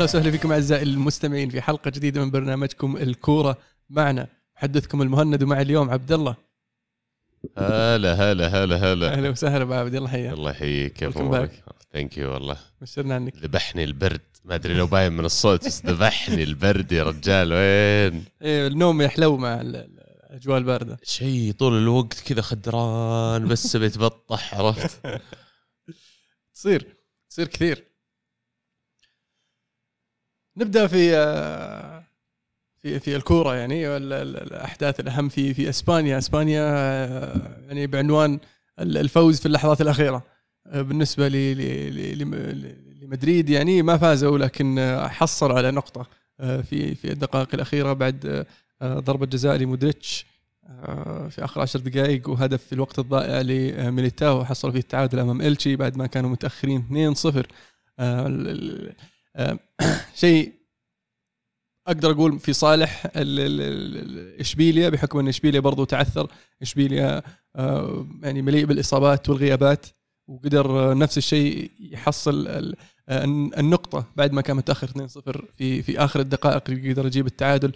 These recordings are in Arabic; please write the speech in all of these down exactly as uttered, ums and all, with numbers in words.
أهلا وسهلا فيكم أعزائي المستمعين في حلقة جديدة من برنامجكم الكورة معنا. محدثكم المهند ومع اليوم عبد الله. هلا هلا هلا هلا أهلا وسهلا بعبد الله. حياك. الله يحييك. كيف امورك؟ ثانك يو والله. مشرنا عنك. ذبحني البرد، ما ادري لو باين من الصوت بس ذبحني البرد يا رجال. وين إيه النوم يحلو مع الأجواء الباردة، شيء طول الوقت كذا خدران بس بيتبطح. عرفت؟ تصير تصير كثير. نبدأ في في في الكورة يعني الأحداث الأهم في في إسبانيا. إسبانيا يعني بعنوان الفوز في اللحظات الأخيرة بالنسبة لمدريد، يعني ما فازوا لكن حصل على نقطة في في الدقائق الأخيرة بعد ضربة جزاء لمودريتش في آخر عشر دقائق وهدف في الوقت الضائع لميليتاو حصل فيه التعادل أمام إلتشي بعد ما كانوا متأخرين اثنين صفر. شيء أقدر أقول في صالح إشبيليا بحكم أن إشبيليا برضو تعثر. إشبيليا يعني مليء بالإصابات والغيابات، وقدر نفس الشيء يحصل النقطة بعد ما كان متأخر اثنين صفر في في آخر الدقائق يقدر يجيب التعادل.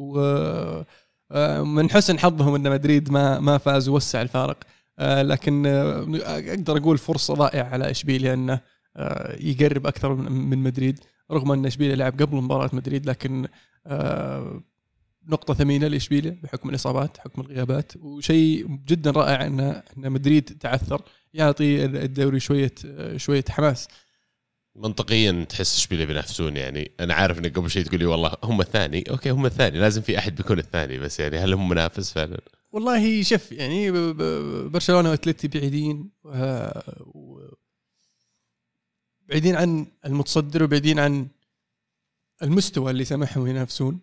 ومن حسن حظهم أن مدريد ما ما فاز ووسع الفارق، لكن أقدر أقول فرصة ضائعة على إشبيليا أنه يقرب أكثر من مدريد، رغم أن إشبيليا لعب قبل مباراة مدريد، لكن نقطة ثمينة لإشبيليا بحكم الإصابات حكم الغيابات. وشيء جدا رائع أن أن مدريد تعثر، يعطي الدوري شوية شوية حماس. منطقيا تحس إشبيليا بينافسون، يعني أنا عارف إنك قبل شيء تقولي والله هم الثاني، أوكي هم الثاني لازم في أحد بيكون الثاني، بس يعني هل هم منافس فعلا؟ والله شف يعني برشلونة وأتلتي بعيدين بعيدين عن المتصدر وبعيدين عن المستوى اللي سمحهم ينافسون،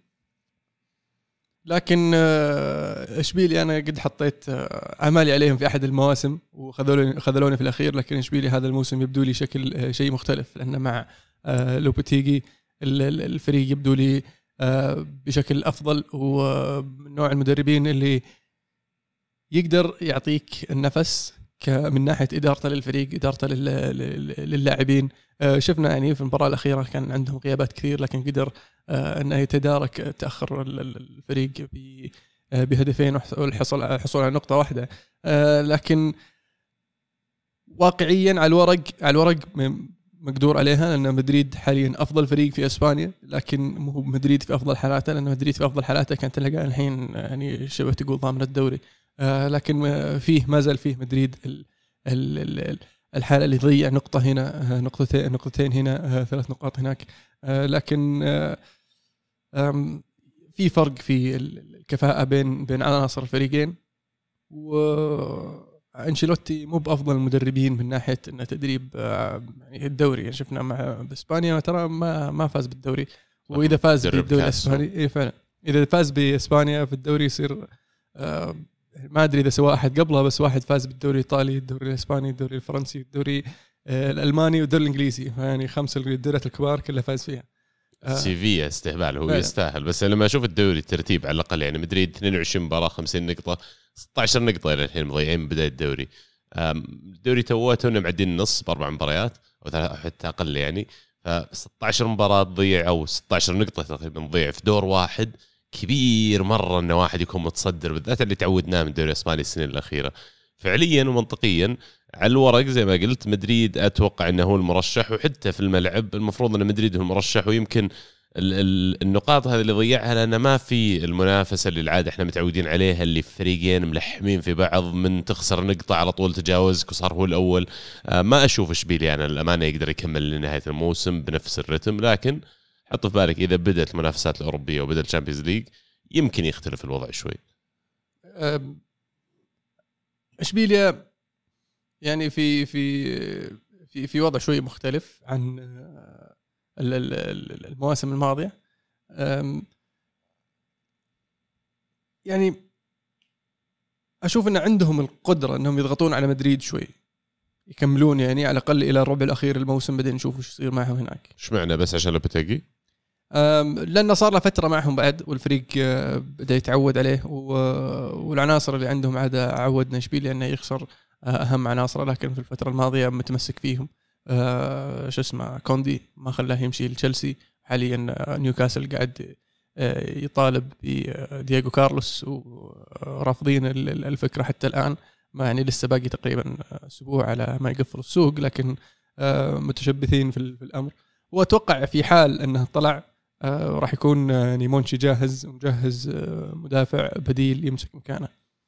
لكن إشبيليا أنا قد حطيت أمالي عليهم في أحد المواسم وخذلوني خذلوني في الأخير، لكن إشبيليا هذا الموسم يبدو لي شكل شيء مختلف، لأن مع لوبوتيغي الفريق يبدو لي بشكل أفضل، ومن نوع المدربين اللي يقدر يعطيك النفس من ناحية إدارته للفريق، إدارته للاعبين. شفنا يعني في المباراة الأخيرة كان عندهم غيابات كثير، لكن قدر أنه يتدارك تأخر الفريق بهدفين والحصول الحصول على نقطة واحدة. لكن واقعيا على الورق على الورق مقدور عليها، لأن مدريد حاليا أفضل فريق في إسبانيا، لكن مو مدريد في أفضل حالاته، لأن مدريد في أفضل حالاته كانت تلقى الحين يعني شبه تقول ضامن الدوري. آه لكن فيه ما زال فيه مدريد ال ال الحالة اللي ضيع نقطة هنا، نقطتين نقطتين هنا، آه ثلاث نقاط هناك. آه لكن آه في فرق في الكفاءة بين بين عناصر الفريقين، وأنشيلوتي مو بأفضل المدربين من ناحية إنه تدريب آه يعني الدوري. يعني شفنا مع إسبانيا ترى ما ما فاز بالدوري، وإذا فاز بالدوري الإسباني إيه فعلا إذا فاز بإسبانيا في الدوري يصير آه ما أدري إذا سواء واحد قبله، بس واحد فاز بالدوري الإيطالي، الدوري الإسباني، الدوري الفرنسي، الدوري الألماني والدوري الإنجليزي، يعني خمسة الدوريات الكبار كلها فاز فيها. سيفيا استهبال، هو يستاهل. بس لما أشوف الدوري الترتيب على الأقل، يعني مدريد اثنين وعشرين مباراة خمسين نقطة، ستة عشر نقطة إلى الحين مضيعين من بداية الدوري. الدوري تواتنا معدين النص بأربع مباريات أو حتى أقل، يعني ف ستة عشر مباراة تضيع أو ستة عشر نقطة تقريبا تضيع في دور واحد. كبير مرة إنه واحد يكون متصدر، بالذات اللي تعودناه من الدوري الإسباني السنين الأخيرة. فعليا ومنطقيا على الورق زي ما قلت مدريد أتوقع إنه هو المرشح، وحتى في الملعب المفروض إن مدريد هو المرشح. ويمكن ال ال النقاط هذه اللي ضيعها لأن ما في المنافسة اللي العادة إحنا متعودين عليها، اللي فريقين ملحمين في بعض، من تخسر نقطة على طول تجاوزك وصار هو الأول. آه ما أشوف إشبيليا أنا الأمانة يقدر يكمل لنهاية الموسم بنفس الرتم، لكن حط في بالك إذا بدأت المنافسات الأوروبية وبدأت الشامبيونز ليج يمكن يختلف الوضع شوي. إشبيليا يعني في في في في وضع شوي مختلف عن المواسم الماضية. يعني أشوف أن عندهم القدرة أنهم يضغطون على مدريد شوي، يكملون يعني على الأقل إلى الربع الأخير الموسم، بعدين نشوف وش يصير معهم هناك. إيش معنى بس عشان لوبوتيغي؟ لأنه صار له فترة معهم بعد، والفريق بدأ يتعود عليه، والعناصر اللي عندهم عاد عودنا إشبيليا أنه يخسر أهم عناصر، لكن في الفترة الماضية متمسك فيهم. شو اسمه كوندي ما خلاه يمشي لتشيلسي، حاليا نيوكاسل قاعد يطالب بدييغو كارلوس ورافضين الفكرة حتى الآن، ما يعني لسه باقي تقريبا أسبوع على ما يقفل السوق، لكن متشبثين في الأمر. وأتوقع في حال أنه طلع راح يكون يعني مونشي جاهز ومجهز مدافع بديل يمسك مكانه.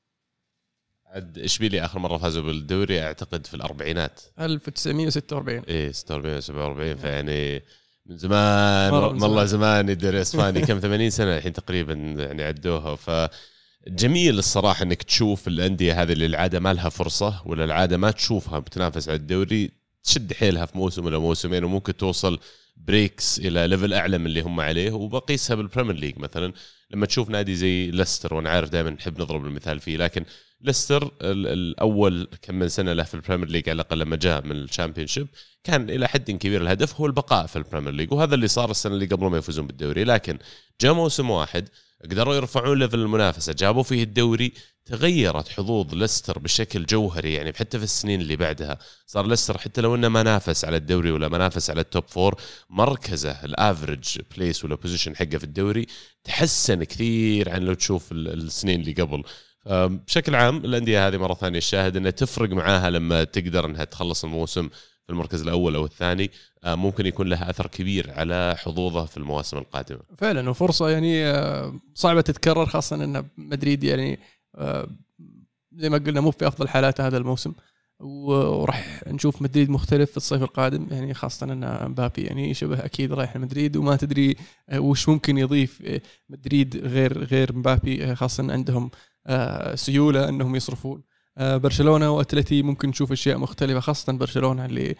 عد إشبيلية آخر مرة فازوا بالدوري أعتقد في الأربعينات ألف وتسعمية وستة وأربعين. إيه ستة وأربعين سبعة وأربعين، فيعني من زمان والله زمان الدوري الإسباني كم ثمانين سنة الحين تقريبا يعني عدوها. فجميل الصراحة إنك تشوف الأندية هذه اللي العادة ما لها فرصة ولا العادة ما تشوفها بتنافس على الدوري تشد حيلها في موسم ولا موسمين وممكن توصل بريكس إلى ليفل أعلى من اللي هم عليه. وبقيسها بالبريمير ليج مثلا لما تشوف نادي زي ليستر، وأنا عارف دائما نحب نضرب المثال فيه، لكن ليستر الأول كم من سنة له في البريمير ليج على الأقل لما جاء من الشامبيونشيب كان إلى حد كبير الهدف هو البقاء في البريمير ليج، وهذا اللي صار السنة اللي قبل ما يفوزون بالدوري. لكن جاء موسم واحد قدروا يرفعون ليفل المنافسة، جابوا فيه الدوري، تغيرت حظوظ ليستر بشكل جوهري. يعني حتى في السنين اللي بعدها صار ليستر حتى لو انه ما نافس على الدوري ولا ما نافس على التوب فور، مركزه الافريج بليس ولا بوزيشن حقه في الدوري تحسن كثير عن لو تشوف السنين اللي قبل. بشكل عام الأندية هذه مرة ثانية الشاهد أنها تفرق معاها لما تقدر أنها تخلص الموسم في المركز الأول أو الثاني، ممكن يكون لها أثر كبير على حظوظها في المواسم القادمة فعلا. وفرصة يعني صعبة تتكرر، خاصة أن مدريد يعني زي ما قلنا مو في أفضل حالات هذا الموسم، وراح نشوف مدريد مختلف في الصيف القادم، يعني خاصة أن مبابي يعني شبه أكيد رايح لمدريد، وما تدري وش ممكن يضيف مدريد غير غير مبابي، خاصة أن عندهم سيولة أنهم يصرفون. برشلونة وأتلتي ممكن نشوف أشياء مختلفة، خاصة برشلونة اللي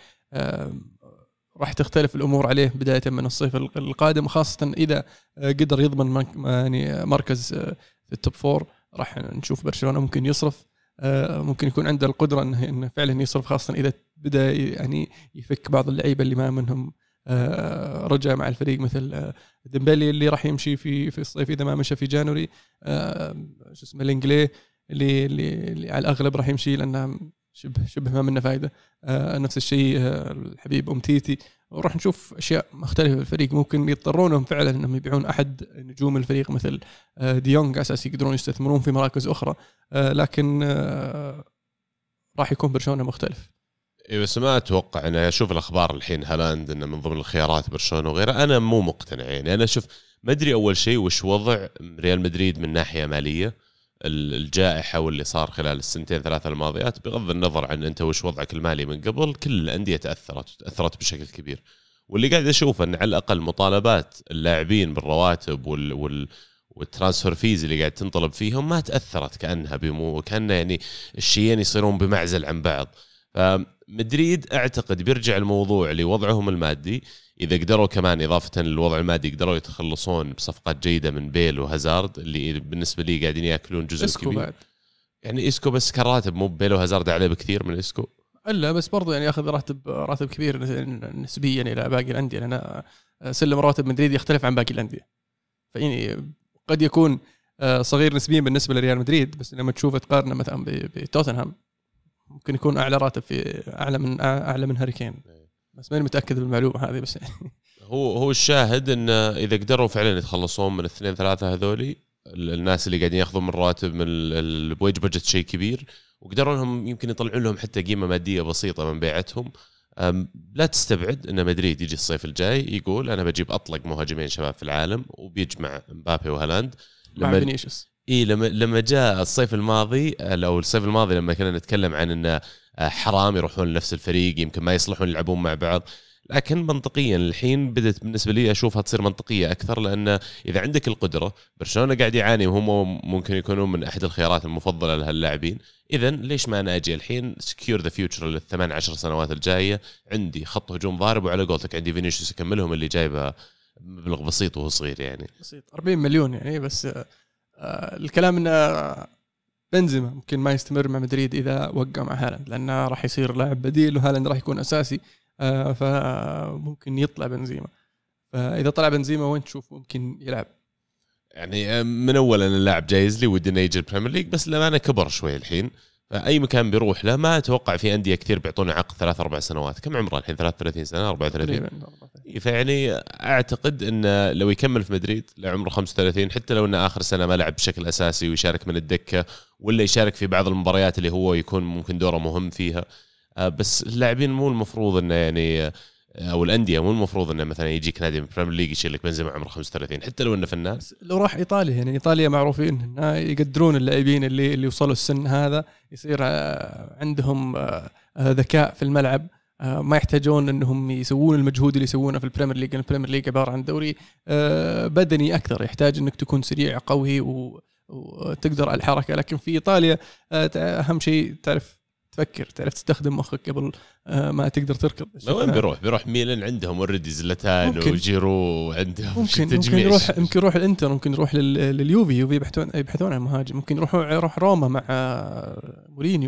راح تختلف الأمور عليه بداية من الصيف القادم، خاصة إذا قدر يضمن يعني مركز في التوب فور. راح نشوف برشلونة ممكن يصرف، ممكن يكون عنده القدرة إنه فعلا يصرف، خاصة إذا بدأ يعني يفك بعض اللعيبة اللي ما منهم رجع مع الفريق، مثل ديمبلي اللي راح يمشي في في الصيف إذا ما مشى في جانوري، شو اسمه الإنجلي اللي, اللي اللي على الأغلب راح يمشي لأنه شبه شبه ما منه فايدة. نفس الشيء الحبيب أمتيتي. وراح نشوف أشياء مختلفة في الفريق، ممكن يضطرونهم فعلا أنهم يبيعون أحد نجوم الفريق مثل ديونغ على أساس يقدرون يستثمرون في مراكز أخرى، لكن راح يكون برشلونة مختلف. إيه بس ما أتوقع أنا أشوف الأخبار الحين هالاند إنه من ضمن الخيارات برشلونة وغيره، أنا مو مقتنع. يعني أنا أشوف ما أدري أول شيء وش وضع ريال مدريد من ناحية مالية، الجائحة واللي صار خلال السنتين ثلاثة الماضيات، بغض النظر عن أنت وش وضعك المالي من قبل، كل الأندية تأثرت تأثرت بشكل كبير. واللي قاعد أشوفه أن على الأقل مطالبات اللاعبين بالرواتب وال, وال والترانسفير فيز اللي قاعد تنطلب فيهم ما تأثرت كأنها بمو كأن يعني الشيئين يصيرون بمعزل عن بعض. فمدريد أعتقد بيرجع الموضوع لوضعهم المادي، إذا قدروا كمان إضافة للوضع المادي قدروا يتخلصون بصفقات جيدة من بيل وهازارد اللي بالنسبة لي قاعدين يأكلون جزء كبير بعد. يعني إسكو بس كراتب مو بيل وهازارد عليه بكثير من إسكو، إلا بس برضو يعني يأخذ راتب راتب كبير نسبيا إلى باقي الأندية، لأن سلم راتب مدريد يختلف عن باقي الأندية، فيعني قد يكون صغير نسبيا بالنسبة لريال مدريد، بس لما تشوفه تقارنه مثلا بتوتنهام ممكن يكون أعلى راتب في أعلى من أعلى من هاري كين، بس ماني متأكد بالمعلومة هذه. بس يعني هو هو الشاهد إن إذا قدروا فعلا يتخلصون من الاثنين ثلاثة هذولي الناس اللي قاعدين ياخذون من رواتب من البويج بجت شيء كبير، وقدروا لهم يمكن يطلعون لهم حتى قيمة مادية بسيطة من بيعتهم، لا تستبعد إن مدريد يجي الصيف الجاي يقول أنا بجيب أطلق مهاجمين شباب في العالم وبيجمع مبابي وهالاند مع فينيسيوس. إيه لما لما جاء الصيف الماضي أو الصيف الماضي لما كنا نتكلم عن إنه حرام يروحون لنفس الفريق يمكن ما يصلحون يلعبون مع بعض، لكن منطقيا الحين بدت بالنسبة لي أشوفها تصير منطقية أكثر، لأن إذا عندك القدرة برشلونة قاعد يعاني وهم ممكن يكونون من أحد الخيارات المفضلة لهاللاعبين، إذن ليش ما أنا أجي الحين secure the future للثمان عشر سنوات الجاية، عندي خط هجوم ضارب وعلى قولتك عندي فينيسيوس يكملهم اللي جايبه مبلغ بسيط وهو صغير يعني بسيط أربعين مليون يعني. بس آه الكلام إنه بنزيما ممكن ما يستمر مع مدريد إذا وقع مع هالاند، لأنه راح يصير لاعب بديل وهالاند راح يكون أساسي، آه فممكن يطلع بنزيما. فإذا طلع بنزيما وين تشوف ممكن يلعب؟ يعني من أولا اللاعب جايز لي ودي نيجي البريمير ليج، بس لما أنا كبر شوي الحين، اي مكان بيروح له. ما اتوقع في انديه كثير بيعطونه عقد ثلاث اربع سنوات. كم عمره الحين؟ ثلاثة وثلاثين سنه أربعة وثلاثين. فيعني اعتقد انه لو يكمل في مدريد لعمره خمسة وثلاثين، حتى لو انه اخر سنه ما لعب بشكل اساسي ويشارك من الدكه ولا يشارك في بعض المباريات اللي هو يكون ممكن دوره مهم فيها، بس اللاعبين مو المفروض انه يعني او الانديه مو المفروض انه مثلا يجيك نادي من البريمير ليج يشيل لك بنزيما عمره خمسة وثلاثين حتى لو انه فنان. لو راح ايطاليا، يعني ايطاليا معروفين انه يقدرون اللاعبين اللي اللي وصلوا السن هذا، يصير عندهم ذكاء في الملعب، ما يحتاجون انهم يسوون المجهود اللي يسوونه في البريمير ليج. البريمير ليج عباره عن دوري بدني اكثر، يحتاج انك تكون سريع قوي وتقدر على الحركه. لكن في ايطاليا اهم شيء تعرف تفكر، تعرف تستخدم مخك قبل ما تقدر تركض. وين بيروح؟ بيروح ميلان، عندهم اوريدي زلاتان وجيرو، عندهم ممكن ممكن يروح ممكن يروح الانتر، ممكن يروح لليوفي، يوفي يبحثون يبحثون عن مهاجم. ممكن يروحوا يروح روما مع مورينيو.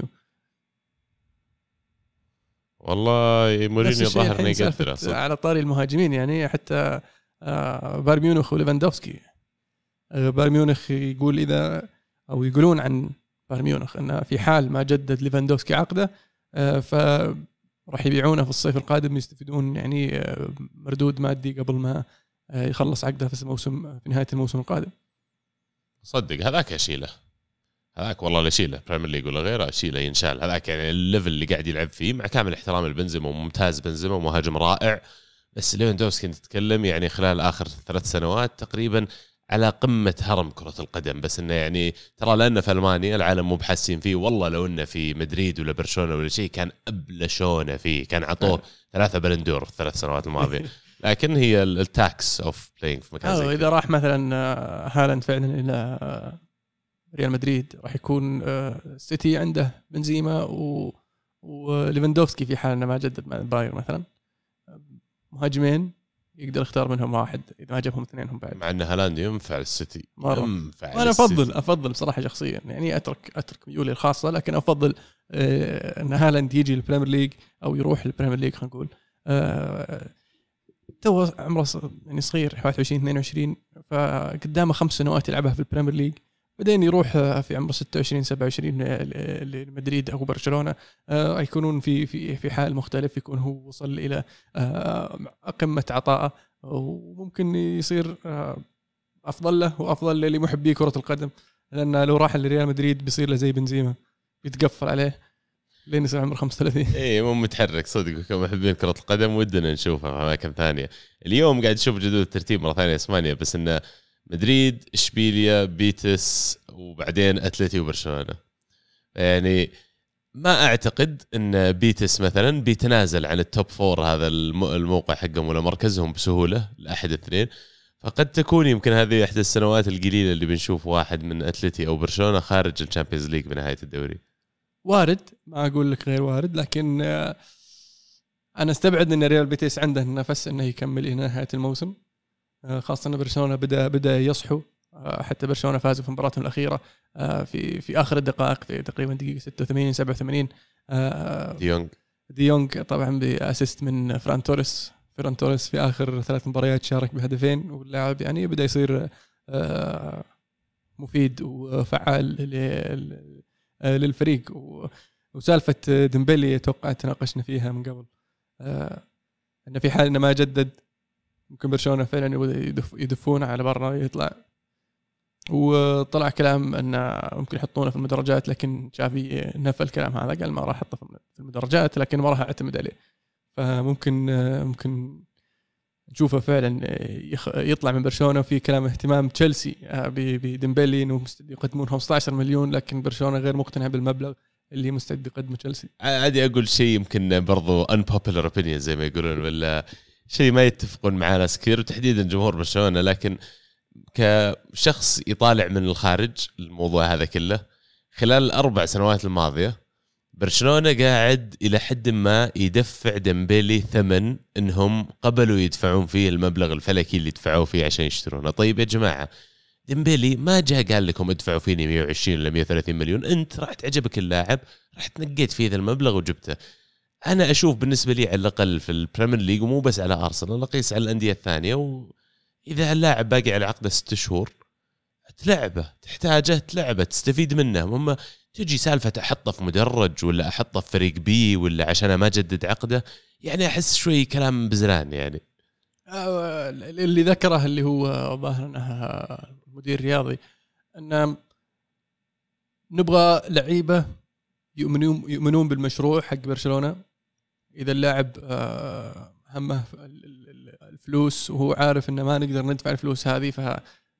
والله مورينيو ظهرنا يقدر على طاري المهاجمين، يعني حتى بايرن ميونخ وليفاندوفسكي. بايرن ميونخ يقول اذا او يقولون عن بايرن ميونخ أن في حال ما جدد ليفاندوفسكي عقده فراح يبيعونه في الصيف القادم، يستفيدون يعني مردود مادي قبل ما يخلص عقده في الموسم في نهاية الموسم القادم. صدق هذاك أشيله، هذاك والله لا شيله بريمير ليج ولا غيره، أشيله ينشال. هذاك يعني الليفل اللي قاعد يلعب فيه، مع كامل احترام لبنزيما وممتاز بنزيما ومهاجم رائع، بس ليفاندوفسكي نتكلم يعني خلال آخر ثلاث سنوات تقريبا على قمة هرم كرة القدم. بس إنه يعني ترى لأنه في ألمانيا العالم مو بحاسين فيه، والله لو إنه في مدريد ولا برشلونة ولا شيء كان أبلشونه فيه، كان عطوه ثلاثة بلندور في الثلاث سنوات الماضية. لكن هي التاكس أوف بلاينج في مكان زي كده. إذا راح مثلا هالاند فعلا إلى ريال مدريد راح يكون سيتي عنده بنزيما و وليفاندوفسكي في حال إنه ما جدد مع باير مثلا، مهاجمين يقدر يختار منهم واحد إذا ما جابهم اثنينهم بعد. مع أن هالاند ينفع السيتي ينفع. أنا أفضل أفضل بصراحة شخصيا، يعني أترك أترك ميولي الخاصة، لكن أفضل آه أن هالاند يجي البريمير ليج أو يروح البريمير ليج. خلينا نقول آه تو عمره يعني صغير واحد وعشرين اثنين وعشرين، فقدامه خمس سنوات يلعبها في البريمير ليج، بعدين يروح في عمره ستة وعشرين سبعة وعشرين لمدريد أو برشلونة. آه يكونون في في في حال مختلف، يكون هو وصل إلى آه قمة عطاءه، وممكن يصير آه أفضل له وأفضل لمحبي كرة القدم، لأن لو راح لريال مدريد بيصير له زي بنزيما، بيتقفل عليه لين يصير عمره خمسة وثلاثين. إيه مو متحرك صدق. كمحبين كرة القدم ودنا نشوفها في أماكن ثانية. اليوم قاعد نشوف جدول الترتيب مرة ثانية إسبانيا، بس إنه مدريد، إشبيليا، بيتس، وبعدين أتلتي وبرشلونة. يعني ما أعتقد إن بيتس مثلا بيتنازل عن التوب فور هذا الموقع حقهم ولا مركزهم بسهولة لأحد اثنين. فقد تكون يمكن هذه إحدى السنوات القليلة اللي بنشوف واحد من أتلتي أو برشلونة خارج الشامبيونز ليج بنهاية الدوري. وارد، ما أقول لك غير وارد، لكن أنا استبعد إن ريال بيتس عنده نفس إنه يكمل إلى نهاية الموسم، خاصة أن برشلونة بدأ بدأ يصحو. حتى برشلونة فازوا في مباراتهم الأخيرة في في آخر الدقائق، في تقريبا دقيقة ستة وثمانين سبعة وثمانين. ديونج ديونج طبعا بأسيست من فران توريس. فران توريس في آخر ثلاث مباريات شارك بهدفين، واللاعب يعني بدأ يصير مفيد وفعال للفريق. وسالفة ديمبلي أتوقع تناقشنا فيها من قبل، أن في حال إنه ما جدد ممكن برشلونة فعلا يدفون على برا يطلع. وطلع كلام أن ممكن يحطونه في المدرجات، لكن شافي نفى الكلام هذا، قال ما راح أحطه في المدرجات لكن ما راح أعتمد عليه. فممكن ممكن نشوفه فعلا يطلع من برشلونة. في كلام اهتمام تشيلسي بديمبلي إنه مستعد يقدمون خمسة عشر مليون، لكن برشلونة غير مقتنع بالمبلغ اللي مستعد يقدمه تشيلسي. عادي أقول شيء يمكن برضو unpopular opinion زي ما يقولون، ولا شيء ما يتفقون مع ناس كثير وتحديدا جمهور برشلونة، لكن كشخص يطالع من الخارج الموضوع هذا كله، خلال الأربع سنوات الماضية برشلونة قاعد إلى حد ما يدفع ديمبلي ثمن إنهم قبلوا يدفعون فيه المبلغ الفلكي اللي دفعوا فيه عشان يشترونه. طيب يا جماعة، ديمبلي ما جاء قال لكم ادفعوا فيني مية وعشرين ولا مية وثلاثين مليون، أنت راح تعجبك اللاعب راح تنقيت فيه ذا المبلغ وجبته. أنا أشوف بالنسبة لي على الأقل في البريمير ليج، ومو بس على أرسنال، أقيس على الأندية الثانية، وإذا اللاعب باقي على عقده ست شهور تلعبه، تحتاجه تلعبه، تستفيد منه. هم تجي سالفة أحطه في مدرج ولا أحطه في فريق بي ولا عشان ما جدد عقده، يعني أحس شوي كلام بزلان. يعني اللي ذكره اللي هو ظاهر أنه مدير رياضي أن نبغى لعيبة يؤمنون يؤمنون بالمشروع حق برشلونة. إذا اللاعب همه الفلوس وهو عارف إنه ما نقدر ندفع الفلوس هذه، ف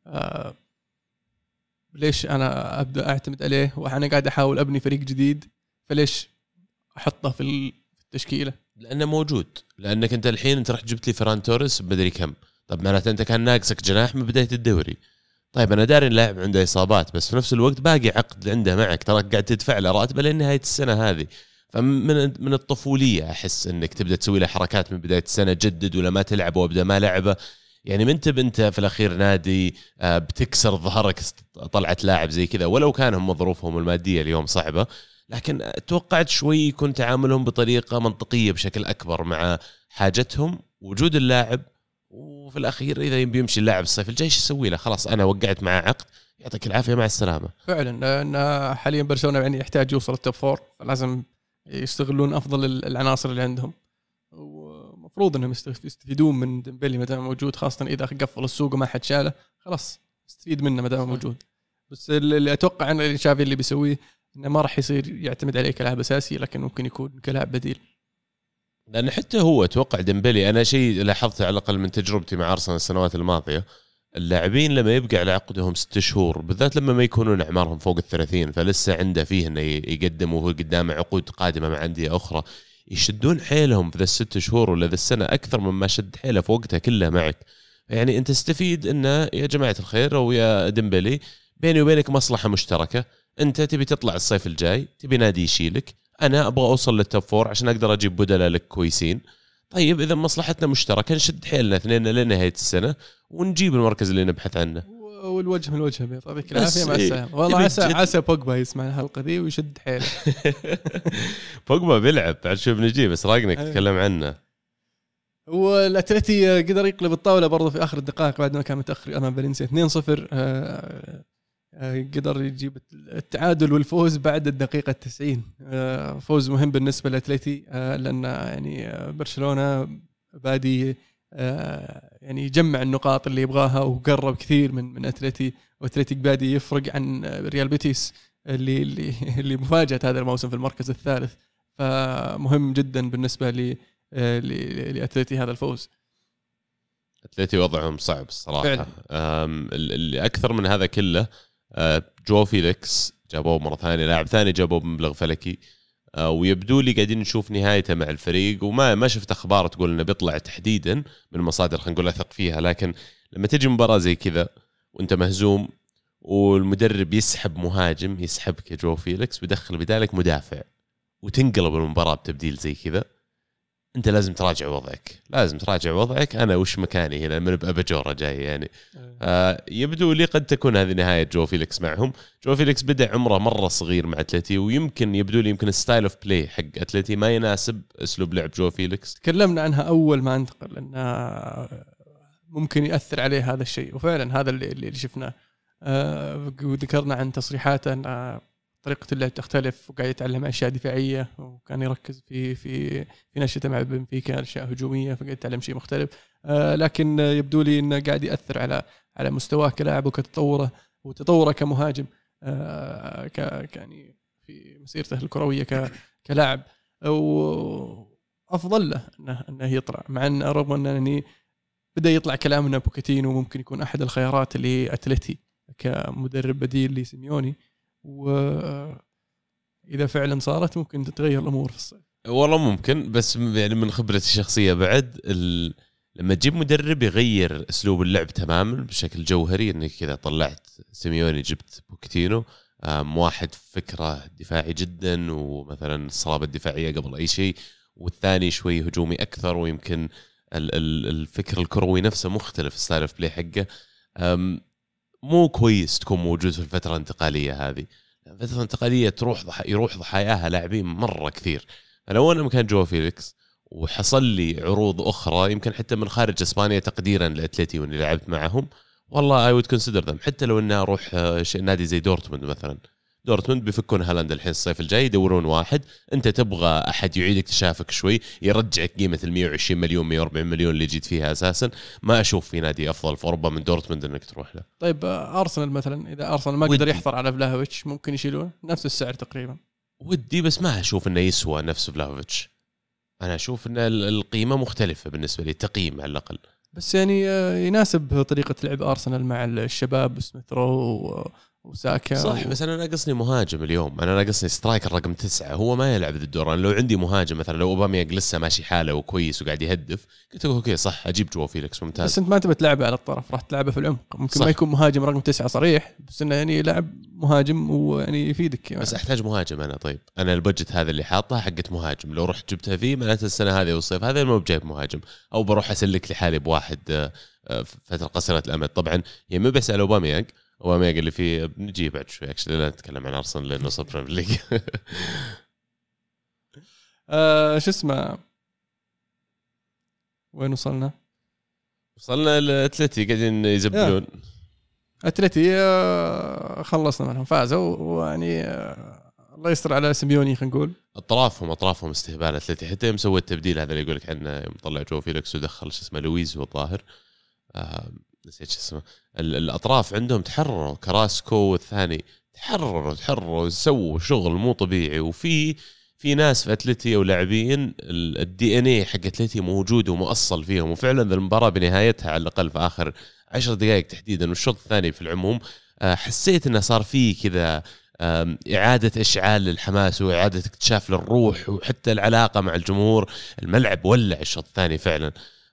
ليش أنا أبدأ أعتمد عليه وأنا قاعد أحاول أبني فريق جديد؟ فليش أحطه في التشكيلة؟ لأنه موجود. لأنك أنت الحين أنت رحت جبت لي فران توريس بدري كم، طب معناته أنت كان ناقصك جناح من بداية الدوري. طيب أنا داري اللاعب عنده إصابات، بس في نفس الوقت باقي عقد عنده معك، تراك قاعد تدفع له راتبه لنهاية السنة هذه. فمن من الطفولية أحس أنك تبدأ تسوي له حركات من بداية السنة، جدد ولا ما تلعب وابدأ ما لعبه. يعني من تب أنت في الأخير نادي بتكسر ظهرك طلعت لاعب زي كذا، ولو كان هم ظروفهم المادية اليوم صعبة، لكن توقعت شوي يكون تعاملهم بطريقة منطقية بشكل أكبر مع حاجتهم وجود اللاعب. وفي الأخير إذا بيمشي اللاعب الصيف الجاي ايش يسوي له؟ خلاص أنا وقعت معه عقد، يعطيك العافية مع السلامة. فعلا لأن حاليا برشلونة يعني يحتاج يوصل التوب فور، فلازم يستغلون أفضل العناصر اللي عندهم، ومفروض أنهم يستفيدون من ديمبلي مدام موجود، خاصة إذا قفل السوق وما حد شاله، خلاص استفيد منه مدام موجود. بس اللي أتوقع أن اللي شافي اللي بيسويه إنه ما راح يصير يعتمد عليه كلاعب أساسي، لكن ممكن يكون كلاعب بديل. لأن حتى هو أتوقع ديمبلي، أنا شيء لاحظته على الأقل من تجربتي مع أرسنال السنوات الماضية، اللاعبين لما يبقى على عقدهم ست شهور بالذات لما ما يكونون أعمارهم فوق الثلاثين، فلسه عنده فيه إنه يقدم وهو قدامه عقود قادمة مع أندية أخرى، يشدون حيلهم في ذا الست شهور ولا ذا السنة أكثر مما شد حيله في وقتها كله معك. يعني أنت استفيد إنه يا جماعة الخير أو يا ديمبلي بيني وبينك مصلحة مشتركة، أنت تبي تطلع الصيف الجاي، تبي نادي يشيلك، أنا أبغى أوصل للتوب فور عشان أقدر أجيب بدلاء لك كويسين. طيب إذا مصلحتنا مشتركة نشد حيلنا اثنين لنهاية السنة ونجيب المركز اللي نبحث عنه. والوجه من الوجه بيعطيك العافية مع السلامة. والله عسى عسى بوجبا يسمع الحلقة دي ويشد حيله. بوجبا بيلعب بعد شوي بنجي، بس راقنك تتكلم عنه. والأتلتي قدر يقلب الطاولة برضه في آخر الدقائق بعد ما كان متأخر أمام فالنسيا اثنين صفر، قدر يجيب التعادل والفوز بعد الدقيقة التسعين. فوز مهم بالنسبة للأتلتي، لأن يعني برشلونة بادي يعني يجمع النقاط اللي يبغاها وقرب كثير من من أتلتي، وأتلتيك بادي يفرق عن ريال بيتيس اللي اللي اللي مفاجأة هذا الموسم في المركز الثالث. فمهم جدا بالنسبة لي لأتلتي هذا الفوز. أتلتي وضعهم صعب الصراحة. اللي أكثر من هذا كله جو فيليكس جابوه مرة ثانية، لاعب ثاني جابوه بمبلغ فلكي، ويبدو لي قاعدين نشوف نهايته مع الفريق، وما ما شفت أخبار تقول إنه بيطلع تحديدا من مصادر خلينا نقول أثق فيها. لكن لما تجي مباراة زي كذا وأنت مهزوم والمدرب يسحب مهاجم يسحبك يا جو فيليكس ويدخل بدالك مدافع وتنقلب المباراة بتبديل زي كذا، أنت لازم تراجع وضعك، لازم تراجع وضعك. أنا وش مكاني هنا من بأبجورة جاي يعني. آه يبدو لي قد تكون هذه نهاية جو فيليكس معهم. جو فيليكس بدأ عمره مرة صغير مع أتلتي، ويمكن يبدو لي يمكن الستايل اوف بلاي حق أتلتي ما يناسب أسلوب لعب جو فيليكس. تكلمنا عنها أول ما انتقل أنه ممكن يأثر عليه هذا الشيء، وفعلا هذا اللي, اللي شفناه. آه وذكرنا عن تصريحاته أن طريقة اللعب تختلف، وقاعد يتعلم أشياء دفاعية، وكان يركز في في في نشأته مع بنفيكا أشياء هجومية، فقاعد يتعلم شيء مختلف. آه لكن يبدو لي إنه قاعد يأثر على على مستواه كلاعب وكتطوره وتطوره كمهاجم، آه ك يعني في مسيرته الكروية ك كلاعب، وأفضل له إنه إنه يطلع. مع أن رغم أنني بدأ يطلع كلام إنه بوكيتينو ممكن يكون أحد الخيارات اللي أتلتي كمدرب بديل لسيميوني، وإذا فعلا صارت ممكن تتغير الأمور في الصيف. والله ممكن، بس يعني من خبرتي الشخصية بعد ال... لما تجيب مدرب يغير أسلوب اللعب تماما بشكل جوهري، إنك كذا طلعت سيميوني جبت بوكيتينو، واحد فكرة دفاعي جدا ومثلا الصلابة الدفاعية قبل أي شيء، والثاني شوي هجومي أكثر، ويمكن الفكر الكروي نفسه مختلف، ستايل اوف بلاي حقه مو كويس تكون موجود في الفترة الانتقالية هذه. الفترة الانتقالية تروح ضح... يروح ضحاياها لاعبين مرة كثير. لو أنا مكان جو فيليكس وحصل لي عروض أخرى يمكن حتى من خارج إسبانيا تقديرا لأتلتي وإني لعبت معهم، والله I would consider them، حتى لو إني أروح نادي زي دورتموند مثلا. دورتموند بيفكون هالاند الحين الصيف الجاي، يدورون واحد. انت تبغى احد يعيد اكتشافك شوي، يرجعك قيمه ال مية وعشرين مليون مية وأربعين مليون اللي جيت فيها اساسا. ما اشوف في نادي افضل في اوروبا من دورتموند انك تروح له. طيب ارسنال مثلا، اذا ارسنال ما قدر يحضر على فلاهوفيتش ممكن يشيلون نفس السعر تقريبا. ودي بس ما اشوف انه يسوى نفس فلاهوفيتش. انا اشوف ان القيمه مختلفه بالنسبه لي، تقييم على الاقل. بس يعني يناسب طريقه لعب ارسنال مع الشباب سميث رو وساكا. صح و... بس انا ناقصني مهاجم اليوم، انا ناقصني سترايكر رقم تسعة، هو ما يلعب ضد الدوران. لو عندي مهاجم مثلا، لو اوباميانغ لسه ماشي حاله وكويس وقاعد يهدف، قلت اوكي صح اجيب جو فيليكس ممتاز. بس انت ما تبي تلعبه على الطرف، راح تلعبه في العمق. ممكن صح. ما يكون مهاجم رقم تسعة صريح، بس انه يعني يلعب مهاجم ويعني يفيدك يعني. بس احتاج مهاجم انا. طيب انا البجت هذا اللي حاطه حقت مهاجم، لو رحت جبتها فيه معناته السنه هذه والصيف هذا ما بجيب مهاجم، او بروح اسلك لحالي بواحد فتره قصيره الامد. طبعا هي مو بس على اوباميانغ، اوباميانغ اللي فيه بنجي بعد شوي اكشلي، لا نتكلم عن ارسنال لانه صار بريمير ليج. آه شو اسمه، وين وصلنا؟ وصلنا الاتلتي قاعدين يزبلون. اتلتي آه خلصنا منهم، فازوا ويعني آه الله يستر على سيميوني. خلينا نقول اطرافهم اطرافهم استهبال اتلتي. حتى يوم سوى التبديل هذا اللي يقول لك عنه، يوم طلع جو فيليكس ودخل شو اسمه لويز والظاهر آه نسيت شو اسمه، الاطراف عندهم تحرروا، كراسكو والثاني تحرروا تحرروا وسووا شغل مو طبيعي. وفي في ناس في اتلتي ولاعبين الدي ان اي حق اتلتي موجود ومؤصل فيهم. وفعلا ذا المباراه بنهايتها على الاقل في اخر عشر دقائق تحديدا والشوط الثاني في العموم، حسيت انه صار فيه كذا إعادة إشعال للحماس وإعادة اكتشاف للروح وحتى العلاقة مع الجمهور. الملعب ولع الشوط الثاني فعلا.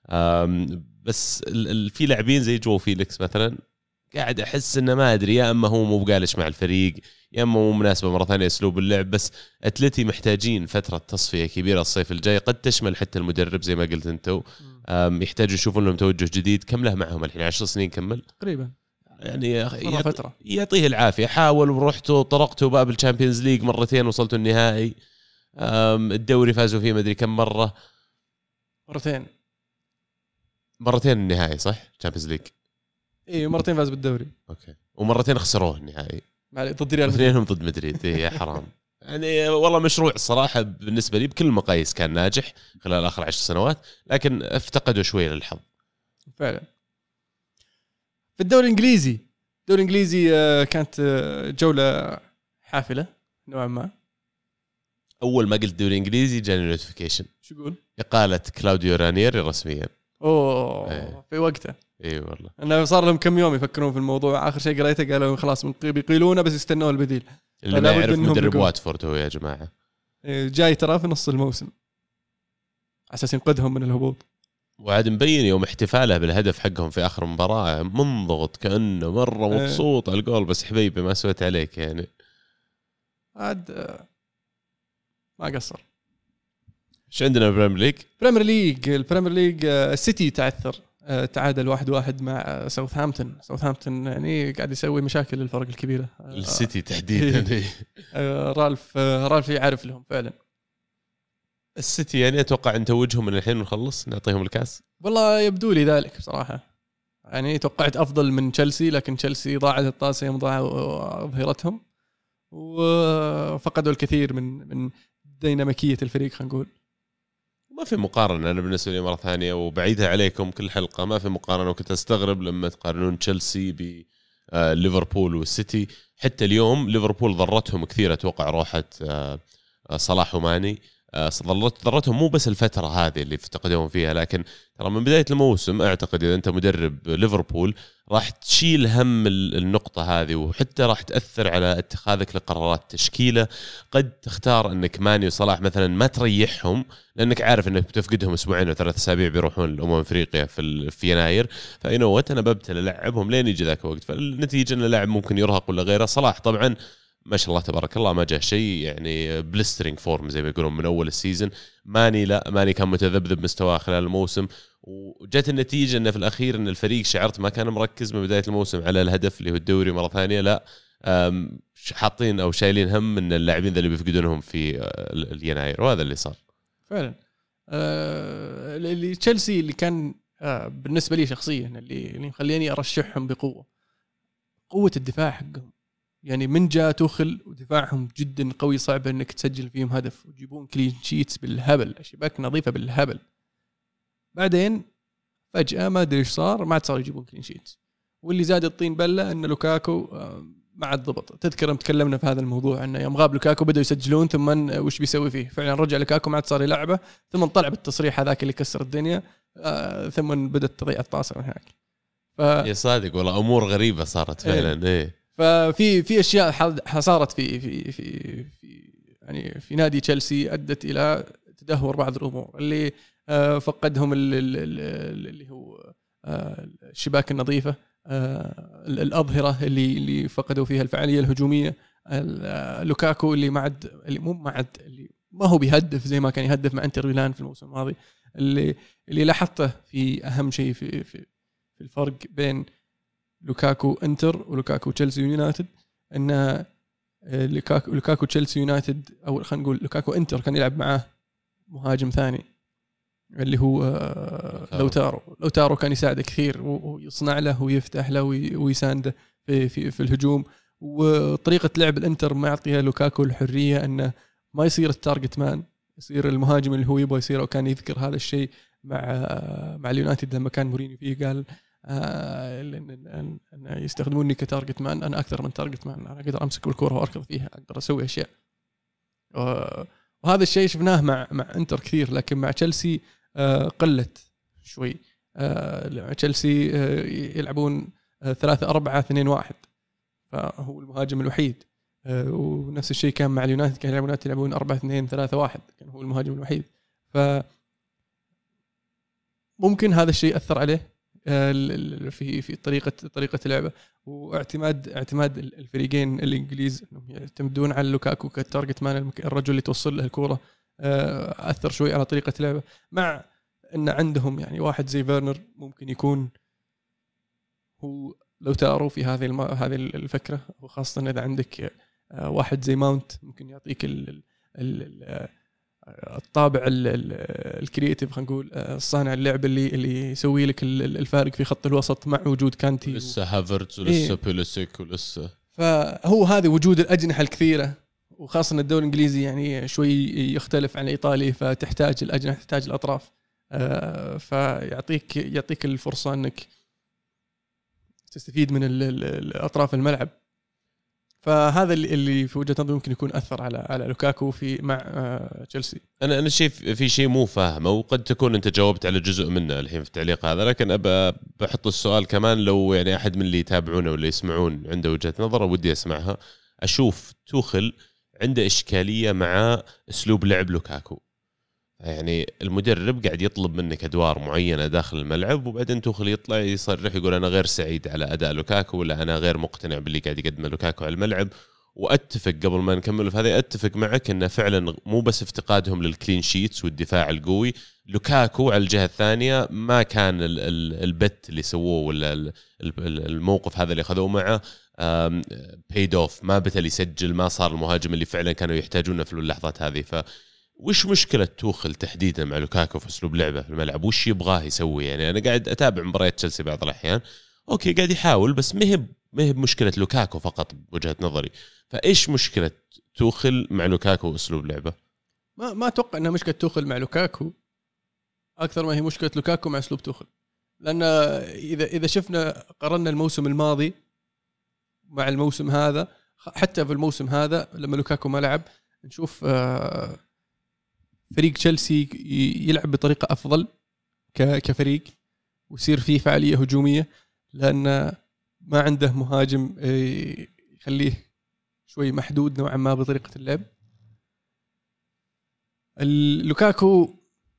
بس في لاعبين زي جو فيليكس مثلا قاعد أحس إنه ما أدري، يا أما هو مو بقالش مع الفريق، يا أما مو مناسبة مرة ثانية أسلوب اللعب. بس أتلتي محتاجين فترة تصفية كبيرة الصيف الجاي، قد تشمل حتى المدرب زي ما قلت أنتو. يحتاجوا يشوفون لهم توجه جديد. كم له معهم الحين؟ عشر سنين كمل تقريبا يعني يعطي يعطيه العافية. حاول ورحتوا طرقتوا باب الشامبيونز ليج مرتين، وصلتوا النهائي. الدوري فازوا فيه مدري كم مرة، مرتين مرتين النهائي صح الشامبيونز ليج. ايه مرتين فاز بالدوري اوكي، ومرتين خسروه النهائي ضد ريال مدريد، اثنينهم ضد مدريد. ايه حرام. يعني والله مشروع الصراحة بالنسبة لي بكل المقاييس كان ناجح خلال آخر عشر سنوات، لكن افتقدوا شوية للحظ فعلا. في الدوري الإنجليزي، الدوري الإنجليزي كانت جولة حافلة نوعا ما. أول ما قلت الدوري الإنجليزي جاني نوتيفيكيشن. شو يقول؟ إقالة كلاوديو رانييري رسميا. أوه ايه. في وقته. اي والله أنا صار لهم كم يوم يفكرون في الموضوع. آخر شيء قريته قالوا خلاص بيقيلونه بس يستنون البديل. اللي ما يعرف مدرب واتفورد هو يا جماعة جاي ترى في نص الموسم أساس ينقذهم من الهبوط. وعاد مبين يوم احتفاله بالهدف حقهم في آخر مباراة منضغط كأنه مرة مبسوط على الجول. بس حبيبي ما سويت عليك يعني. عاد ما قصر. ايش عندنا بريمير ليج؟ بريمير ليج البريمير ليج السيتي تعثر، تعادل واحد واحد مع ساوثهامبتون. ساوثهامبتون يعني قاعد يسوي مشاكل للفرق الكبيرة. السيتي تحديدا. رالف رالف يعرف لهم فعلا. السيتي يعني اتوقع ان توجهم من الحين ونخلص نعطيهم الكاس. والله يبدو لي ذلك بصراحة. يعني توقعت افضل من تشيلسي، لكن تشيلسي ضاعت الطاسة يوم ضاعوا ظهيرتهم وفقدوا الكثير من من ديناميكية الفريق. خلينا نقول ما في مقارنة. أنا بالنسبة لي مرة ثانية وبعيدها عليكم كل حلقة، ما في مقارنة. وكنت أستغرب لما تقارنون تشيلسي بليفربول والسيتي. حتى اليوم ليفربول ضرتهم كثير، أتوقع روحة صلاح وماني ظلت ضرتهم مو بس الفترة هذه اللي افتقدوهم فيها، لكن ترى من بداية الموسم أعتقد إذا أنت مدرب ليفربول راح تشيل هم النقطة هذه، وحتى راح تأثر على اتخاذك لقرارات تشكيلة. قد تختار أنك ماني وصلاح مثلا ما تريحهم لأنك عارف أنك بتفقدهم أسبوعين أو ثلاث أسابيع بيروحون الأمم أفريقيا في في يناير، فإنوت أنا ببتل ألعبهم لين يجي ذاك الوقت. فالنتيجة أن اللاعب ممكن يرهق ولا غيره. صلاح طبعا ما شاء الله تبارك الله ما جاء شيء يعني بلسترينج فورم زي ما يقولون من أول السيزن. ماني لا ماني كان متذبذب مستواه خلال الموسم، وجت النتيجة أن في الأخير أن الفريق شعرت ما كان مركز من بداية الموسم على الهدف اللي هو الدوري مرة ثانية، لا حاطين أو شايلين هم من اللاعبين اللي بيفقدونهم في اليناير، وهذا اللي صار فعلا. آه اللي تشيلسي اللي كان آه بالنسبة لي شخصيا اللي اللي مخليني أرشحهم بقوة، قوة الدفاع حقهم. يعني من جاء توخل ودفاعهم جدا قوي صعب انك تسجل فيهم هدف ويجيبون كلين شيتس بالهبل شباك نظيفه بالهبل بعدين فجأة ما ادري ايش صار ما عاد صار يجيبون كلين شيتس واللي زاد الطين بله ان لوكاكو ما عاد ضبط تذكر لما تكلمنا في هذا الموضوع انه يوم غاب لوكاكو بدأوا يسجلون ثم وش بيسوي فيه فعلا رجع لوكاكو ما عاد صار يلعبه ثم طلع بالتصريح هذاك اللي كسر الدنيا آه ثم بدأت تضيع الطاسة من هناك ف... يا صادق والله امور غريبه صارت فعلا ايه, إيه. ففي في اشياء صارت في في في في يعني في نادي تشيلسي ادت الى تدهور بعض الامور اللي آه فقدهم اللي هو آه الشباك النظيفه آه الاظهره اللي اللي فقدوا فيها الفعاليه الهجوميه لوكاكو اللي ما عاد اللي مو ما عاد اللي ما هو بيهدف زي ما كان يهدف مع انتر ميلان في الموسم الماضي اللي اللي لاحظته في اهم شيء في في في الفرق بين لوكاكو انتر ولوكاكو تشيلسي يونايتد ان لوكاكو لوكاكو تشيلسي يونايتد او خلينا نقول لوكاكو انتر كان يلعب معاه مهاجم ثاني اللي هو لوتارو لوتارو كان يساعده كثير ويصنع له ويفتح له ويسانده في في في الهجوم وطريقه لعب الانتر ما يعطيها لوكاكو الحريه انه ما يصير التارجت مان يصير المهاجم اللي هو يبغى يصير وكان يذكر هذا الشيء مع مع اليونايتد لما كان مورينيو فيه قال آه ان يستخدموني كتارجت مان انا اكثر من تارجت مان انا اقدر امسك بالكره واركض فيها اقدر اسوي اشياء وهذا الشيء شفناه مع مع انتر كثير لكن مع تشيلسي آه قلت شوي آه مع تشيلسي آه يلعبون آه ثلاثة أربعة اثنين واحد فهو المهاجم الوحيد آه ونفس الشيء كان مع اليونايتد كان يلعبون يلعبون أربعة اثنين ثلاثة واحد كان هو المهاجم الوحيد ف ممكن هذا الشيء أثر عليه في في طريقه طريقه اللعبه واعتماد اعتماد الفريقين الانجليز انهم يعتمدون على لوكاكو كتارجت مان الرجل اللي توصل له الكره اثر شوي على طريقه اللعبه مع ان عندهم يعني واحد زي فيرنر ممكن يكون هو لو تارو في هذه الم... هذه الفكره وخاصه اذا عندك واحد زي ماونت ممكن يعطيك ال... ال... ال... الطابع الكرياتيف خلينا نقول الصانع اللعب اللي اللي يسوي لك الفارق في خط الوسط مع وجود كانتي لسه هافرتز ولسه إيه. بوليسيك ولسه فهو هذه وجود الأجنحة الكثيرة وخاصة الدوري الإنجليزي يعني شوي يختلف عن الإيطالي فتحتاج الأجنحة تحتاج الأطراف فيعطيك يعطيك الفرصة أنك تستفيد من الأطراف الملعب فهذا اللي في وجهة نظري ممكن يكون أثر على على لوكاكو في مع تشيلسي. أنا أنا شايف في شيء مو فاهمه وقد تكون أنت جاوبت على جزء منه الحين في التعليق هذا لكن أبى بحط السؤال كمان لو يعني أحد من اللي يتابعونه ولا يسمعون عنده وجهة نظر ودي أسمعها. أشوف توخل عنده إشكالية مع أسلوب لعب لوكاكو يعني المدرب قاعد يطلب منك أدوار معينة داخل الملعب وبعدين توخل يطلع يصرح يقول أنا غير سعيد على أداء لوكاكو ولا أنا غير مقتنع باللي قاعد يقدمه لوكاكو على الملعب. وأتفق قبل ما نكمل في هذا أتفق معك أنه فعلا مو بس افتقادهم للكلين شيتس والدفاع القوي لوكاكو على الجهة الثانية ما كان البت اللي سووه ولا الموقف هذا اللي أخذوه معه paid off ما بتل يسجل ما صار المهاجم اللي فعلا كانوا يحتاجونه في اللحظات هذه. ف وش مشكلة توخل تحديدا مع لوكاكو في أسلوب لعبه في الملعب وش يبغاه يسوي يعني أنا قاعد أتابع مباريات تشيلسي بعض الأحيان أوكي قاعد يحاول بس مهب مهب مشكلة لوكاكو فقط بوجهة نظري. فإيش مشكلة توخل مع لوكاكو وأسلوب لعبه؟ ما ما أتوقع أنها مشكلة توخل مع لوكاكو أكثر ما هي مشكلة لوكاكو مع أسلوب توخل لأن إذا إذا شفنا قارنا الموسم الماضي مع الموسم هذا حتى في الموسم هذا لما لوكاكو ما لعب نشوف آه فريق تشيلسي يلعب بطريقة أفضل كفريق ويصير فيه فعالية هجومية لأن ما عنده مهاجم يخليه شوي محدود نوعا ما بطريقة اللعب. لوكاكو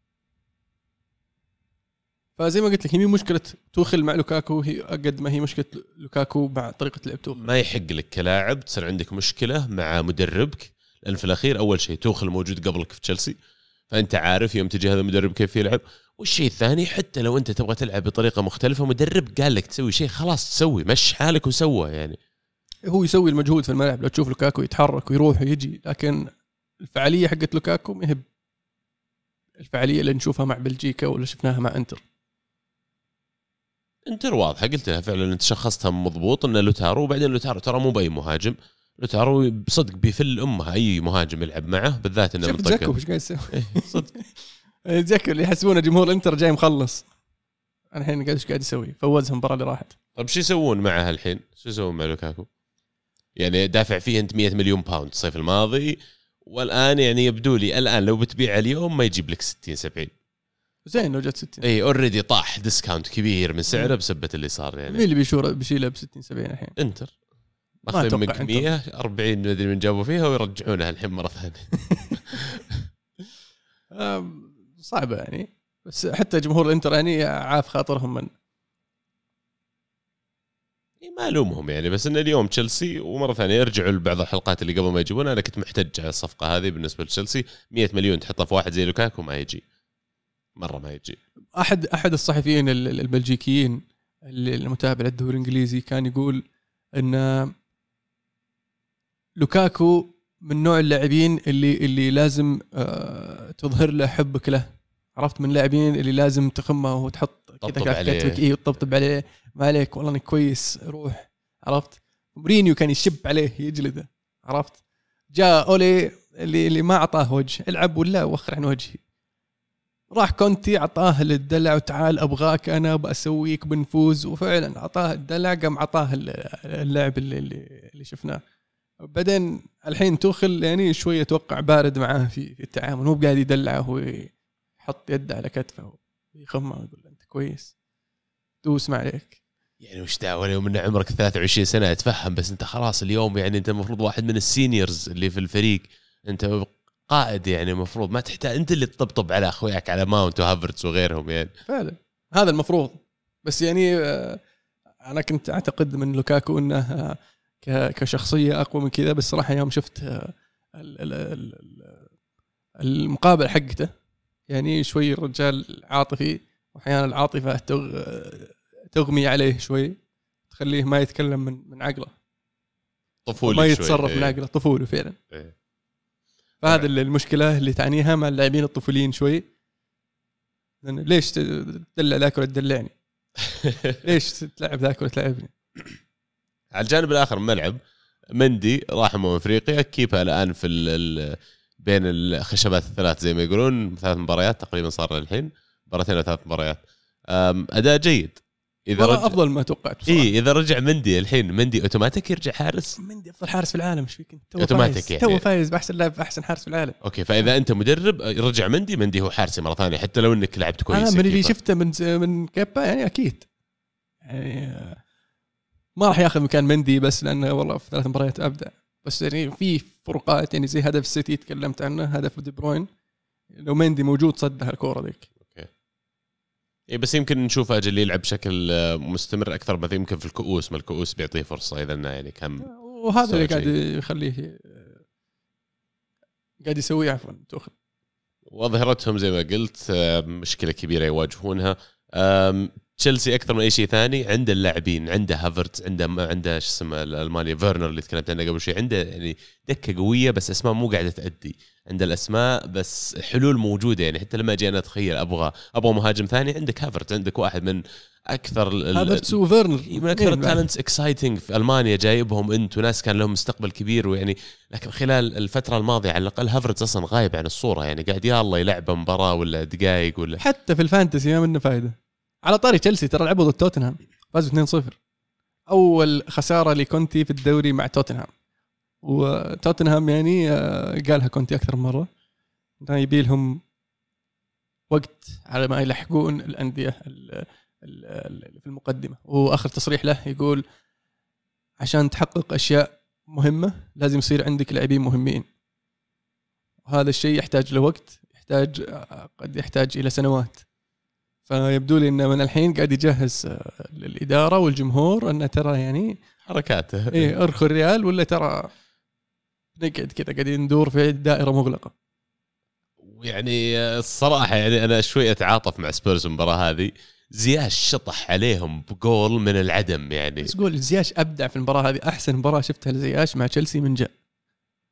فزي ما قلت لك هي مشكلة توخل مع لوكاكو هي قد ما هي مشكلة لوكاكو مع طريقة لعب توخل. ما يحق لك كلاعب تصير عندك مشكلة مع مدربك لأن في الأخير أول شيء توخل موجود قبلك في تشيلسي فأنت عارف يوم تجي هذا المدرب كيف يلعب. والشيء الثاني حتى لو أنت تبغى تلعب بطريقة مختلفة مدرب قال لك تسوي شيء خلاص تسوي مش حالك وسوى يعني هو يسوي المجهود في الملعب. لو تشوف لوكاكو يتحرك ويروح ويجي لكن الفعالية حقت لوكاكو ما هي الفعالية اللي نشوفها مع بلجيكا ولا شفناها مع انتر. انتر واضحه قلت لها فعلا انت شخصتها مضبوط ان لوتارو، وبعدين لوتارو ترى مو باي مهاجم، لوتارو بصدق بيفل امها اي مهاجم يلعب معه بالذات انه منطقه زاكو ايش قاعد يسوي صدق زاكو اللي يحسبونه جمهور الانتر جاي مخلص، الحين قاعد ايش قاعد يسوي فوزها المباراه اللي راحت. طيب شو يسوون معها الحين؟ شو يسوون مع لوكاكو؟ يعني دافع فيه انت مية مليون باوند الصيف الماضي، والان يعني يبدو لي الان لو بتبيع اليوم ما يجيب لك ستين سبعين. زين لو جت ستين اي اوريدي طاح ديسكاونت كبير من سعره بسبه اللي صار. يعني مين اللي بيشوره بيشيله ب ستين سبعين الحين؟ انتر اخذ منك مية أربعين ما ادري من جابوا فيها ويرجعونها الحين مره ثانيه. صعبه يعني، بس حتى جمهور الانتر يعني عاف خاطرهم من ما ألومهم يعني، بس إن اليوم تشيلسي ومرة ثانية يرجعوا لبعض الحلقات اللي قبل ما يجيبونها. أنا كنت محتاج على الصفقة هذه بالنسبة لتشيلسي. مية مليون تحطها في واحد زي لوكاكو ما يجي مرة، ما يجي. أحد أحد الصحفيين البلجيكيين اللي المتابع للدوري الإنجليزي كان يقول إن لوكاكو من نوع اللاعبين اللي اللي لازم آه تظهر له حبك له، عرفت، من اللاعبين اللي لازم تخمه وتحط كذا كتفك إيه وتطبطب عليه، ما عليك والله انك كويس روح، عرفت. مورينيو كان يشب عليه يجلده، عرفت. جاء اولي اللي اللي ما اعطاه وجه، العب ولا وخر عن وجهي. راح كونتي اعطاه الدلع وتعال ابغاك انا بسويك بنفوز، وفعلا اعطاه الدلع قام اعطاه اللعب اللي اللي, اللي شفناه. بعدين الحين توخل يعني شويه اتوقع بارد معاه في, في التعامل، مو قاعد يدلعه ويحط يده على كتفه ويخمه ويقول انت كويس دوس ما عليك. يعني وش دعوه اليوم ان عمرك ثلاثة وعشرين سنه اتفهم، بس انت خلاص اليوم يعني انت المفروض واحد من السينيورز اللي في الفريق، انت قائد يعني المفروض ما تحتاج انت اللي تطبطب على اخوياك على ماونت وهافرتس وغيرهم يعني. فعلا هذا المفروض، بس يعني انا كنت اعتقد من لوكاكو انه كشخصيه اقوى من كذا، بس صراحه يوم شفت المقابله حقته يعني شوي الرجال عاطفي، واحيانا العاطفه تغمي عليه شوي تخليه ما يتكلم من من عقله، طفولي ما يتصرف شوي. من عقله، طفوله فعلا. إيه. فهذا اللي المشكله اللي تعنيها مع اللاعبين الطفوليين شوي، لأن ليش تدلع ذاك ولا تدلعني؟ ليش تلعب ذاك ولا تلعبني؟ على الجانب الاخر من الملعب مندي راح من افريقيا، كيبها الان في ال بين الخشبات الثلاث زي ما يقولون، ثلاث مباريات تقريبا صار الحين، مباراتين وثلاث مباريات، اداء جيد. اذا رجع افضل ما توقعت بصراحه. اي اذا رجع مندي الحين، مندي اوتوماتيك يرجع حارس. مندي افضل حارس في العالم، ايش فيك انت؟ تو اوتوماتيك يعني تو فايز باحسن لاعب احسن حارس في العالم. اوكي، فاذا انت مدرب رجع مندي، مندي هو حارسي مره ثانيه حتى لو انك لعبت كويس. انا من اللي شفته من من كيبا يعني اكيد يعني ما راح ياخذ مكان مندي، بس لانه والله في ثلاث مباريات ابدع، بس يعني في فروقات يعني زي هدف السيتي تكلمت عنه، هدف دي بروين لو مندي موجود صدها الكوره ذيك. اوكي اي، بس يمكن نشوف اجل يلعب بشكل مستمر اكثر، ما يمكن في الكؤوس، ما الكؤوس بيعطيه فرصه اذا يعني كم، وهذا اللي قاعد يخليه قاعد يسويه عفوا تاخذ. وظهرتهم زي ما قلت مشكله كبيره يواجهونها. تشيلسي اكثر من اي شيء ثاني عنده اللاعبين، عنده هافرتز، عنده عنده شو اسمه الالماني فيرنر اللي تكلمت عنه قبل شيء، عنده يعني دكه قويه بس اسماء مو قاعده تأدي، عنده الاسماء بس حلول موجوده يعني. حتى لما اجي انا اتخيل ابغى ابغى مهاجم ثاني، عندك هافرتز، عندك واحد من اكثر هافرتز وفيرنر من اكثر التالنتس اكسايتنج في المانيا، جايبهم انت وناس كان لهم مستقبل كبير ويعني، لكن خلال الفتره الماضيه على الاقل هافرتز اصلا غايب عن الصوره يعني، قاعد يلا يلعب مباراه ولا دقائق ولا حتى في الفانتسي ما منه فايده. على طاري تشيلسي ترى لعبوا ضد توتنهام فازوا اثنين صفر، اول خساره لكونتي في الدوري مع توتنهام، وتوتنهام يعني قالها كونتي اكثر من مره يبي لهم وقت على ما يلحقون الانديه في المقدمه، واخر تصريح له يقول عشان تحقق اشياء مهمه لازم يصير عندك لاعبين مهمين، وهذا الشيء يحتاج له وقت، يحتاج قد يحتاج الى سنوات. فيبدو لي انه من الحين قاعد يجهز للاداره والجمهور انه ترى يعني حركاته ايه ارخوا الريال ولا ترى نقعد كذا قاعدين ندور في دائره مغلقه. يعني الصراحه يعني انا شوي اتعاطف مع سبيرز المباراه هذه، زياش شطح عليهم بجول من العدم يعني. بس قول زياش ابدع في المباراه هذه، احسن مباراه شفتها لزياش مع تشيلسي من جاء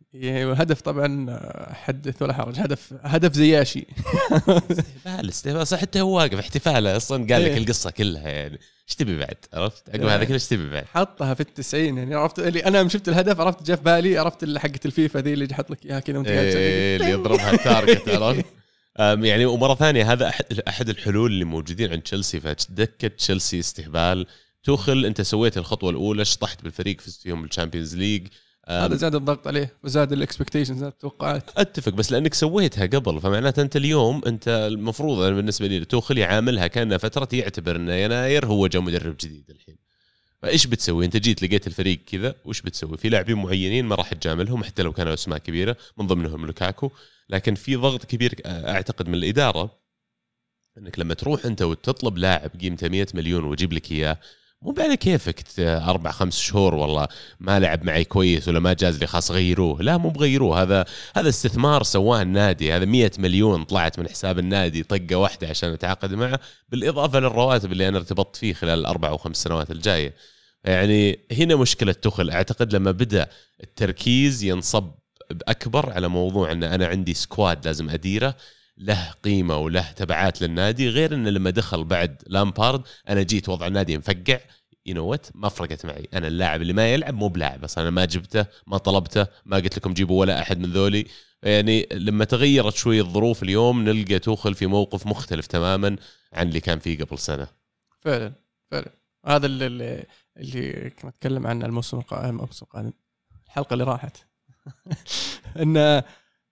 والهدف طبعا حدث ولا حرج، هدف هدف زياشي. استهبال استهبال صح، حتى هو واقف احتفاله اصلا قال لك القصه كلها يعني ايش تبي بعد؟ عرفت اقول هذا كله ايش تبي بعد؟ حطها في التسعين يعني، عرفت اللي انا شفت الهدف عرفت جاء في بالي، عرفت اللي حقه الفيفا ذي اللي يحط لك اياها كذا وانت قاعد إيه اللي يضربها التارجت عرفت. يعني ومره ثانيه هذا احد احد الحلول اللي موجودين عند تشيلسي، فدكه تشيلسي استهبال. توخل انت سويت الخطوه الاولى، شطحت بالفريق، فزت فيهم بالشامبيونز ليج، هذا زاد الضغط عليه وزاد الاكسبكتيشنز، زاد التوقعات. اتفق، بس لانك سويتها قبل فمعناته انت اليوم انت المفروض أنا بالنسبه لي توخل يعاملها كانها فتره يعتبر ان يناير هو جاء مدرب جديد الحين. فايش بتسوي انت؟ جيت لقيت الفريق كذا، وش بتسوي؟ في لاعبين معينين ما راح تجاملهم حتى لو كانوا اسماء كبيره من ضمنهم لوكاكو، لكن في ضغط كبير اعتقد من الاداره انك لما تروح انت وتطلب لاعب قيمته مية مليون ويجيب لك اياه، مو على كيفك أربع خمس شهور والله ما لعب معي كويس ولا ما جاز لي خاص غيروه. لا مو بغيروه، هذا هذا استثمار سواه النادي، هذا مية مليون طلعت من حساب النادي طقة واحدة عشان أتعاقد معه، بالإضافة للرواتب اللي أنا ارتبطت فيه خلال الأربع أو خمس سنوات الجاية. يعني هنا مشكلة توخل أعتقد لما بدأ التركيز ينصب بأكبر على موضوع أن أنا عندي سكواد لازم أديره له قيمة وله تبعات للنادي، غير أن لما دخل بعد لامبارد أنا جيت وضع النادي مفقع ينوت ما فرقت معي. أنا اللاعب اللي ما يلعب مو بلاعب، بس أنا ما جبته ما طلبته ما قلت لكم جيبوا ولا أحد من ذولي. يعني لما تغيرت شوي الظروف اليوم نلقى توخل في موقف مختلف تماما عن اللي كان فيه قبل سنة. فعلا فعلا هذا اللي اللي كنا نتكلم عنه الموسم القادم الحلقة اللي راحت إن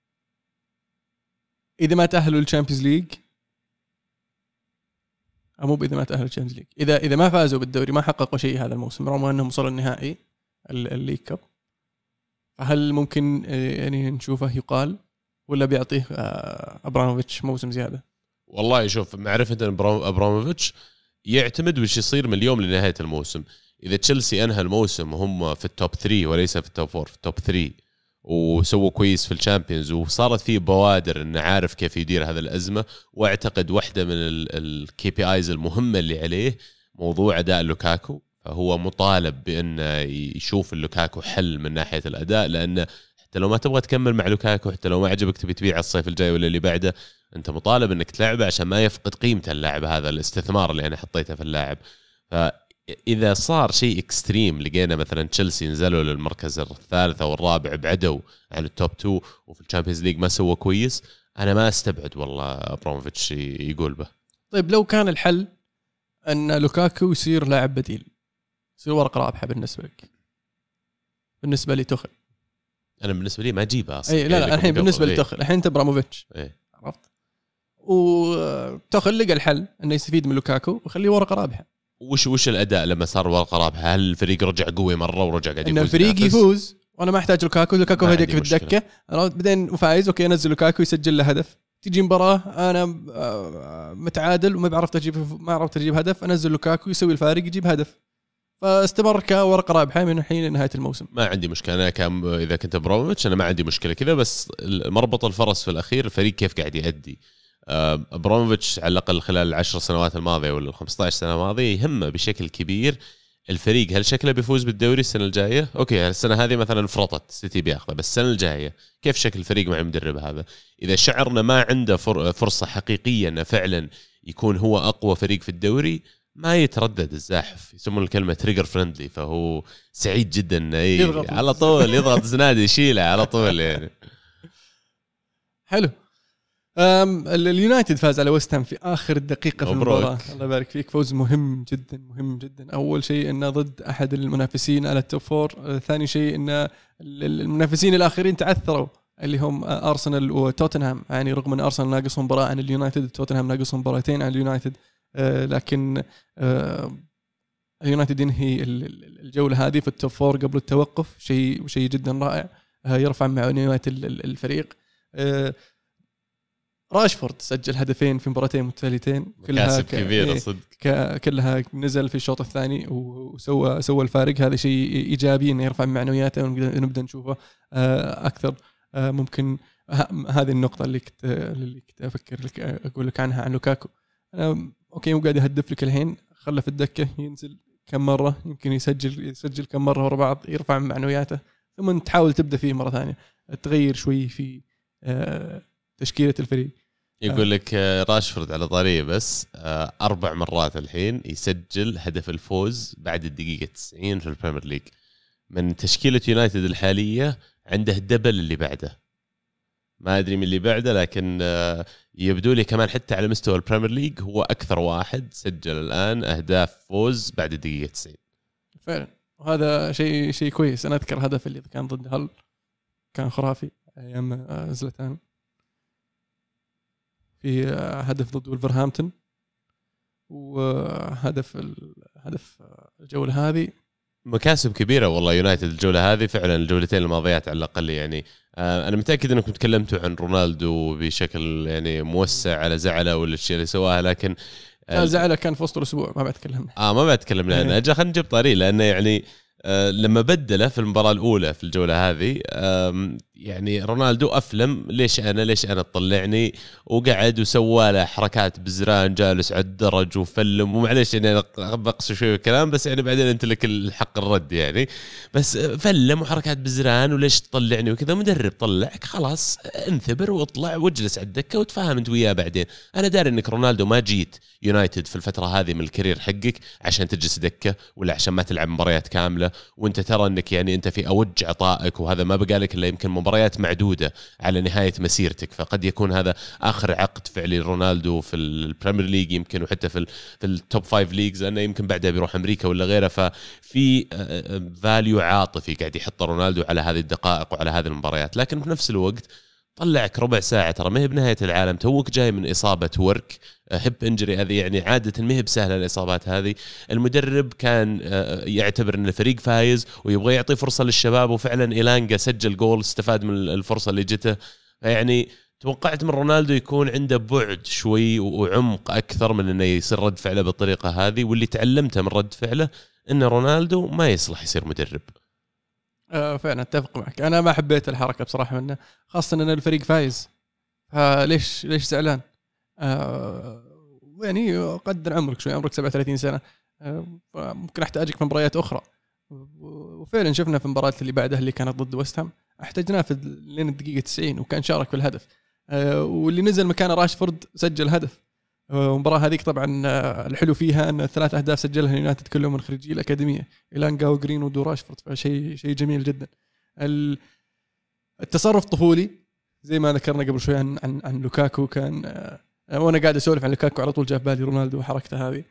إذا ما تأهلوا للشامبيونز ليج، أو مو إذا ما تأهلوا للشامبيونز ليج، إذا إذا ما فازوا بالدوري ما حققوا شيء هذا الموسم رغم أنهم وصلوا النهائي الليج كاب، فهل ممكن يعني نشوفه يقال ولا بيعطيه أبراموفيتش موسم زيادة؟ والله شوف، معرفة أن أبراموفيتش يعتمد وش يصير من اليوم لنهاية الموسم. إذا تشيلسي أنهى الموسم وهم في التوب ثري وليس في التوب فور، في التوب ثري وسووا كويس في الشامبيونز وصارت فيه بوادر انه عارف كيف يدير هذا الازمه، واعتقد واحده من الكي بي ايز المهمه اللي عليه موضوع اداء لوكاكو، فهو مطالب بانه يشوف اللوكاكو حل من ناحيه الاداء، لانه حتى لو ما تبغى تكمل مع لوكاكو، حتى لو ما عجبك تبي تبيع الصيف الجاي ولا اللي بعده، انت مطالب انك تلعبه عشان ما يفقد قيمته اللاعب هذا، الاستثمار اللي انا حطيته في اللاعب. ف إذا صار شيء إكستريم لقينا مثلا تشيلسي نزلوا للمركز الثالث أو الرابع بعدوا عن التوب تو وفي الشامبيونز ليج ما سوى كويس، أنا ما أستبعد والله أبراموفيتش يقول به. طيب لو كان الحل أن لوكاكو يصير لاعب بديل، يصير ورقة رابحة بالنسبة لك، بالنسبة لي توخل؟ أنا بالنسبة لي ما أجيبها أصلا. أي لا لا الحين بالنسبة لي توخل الحين أنت أبراموفيتش إيه؟ عرفت، وتوخل لقى الحل أنه يستفيد من لوكاكو ويخليه ورقة رابحة. وش وش الأداء لما صار ورقة رابحة؟ هل الفريق رجع قوي مرة ورجع قاعد يفوز؟ إن الفريق يفوز وأنا ما أحتاج لوكاكو، لوكاكو هديك في الدكة بعدين وفايز، أوكي أنزل لوكاكو يسجل له هدف، تيجي مباراة أنا متعادل وما بعرف أجيب ما عرفت أجيب هدف، أنزل لوكاكو يسوي الفارق يجيب هدف، فاستمر كورقة رابحة من الحين لنهاية الموسم. ما عندي مشكلة أنا كم إذا كنت أبراموفيتش أنا ما عندي مشكلة كذا، بس مربط الفرس في الأخير الفريق كيف قاعد يأدي. أبراموفيتش على الأقل خلال العشر سنوات الماضية ولا الخمسة عشر سنة الماضية يهمه بشكل كبير الفريق، هل شكله بيفوز بالدوري السنة الجاية؟ أوكي السنة هذه مثلا فرطت سيتي بياخذه، بس السنة الجاية كيف شكل الفريق مع المدرب هذا؟ إذا شعرنا ما عنده فرصة حقيقية أنه فعلا يكون هو أقوى فريق في الدوري ما يتردد الزاحف، يسمون الكلمة تريجر فريندلي، فهو سعيد جدا إيه على طول يضغط زنادي يشيله على طول يعني. حلو. اليونايتد فاز على ويست هام في آخر الدقيقة في المباراة، الله يبارك فيك، فوز مهم جدا مهم جدا. أول شيء إنه ضد أحد المنافسين على التوب فور، ثاني شيء إنه المنافسين الآخرين تعثروا اللي هم أرسنال وتوتنهام، يعني رغم أن أرسنال ناقصهم مباراة عن اليونايتد، توتنهام ناقصهم مباراتين عن اليونايتد، لكن اليونايتد ينهي الجولة هذه في التوب فور قبل التوقف، شيء شيء جدا رائع يرفع معنويات الفريق. راشفورد سجل هدفين في مباراتين متتاليتين، كلها كبيرة صدق، كلها نزل في الشوط الثاني وسوى سوى الفارق، هذا شيء إيجابي إنه يرفع معنوياته ونبدأ نشوفه أكثر. ممكن هذه النقطة اللي كنت اللي كنت أفكر لك أقول لك عنها عن لوكاكو. أنا أوكي مو قاعد يهدف لك الحين، خله في الدكة ينزل كم مرة، يمكن يسجل يسجل كم مرة ورا بعض، يرفع معنوياته، ثم تحاول تبدا فيه مره ثانيه، تغير شوي في تشكيله الفريق. يقول لك راشفورد على طاريه بس اربع مرات الحين يسجل هدف الفوز بعد الدقيقه تسعين في البريمير ليج من تشكيله يونايتد الحاليه، عنده الدبل اللي بعده، ما ادري من اللي بعده، لكن يبدو لي كمان حتى على مستوى البريمير ليج هو اكثر واحد سجل الان اهداف فوز بعد الدقيقه تسعين فعلا. وهذا شيء شيء كويس. انا اذكر هدف اللي كان ضد هل كان خرافي ايام زلاتان، في هدف ضد ولفرهامبتون، وهدف هدف الجوله هذه. مكاسب كبيره والله يونايتد الجوله هذه، فعلا الجولتين الماضيات على الاقل. يعني انا متاكد انكم تكلمتوا عن رونالدو بشكل يعني موسع على زعله ولا الشيء اللي سواه، لكن زعله كان في وسط الاسبوع ما بتكلم اه ما بتكلم لان اجا خلينا نجيب طاري، لانه يعني آه لما بدله في المباراه الاولى في الجوله هذه يعني رونالدو افلم ليش انا ليش انا تطلعني، وقعد وسوى له حركات بزران جالس على الدرج وفلم، ومعليش يعني بقص شوي الكلام بس يعني بعدين انت لك الحق الرد يعني، بس فلم وحركات بزران وليش تطلعني وكذا. مدرب طلعك خلاص انثبر واطلع واجلس على الدكه وتفاهم انت وياه بعدين. انا داري انك رونالدو ما جيت يونايتد في الفتره هذه من الكارير حقك عشان تجلس دكه ولا عشان ما تلعب مباريات كامله، وانت ترى انك يعني انت في اوج عطائك، وهذا ما بقالك الا يمكن مباريات معدودة على نهاية مسيرتك، فقد يكون هذا آخر عقد فعلي رونالدو في البريمير ليج يمكن، وحتى في في التوب فايف ليجز، لأنه يمكن بعدها بيروح أمريكا ولا غيره. ففي فاليو عاطفي قاعد يحط رونالدو على هذه الدقائق وعلى هذه المباريات. لكن في نفس الوقت طلعك ربع ساعة، ترى ما هي بنهاية العالم، توك جاي من إصابة ورك هيب انجري، هذه يعني عادة ما هي بسهلة الإصابات هذه. المدرب كان يعتبر أن الفريق فايز ويبغى يعطي فرصة للشباب، وفعلا إيلانجا سجل جول استفاد من الفرصة اللي جته. يعني توقعت من رونالدو يكون عنده بعد شوي وعمق أكثر من أنه يصير رد فعله بالطريقة هذه، واللي تعلمته من رد فعله أن رونالدو ما يصلح يصير مدرب. آه فعلا اتفق معك. انا ما حبيت الحركه بصراحه منه، خاصه ان الفريق فايز، فليش ليش زعلان؟ آه يعني قدر عمرك شوي، عمرك سبعة وثلاثين سنه، آه ممكن احتاجك في مباريات اخرى. وفعلا شفنا في المباراه اللي بعدها اللي كانت ضد ويست هام احتاجناه في لين الدقيقه تسعين وكان شارك في الهدف، آه واللي نزل مكان راشفورد سجل هدف. المباراة هذيك طبعا الحلو فيها أن الثلاث أهداف سجلها يونايتد كلهم من خريجي الأكاديمية، إيلانجا وغرين ودوراشفورد، فشيء شيء جميل جدا. التصرف طفولي زي ما ذكرنا قبل شوي عن عن, عن لوكاكو، كان وأنا قاعد أسولف عن لوكاكو على طول جاء بالي رونالدو وحركته هذه،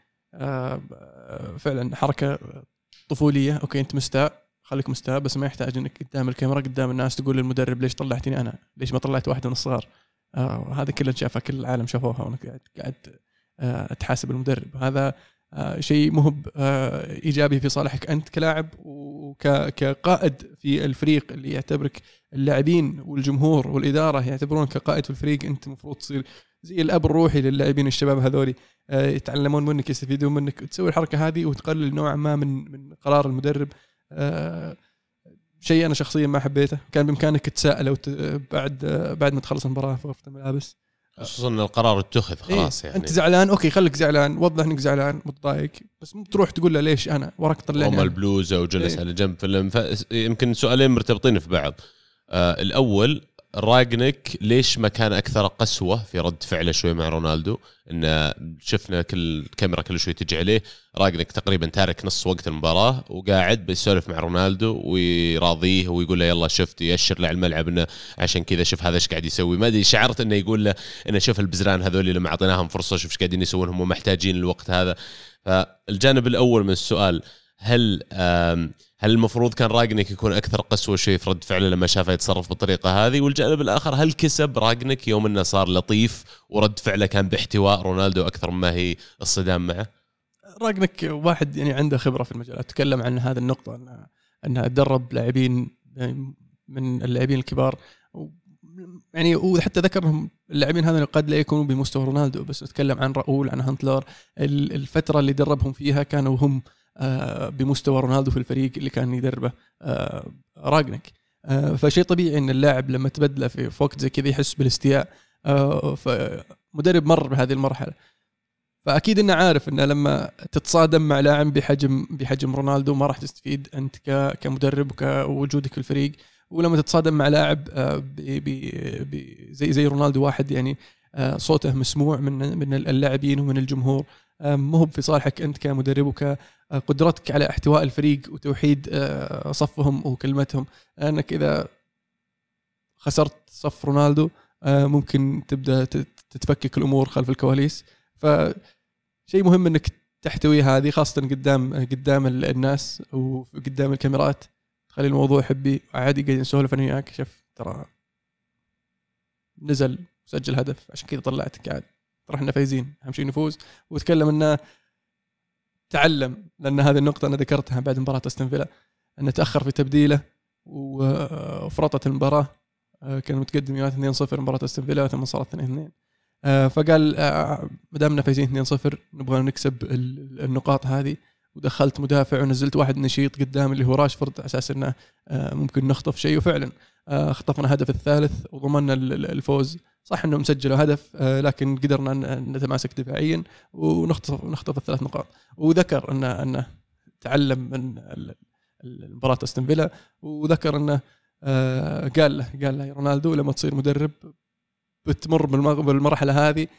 فعلا حركة طفولية. أوكي أنت مستاء، خليك مستاء، بس ما يحتاج أنك قدام الكاميرا قدام الناس تقول للمدرب ليش طلعتني أنا، ليش ما طلعت واحد من الصغار. آه هذا كله شافه كل العالم شافوها، وانا قاعد قاعد آه اتحاسب المدرب. هذا آه شيء مهب آه ايجابي في صالحك انت كلاعب وكقائد في الفريق، اللي يعتبرك اللاعبين والجمهور والاداره يعتبرونك كقائد في الفريق. انت المفروض تصير زي الاب الروحي للاعبين الشباب هذولي، آه يتعلمون منك، يستفيدون منك، تسوي الحركه هذه وتقلل نوعا ما من من قرار المدرب. آه شيء أنا شخصيا ما حبيته. كان بإمكانك تتساءل بعد بعد ما تخلص المباراة في غرفة الملابس، خصوصا أن القرار اتخذ خلاص. إيه؟ يعني أنت زعلان، أوكي خليك زعلان، وضح إنك زعلان متضايق، بس مو تروح تقول له ليش أنا وراك طلعني وما البلوزة وجلس إيه؟ على جنب فيلم. يمكن سؤالين مرتبطين في بعض. آه الأول راجنك ليش ما كان أكثر قسوة في رد فعله شوي مع رونالدو؟ إن شفنا كل كاميرا كل شوي تجي عليه، راجنك تقريبا تارك نص وقت المباراة وقاعد بيسولف مع رونالدو ويراضيه ويقول له يلا شفت، يأشر له على الملعب إنه عشان كذا شوف هذا إيش قاعد يسوي. ما أدري شعرت إنه يقول له إنه شوف البزران هذول لما أعطيناهم فرصة شوف إيش قاعدين يسوون، هم محتاجين الوقت هذا. فالجانب الأول من السؤال، هل هل المفروض كان راجنك يكون أكثر قسوة شيء في رد فعله لما شافه يتصرف بالطريقة هذه؟ والجانب الآخر، هل كسب راجنك يوم أنه صار لطيف ورد فعله كان باحتواء رونالدو أكثر ما هي الصدام معه؟ راجنك واحد يعني عنده خبرة في المجال، أتكلم عن هذه النقطة، أنه أنه أدرب لاعبين من اللاعبين الكبار، يعني وحتى ذكرهم اللاعبين هذا قد لا يكونوا بمستوى رونالدو، بس أتكلم عن راؤول، عن هانتلر، الفترة اللي دربهم فيها كانوا هم بمستوى رونالدو في الفريق اللي كان يدربه راجنك. فشيء طبيعي ان اللاعب لما تبدله في وقت زي كذا يحس بالاستياء، فمدرب مر بهذه المرحله. فاكيد انه عارف انه لما تتصادم مع لاعب بحجم بحجم رونالدو ما راح تستفيد انت كمدرب وكوجودك في الفريق. ولما تتصادم مع لاعب زي زي رونالدو واحد يعني صوته مسموع من من اللاعبين ومن الجمهور، مو في صالحك انت كمدرب وكقدرتك على احتواء الفريق وتوحيد صفهم وكلمتهم. انك اذا خسرت صف رونالدو ممكن تبدا تتفكك الامور خلف الكواليس. فشيء مهم انك تحتوي هذه خاصه قدام قدام الناس وقدام الكاميرات، تخلي الموضوع حبي عادي قاعدين نسولف انا وياك. شوف ترى نزل سجل هدف عشان كذا طلعتك قاعد، ترى احنا فايزين اهم شيء نفوز. وتكلم انه تعلم، لان هذه النقطه انا ذكرتها بعد مباراه استون فيلا، انه تاخر في تبديله وفرطت المباراه. كان متقدم يونايتد اثنين صفر مباراه استون فيلا ثم صارت اثنين اثنين. فقال ما دامنا فايزين اثنين صفر نبغى نكسب النقاط هذه، ودخلت مدافع ونزلت واحد نشيط قدام اللي هو راشفورد على اساس انه ممكن نخطف شيء. وفعلا خطفنا هدف الثالث وضمننا الفوز. صح انه مسجلوا هدف لكن قدرنا نتماسك دفاعيا ونخطف نخطف الثلاث نقاط. وذكر انه انه تعلم من المباراه استون فيلا، وذكر انه قال له قال له رونالدو لما تصير مدرب بتمر بالمرحله هذه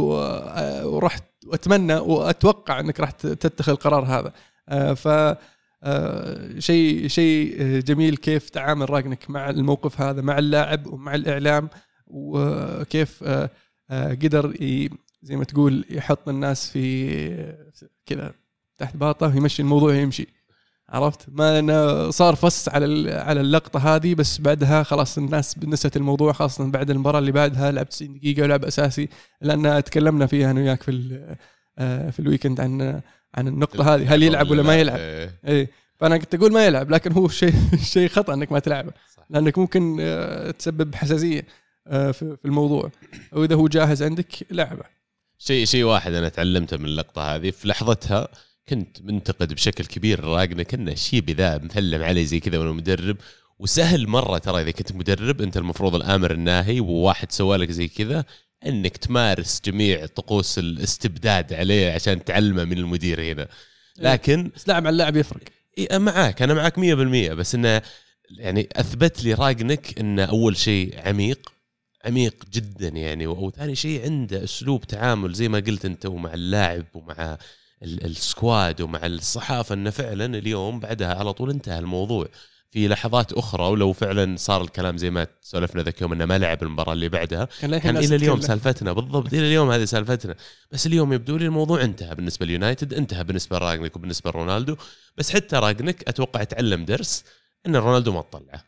ورحت واتمنى واتوقع انك راح تتخذ القرار هذا. ف شيء شيء جميل كيف تعامل راجنك مع الموقف هذا مع اللاعب ومع الاعلام، وكيف قدر زي ما تقول يحط الناس في كذا تحت باطه ويمشي الموضوع يمشي. عرفت ما أنا صار فص على على اللقطة هذه، بس بعدها خلاص الناس نسيت الموضوع، خاصة بعد المباراة اللي بعدها لعب تسعين دقيقة ولعب أساسي، لأن تكلمنا فيها أنا وياك في في الويكند عن عن النقطة هذه، هل يلعب ولا ما يلعب. إيه فأنا كنت أقول ما يلعب، لكن هو شيء شيء خطأ إنك ما تلعبه، لأنك ممكن تسبب حساسية في الموضوع، وإذا هو جاهز عندك لعبه. شيء شيء واحد أنا تعلمته من اللقطة هذه، في لحظتها كنت منتقد بشكل كبير راجنا كنا شيء بذا مثلم عليه زي كذا وانا مدرب. وسهل مرة ترى إذا كنت مدرب أنت المفروض الآمر الناهي، وواحد سوالك زي كذا أنك تمارس جميع طقوس الاستبداد عليه عشان تعلمه من المدير هنا. لكن بس لاعب على اللاعب يفرق. إيه معاك، أنا معاك مية بالمية، بس إنه يعني أثبت لي راجنك إنه أول شيء عميق عميق جدا يعني، أو ثاني شيء عنده أسلوب تعامل زي ما قلت أنت ومع اللاعب ومع السكواد ومع الصحافة، أنه فعلا اليوم بعدها على طول انتهى الموضوع. في لحظات أخرى ولو فعلا صار الكلام زي ما سولفنا ذاك يوم أنه ما لعب المباراة اللي بعدها كان, كان إلى اليوم سالفتنا بالضبط، إلى اليوم هذه سالفتنا. بس اليوم يبدو لي الموضوع انتهى بالنسبة ليونايتد، انتهى بالنسبة لراجنك وبالنسبة لرونالدو. بس حتى راجنك أتوقع تعلم درس أن رونالدو ما تطلعه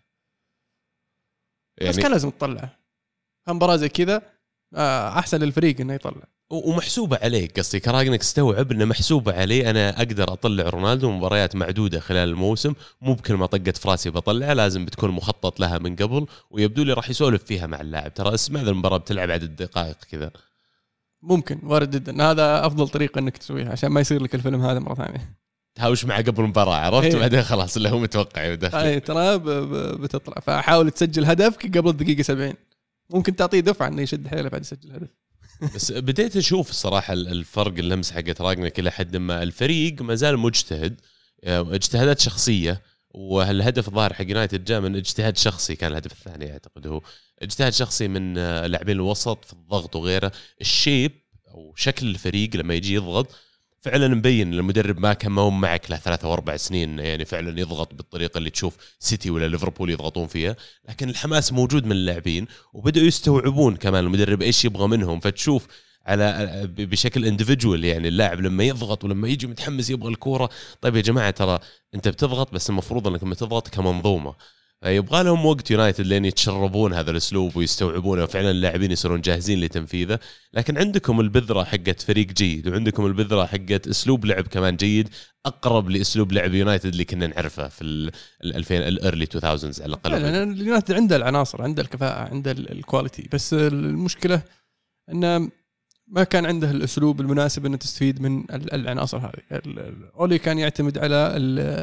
يعني، بس كان لازم تطلعه. مباراة زي كذا أحسن للفريق إنه يطلع، ومحسوبة عليه. قصدي كراجنك استوعب إنه محسوبة عليه، أنا أقدر أطلع رونالدو مباريات معدودة خلال الموسم، مو بكل ما طقت فراسي بطلع، لازم بتكون مخطط لها من قبل. ويبدو لي راح يسولف فيها مع اللاعب، ترى اسمع ذا المباراة بتلعب عدد دقائق كذا، ممكن وارد جدا. هذا أفضل طريقة إنك تسويها عشان ما يصير لك الفيلم هذا مرة ثانية. تهاوش معه قبل المباراة، عرفت؟ وبعدين خلاص اللي هو متوقع يدخل. أي ترى بتطلع، فحاول تسجل هدفك قبل الدقيقة سبعين، ممكن تعطيه دفعة إنه يشد حيله بعد يسجل هدف. بس بديت أشوف الصراحة الفرق اللمس حقت راجنك إلى حد ما. الفريق ما زال مجتهد، اجتهادات شخصية، والهدف الظاهر حق يونايتد جاء من اجتهاد شخصي، كان الهدف الثاني أعتقد هو اجتهاد شخصي من لاعبين الوسط في الضغط وغيره. الشيب أو شكل الفريق لما يجي يضغط فعلا مبين المدرب ما كان مهم معك له ثلاثة واربع سنين يعني فعلا يضغط بالطريقة اللي تشوف سيتي ولا ليفربول يضغطون فيها، لكن الحماس موجود من اللاعبين وبدأوا يستوعبون كمان المدرب إيش يبغى منهم. فتشوف على بشكل انديفيدوال يعني اللاعب لما يضغط ولما يجي متحمس يبغى الكورة. طيب يا جماعة ترى أنت بتضغط، بس المفروض أنك لما تضغط كمنظومة، فيبغى لهم وقت يونايتد لين يتشربون هذا الأسلوب ويستوعبونه وفعلا اللاعبين يصيرون جاهزين لتنفيذه. لكن عندكم البذرة حقت فريق جيد، وعندكم البذرة حقت أسلوب لعب كمان جيد، أقرب لأسلوب لعب يونايتد اللي كنا نعرفه في الألفين الأرلي تو ثاوزندز على الأقل. اليونايتد عنده العناصر، عنده الكفاءة، عنده الكواليتي، بس المشكلة إنه ما كان عنده الأسلوب المناسب إنه تستفيد من العناصر هذه. أولي كان يعتمد على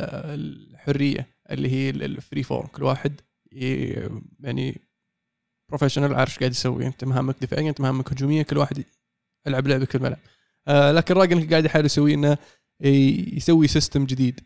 الحرية اللي هي الفري فور، كل واحد يعني بروفيشنال عارف قاعد يسوي، انت مهامك دفاعيه، انت مهامك هجوميه، كل واحد يلعب لعبك في الملعب. آه لكن راجنك قاعد يحاول يسوي انه يسوي سيستم جديد،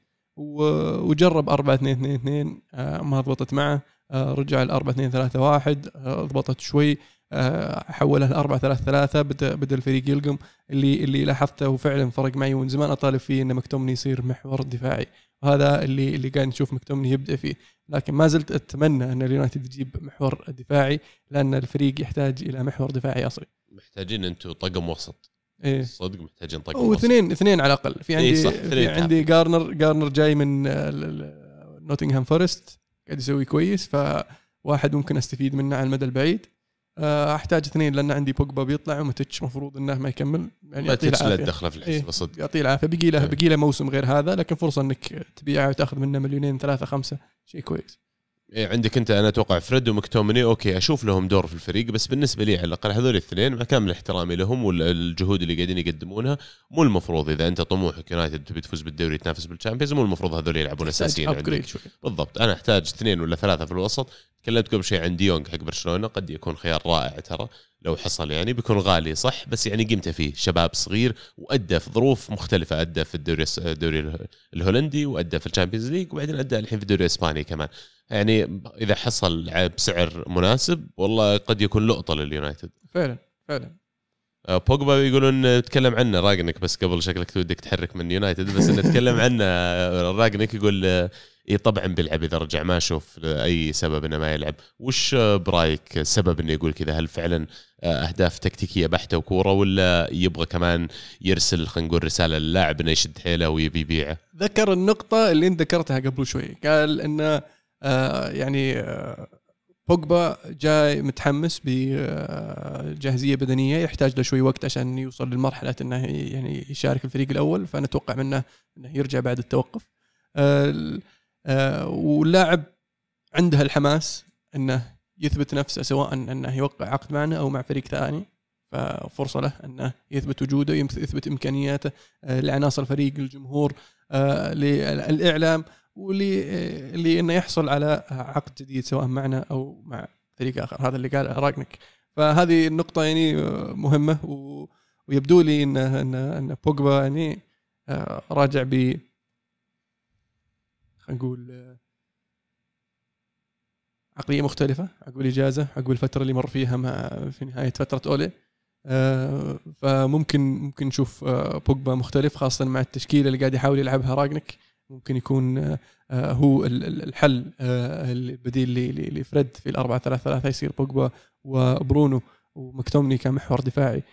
وجرب أربعة اثنين اثنين اثنين آه ما ضبطت معه، آه رجع ل أربعة اثنين ثلاثة واحد آه ضبطت شوي، آه حولها ل أربعة ثلاثة ثلاثة، بدا بدا الفريق يلقم. اللي اللي لاحظته وفعلا فرق معي ومن زمان اطالب فيه ان مكتومني يصير محور دفاعي، وهذا اللي اللي قاعد نشوف مكتومني يبدا فيه. لكن ما زلت اتمنى ان اليونايتد يجيب محور دفاعي، لان الفريق يحتاج الى محور دفاعي اصلي. محتاجين انتم طقم وسط. إيه. صدق محتاجين طقم وسط. واثنين اثنين على الاقل. في عندي إيه في عندي جارنر جارنر جاي من نوتنغهام فورست قاعد يسوي كويس، فواحد ممكن استفيد منه على المدى البعيد. احتاج اثنين لان عندي بوجبا بيطلع ومتش مفروض انه ما يكمل، يعني يعطيه العافيه. دخله في الحسبه إيه. صدق يعطيه العافيه، بقي له بقي له موسم غير هذا، لكن فرصه انك تبيعه وتاخذ منه مليونين ثلاثة خمسة شيء كويس. إيه عندك انت. انا اتوقع فريد ومكتومني اوكي اشوف لهم دور في الفريق، بس بالنسبه لي على الاقل هذول الاثنين مع كامل احترامي لهم والجهود اللي قاعدين يقدمونها، مو المفروض اذا انت طموحك يونايتد تبي تفوز بالدوري تنافس بالتشامبيونز مو المفروض هذول يلعبون اساسيين. بالضبط انا احتاج اثنين ولا ثلاثه في الوسط. تكلمت قبل شيء عن ديونغ حق برشلونه، قد يكون خيار رائع ترى لو حصل، يعني بيكون غالي صح، بس يعني قيمته فيه شباب صغير وادى في ظروف مختلفه، ادى في الدوري الدوري الهولندي وادى في الشامبيونز ليج وبعدين ادى الحين في الدوري الاسباني كمان. يعني اذا حصل بسعر مناسب والله قد يكون لقطه لليونايتد فعلا فعلا. بوجبا يقولون نتكلم عنه راجنك، بس قبل شكلك تودك تحرك من يونايتد، بس نتكلم عنه. راجنك يقول اي طبعا بيلعب اذا رجع، ما اشوف اي سبب انه ما يلعب. وش برايك السبب انه يقول كذا؟ هل فعلا اهداف تكتيكيه بحته وكوره، ولا يبغى كمان يرسل خلينا نقول رساله للاعب انه يشد حيله ويبي يبيعه؟ ذكر النقطه اللي انت ذكرتها قبل شوي، قال انه آه يعني آه بوجبا جاي متحمس بجاهزيه بدنيه، يحتاج له شوي وقت عشان يوصل للمرحله انه يعني يشارك الفريق الاول، فنتوقع منه انه يرجع بعد التوقف. آه آه واللاعب عنده الحماس انه يثبت نفسه، سواء انه يوقع عقد معنا او مع فريق ثاني، ففرصه له انه يثبت وجوده، يثبت امكانياته آه لعناصر الفريق، الجمهور، آه للاعلام، واللي اللي انه يحصل على عقد جديد سواء معنا او مع فريق اخر. هذا اللي قال راجنك. فهذه النقطه يعني مهمه، ويبدو لي ان ان, إن بوجبا يعني راجع ب خلينا نقول عقليه مختلفه عقب الاجازه، عقب الفتره اللي مر فيها مع في نهايه فتره اولي. فممكن ممكن نشوف بوجبا مختلف، خاصه مع التشكيله اللي قاعد يحاول يلعبها راجنك. ممكن يكون هو الحل البديل لفريد في الأربعة ثلاثة ثلاثة، يصير بوجبا وبرونو ومكتومني كمحور دفاعي.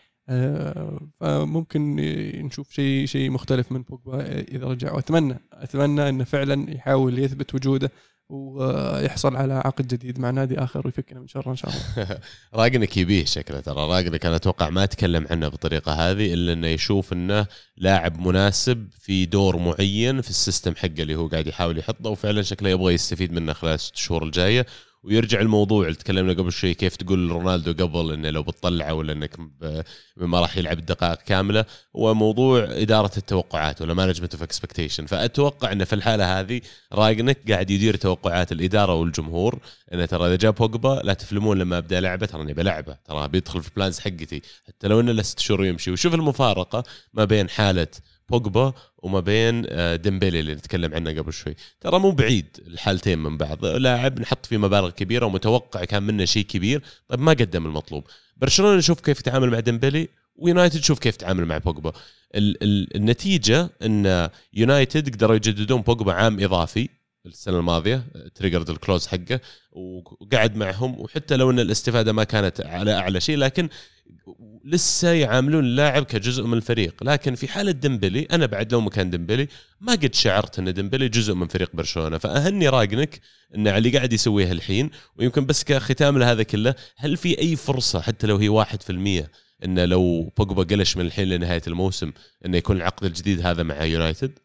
فممكن نشوف شيء شيء مختلف من بوجبا إذا رجع، وأتمنى أتمنى إنه فعلا يحاول يثبت وجوده ويحصل على عقد جديد مع نادي آخر ويفكنا من شر إن شاء الله. راجنك يبيه شكله ترى. راجنك أنا أتوقع ما أتكلم عنه بالطريقة هذه إلا إنه يشوف إنه لاعب مناسب في دور معين في السيستم حقه اللي هو قاعد يحاول يحطه، وفعلا شكله يبغى يستفيد منه خلال الست شهور الجاية. ويرجع الموضوع اللي تكلمنا قبل شوي، كيف تقول رونالدو قبل إنه لو بتطلعه ولا إنك ما راح يلعب الدقائق كاملة، هو موضوع إدارة التوقعات ولا مانجمنت اوف اكسبكتيشن. فأتوقع إنه في الحالة هذه راجنك قاعد يدير توقعات الإدارة والجمهور، إنه ترى إذا جاء بوجبا لا تفلمون لما أبدأ لعبة، ترى أنا بلعبه، ترى بيدخل في بلانز حقتي حتى لو إنه لست شهور يمشي. وشوف المفارقة ما بين حالة بوجبا وما بين ديمبلي اللي نتكلم عنه قبل شوي، ترى مو بعيد الحالتين من بعض. لاعب نحط فيه مبالغ كبيرة ومتوقع كان منه شيء كبير، طيب ما قدم المطلوب. برشلونة نشوف كيف يتعامل مع ديمبلي، ويونايتد شوف كيف يتعامل مع بوجبا. ال- ال- النتيجة ان يونايتد قدروا يجددون بوجبا عام إضافي السنة الماضية، تريجرد الكلوز حقه وقعد معهم، وحتى لو ان الاستفادة ما كانت على أعلى شيء لكن لسه يعاملون اللاعب كجزء من الفريق. لكن في حالة ديمبلي أنا بعد لو مكان ديمبلي ما قد شعرت أن ديمبلي جزء من فريق برشلونة. فأهني راجنك أن علي قاعد يسويه الحين. ويمكن بس كختام لهذا كله، هل في أي فرصة حتى لو هي واحد في المية أنه لو بوجبا قلش من الحين لنهاية الموسم أنه يكون العقد الجديد هذا مع يونايتد؟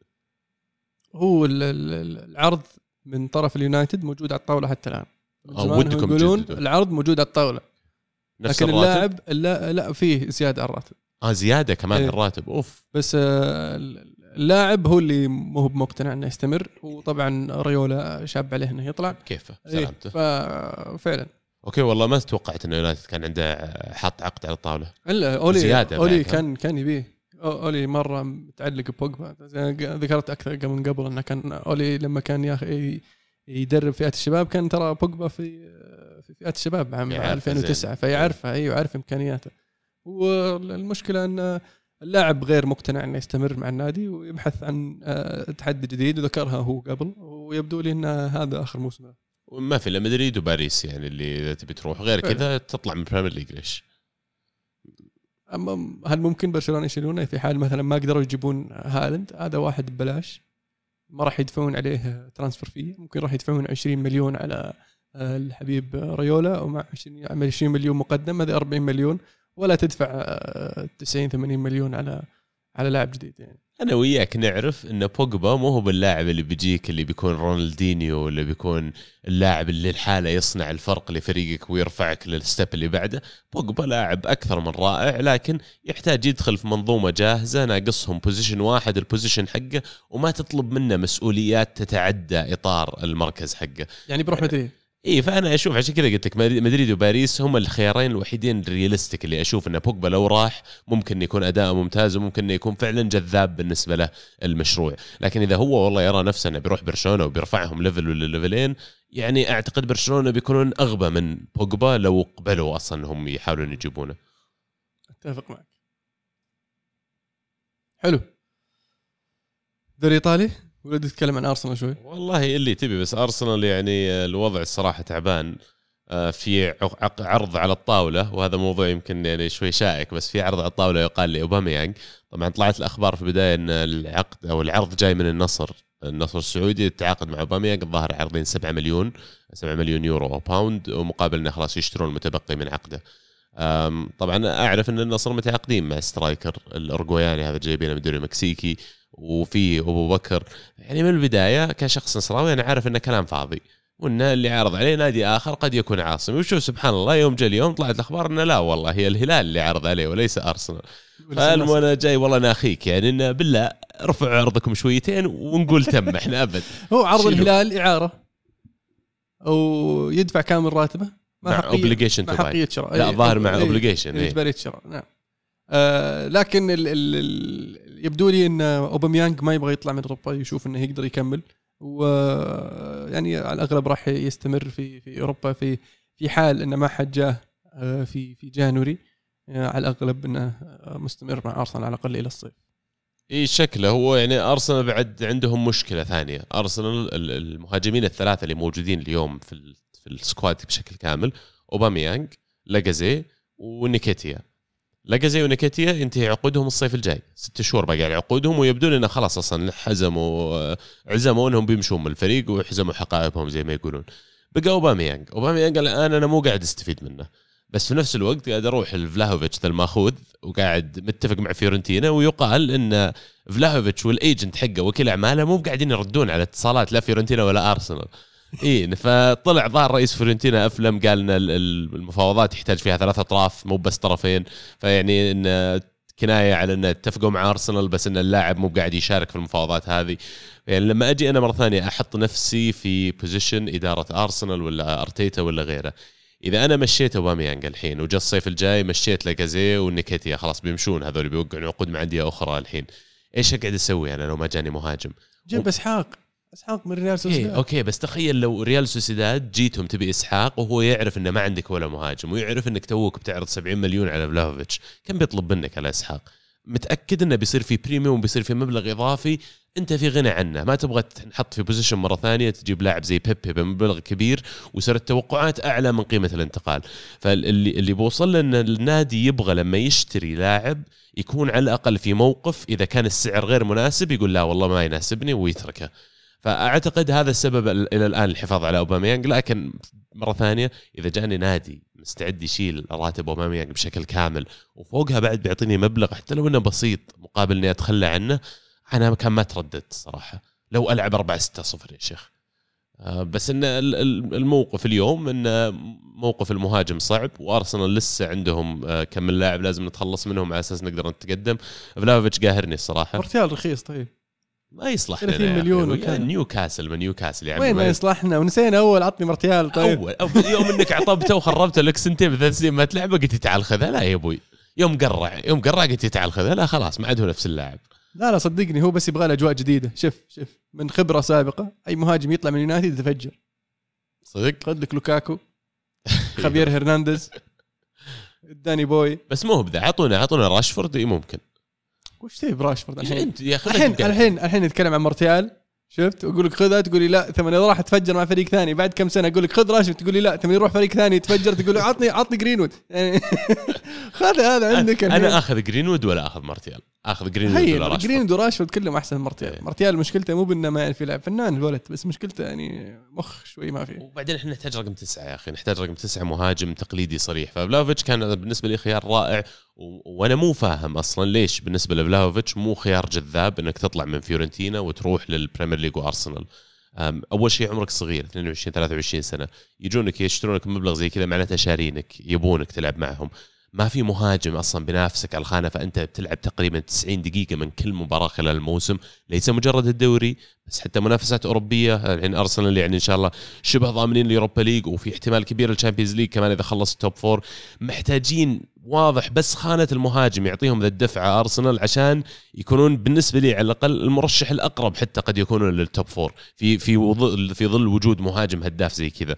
هو العرض من طرف اليونايتد موجود على الطاولة حتى الآن. ودكم يقولون العرض موجود على الطاولة، لكن اللاعب لا لا فيه زيادة الراتب. اه زيادة كمان ايه. الراتب اوف. بس اللاعب هو اللي مو هو مقتنع انه يستمر، وطبعا ريولا شاب عليه انه يطلع. كيفه سلامته. ايه ففعلا اوكي والله ما توقعت انه يونايتد كان عنده حاط عقد على الطاوله. الا اولي زيادة اولي كان كان يبيه اولي مره متعلق ببوجبا. ذكرت اكثر من قبل انه كان اولي لما كان يا اخي يدرب فئات الشباب كان ترى بوجبا في في فئات الشباب عام ألفين وتسعة فيعرفها ايوه يعرف امكانياته. والمشكله ان اللاعب غير مقتنع انه يستمر مع النادي ويبحث عن تحدي جديد وذكرها هو قبل ويبدو لي ان هذا اخر موسم. وما في الا مدريد وباريس يعني اللي اذا تبي تروح غير كذا تطلع من البريمير ليج ليش؟ أما هل ممكن برشلونة يشيلونه في حال مثلا ما قدروا يجيبون هالاند؟ هذا واحد ببلاش ما راح يدفعون عليه ترانسفير فيه، ممكن راح يدفعون عشرين مليون على الحبيب ريولا ومع عشرين مليون مقدم هذه أربعين مليون ولا تدفع تسعين ثمانين مليون على على لاعب جديد. يعني انا وياك نعرف ان بوجبا مو هو باللاعب اللي بيجيك اللي بيكون رونالدينيو اللي بيكون اللاعب اللي الحالة يصنع الفرق لفريقك ويرفعك للستيب اللي بعده. بوجبا لاعب اكثر من رائع لكن يحتاج يدخل في منظومة جاهزة ناقصهم بوزيشن واحد البوزيشن حقه وما تطلب منه مسؤوليات تتعدى اطار المركز حقه. يعني بروح مدريد. ايه فانا اشوف عشان كذا قلت لك مدريد وباريس هم الخيارين الوحيدين الرياليستيك اللي اشوف ان بوجبا لو راح ممكن يكون اداء ممتاز وممكن يكون فعلا جذاب بالنسبه له المشروع. لكن اذا هو والله يرى نفسه انه بيروح برشلونه وبيرفعهم ليفل ولا ليفلين يعني اعتقد برشلونه بيكونون اغبى من بوجبا لو قبلوا اصلا هم يحاولون يجيبونه. اتفق معك. حلو. دوري ايطالي ولا تتكلم عن أرسنال شوي؟ والله اللي تبي بس أرسنال يعني الوضع الصراحة تعبان. في عرض على الطاولة وهذا موضوع يمكن يعني شوي شائك بس في عرض على الطاولة يقال لي أوباميانغ. طبعا طلعت الأخبار في البداية أن العقد أو العرض جاي من النصر النصر السعودي التعاقد مع أوباميانغ الظاهر عرضين سبعة مليون سبعة مليون يورو أو باوند ومقابل أنه خلاص يشترون المتبقي من عقده. طبعا أعرف أن النصر متعاقدين مع سترايكر الأرجواياني هذا جايبينه من الدوري المكسيكي وفي أبو بكر. يعني من البداية كشخص نصراوي أنا عارف إنه كلام فاضي وإن اللي عارض عليه نادي آخر قد يكون عاصم. وشوف سبحان الله يوم جاء اليوم طلعت الأخبار إنه لا والله هي الهلال اللي عرض عليه وليس أرسنال. فالمو أنا جاي والله ناخيك يعني إنه بالله رفعوا عرضكم شويتين ونقول تم إحنا أبد. هو عرض الهلال إعارة أو يدفع كامل راتبه مع obligation مع حقية شراء. لا ظاهر مع obligation إجبارية شراء نعم. آه لكن ال ال ال يبدو لي ان اوباميانغ ما يبغى يطلع من اوروبا يشوف انه يقدر يكمل ويعني على الاغلب راح يستمر في في اوروبا في في حال انه ما حد جاه آه في في جانوري آه على الاغلب انه مستمر مع ارسنال على الاقل الى الصيف. اي شكله هو يعني ارسنال بعد عندهم مشكله ثانيه. ارسنال المهاجمين الثلاثه اللي موجودين اليوم في في السكواد بشكل كامل اوباميانغ لاجازي ونيكيتيا. لاجازي ونيكيتيا ينتهي عقودهم الصيف الجاي ست شهور باقي على عقودهم ويبدو لنا خلاص اصلا حزموا عزموا انهم بيمشون من الفريق وحزموا حقائبهم زي ما يقولون. بقى اوباميانغ اوباميانغ الان انا مو قاعد استفيد منه بس في نفس الوقت قاعد اروح لفلاهوفيتش ذا الماخوذ وقاعد متفق مع فيورنتينا ويقال ان فلاهوفيتش والايجنت حقه وكيل اعماله مو قاعدين يردون على اتصالات لا فيورنتينا ولا ارسنال. إيه فطلع ظهر رئيس فيورنتينا أفلم قال إن المفاوضات يحتاج فيها ثلاثة أطراف مو بس طرفين فيعني إن كناية على إن اتفقوا مع أرسنال بس إن اللاعب مو قاعد يشارك في المفاوضات هذه. يعني لما أجي أنا مرة ثانية أحط نفسي في بوزيشن إدارة أرسنال ولا أرتيتا ولا غيره. إذا أنا مشيت أوباميانغ الحين وجاء الصيف الجاي مشيت لاكازي ونيكيتيا خلاص بيمشون هذول بيوقعون عقود مع أندية أخرى الحين إيش قاعد أسوي أنا لو ما جاني مهاجم؟ جيب إسحاق إسحاق من ريال سوسيداد. إيه أوكي بس تخيل لو ريال سوسيداد جيتهم تبي إسحاق وهو يعرف إنه ما عندك ولا مهاجم ويعرف إنك توك بتعرض سبعين مليون على فلاهوفيتش كم بيطلب منك على إسحاق؟ متأكد إنه بيصير في بريميوم بيصير في مبلغ إضافي أنت في غنى عنه. ما تبغى تنحط في بوزيشن مرة ثانية تجيب لاعب زي بيبي بمبلغ كبير وصار التوقعات أعلى من قيمة الانتقال. فاللي اللي بوصل لنا النادي يبغى لما يشتري لاعب يكون على الأقل في موقف إذا كان السعر غير مناسب يقول لا والله ما يناسبني ويتركه. فأعتقد هذا السبب إلى الآن الحفاظ على أوباميانغ. لكن مرة ثانية إذا جاني نادي مستعد يشيل راتب أوباميانغ بشكل كامل وفوقها بعد بيعطيني مبلغ حتى لو إنه بسيط مقابل إني أتخلى عنه أنا كان ما ترددت صراحة لو ألعب أربعة ستة صفر يا شيخ. بس إن الموقف اليوم إن موقف المهاجم صعب وأرسنال لسه عندهم كم لاعب لازم نتخلص منهم على أساس نقدر نتقدم. فلافيتش قاهرني الصراحة. مرتيال رخيص طيب ما يصلح لنا ثلاثين مليون وكان نيوكاسل من نيوكاسل يعني وين ما يصلحنا ونسينا أول عطني مرتيال طيب أول أول يوم إنك عطبته وخربته لك سنتين بثلاث سنين ما تلعب قلت تعال خذها لا يا أبوي يوم قرع يوم قرع قلت تعال خذها، لا خلاص ما عاد هو نفس اللاعب. لا لا صدقني هو بس يبغى له اجواء جديده. شوف شوف من خبره سابقه اي مهاجم يطلع من يونايتد يتفجر صدق. خذ لك لوكاكو خافير هرنانديز داني بوي. بس مو بذا عطونا عطونا راشفورد ممكن. وش تبي براشفورد الحين؟ انت يا اخي الحين الحين الحين نتكلم عن مارتيال شفت واقول لك خذها تقول لي لا ثمانية راح تفجر مع فريق ثاني. بعد كم سنه اقول لك خذ راشفورد تقول لي لا ثمانية يروح فريق ثاني يتفجر تقول لي عطني عطني جرينوود يعني خذ هذا عندك. انا, أنا اخذ جرينوود ولا اخذ مارتيال؟ اخذ جرينوود ولا راشفورد؟ جرينوود وراشفورد كلهم احسن من مارتيال. مارتيال مشكلته مو بانه ما يعرف يلعب، فنان الولد بس مشكلته يعني مخ شوي ما فيه. وبعدين احنا نحتاج رقم تسعة يا اخي، نحتاج رقم تسعة مهاجم تقليدي صريح. فبلافيتش كان بالنسبه لي خيار رائع و... وانا مو فاهم اصلا ليش بالنسبه لبلافيتش مو خيار جذاب انك تطلع من فيورنتينا وتروح للبريمير ليج وارسنال. اول شيء عمرك صغير اثنين وعشرين ثلاثة وعشرين سنه، يجونك يشترونك مبلغ زي كذا معناته شارينك يبونك تلعب معهم. ما في مهاجم اصلا بنافسك على الخانه، فانت بتلعب تقريبا تسعين دقيقه من كل مباراه خلال الموسم، ليس مجرد الدوري بس حتى منافسات اوروبيه. الحين ارسنال يعني ان شاء الله شبه ضامنين اليوروبا ليج وفي احتمال كبير الشامبيونز ليج كمان اذا خلص التوب فور. محتاجين واضح بس خانه المهاجم يعطيهم ذا الدفعه ارسنال عشان يكونون بالنسبه لي على الاقل المرشح الاقرب، حتى قد يكونون للتوب فور في في وظل في ظل وجود مهاجم هداف زي كذا.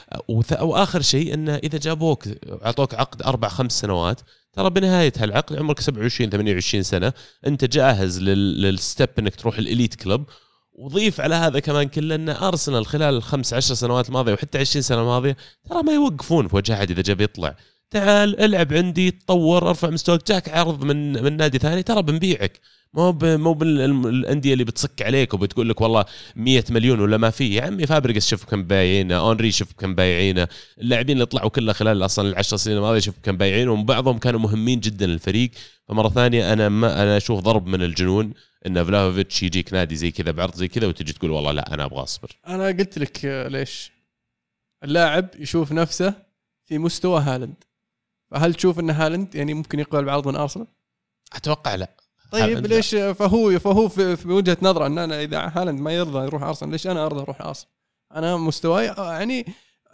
واخر شيء انه اذا جابوك اعطوك عقد اربع خمس سنوات، ترى بنهايه هالعقد عمرك سبعة وعشرين ثمانية وعشرين سنه، انت جاهز للستيب انك تروح الاليت كلوب. وضيف على هذا كمان كله ان ارسنال خلال الخمس عشر سنوات الماضيه وحتى عشرين سنه الماضيه ترى ما يوقفون في وجه احد اذا جاب يطلع تعال العب عندي تطور ارفع مستواك، جاك عرض من من نادي ثاني ترى بنبيعك. مو مو بالانديه اللي بتصك عليك وبتقول لك والله مية مليون ولا ما في. يا عمي فابريجاس شوف كم بايعينه، اونري شوف كم بايعينه، اللاعبين اللي طلعوا كلها خلال اصلا العشر سنين الماضيه شوف كم بايعين، وبعضهم كانوا مهمين جدا للفريق. فمره ثانيه انا ما انا اشوف ضرب من الجنون ان فلافيتش يجيك نادي زي كذا بعرض زي كذا وتجي تقول والله لا انا ابغى اصبر. انا قلت لك ليش اللاعب يشوف نفسه في مستوى هالاند، فهل تشوف ان هالاند يعني ممكن يقبل بعرض من ارسنال؟ اتوقع لا. طيب ليش فهو فهو في, في وجهه نظره ان انا اذا هالاند ما يرضى يروح ارسنال ليش انا ارضى اروح ارسنال؟ انا مستواي يعني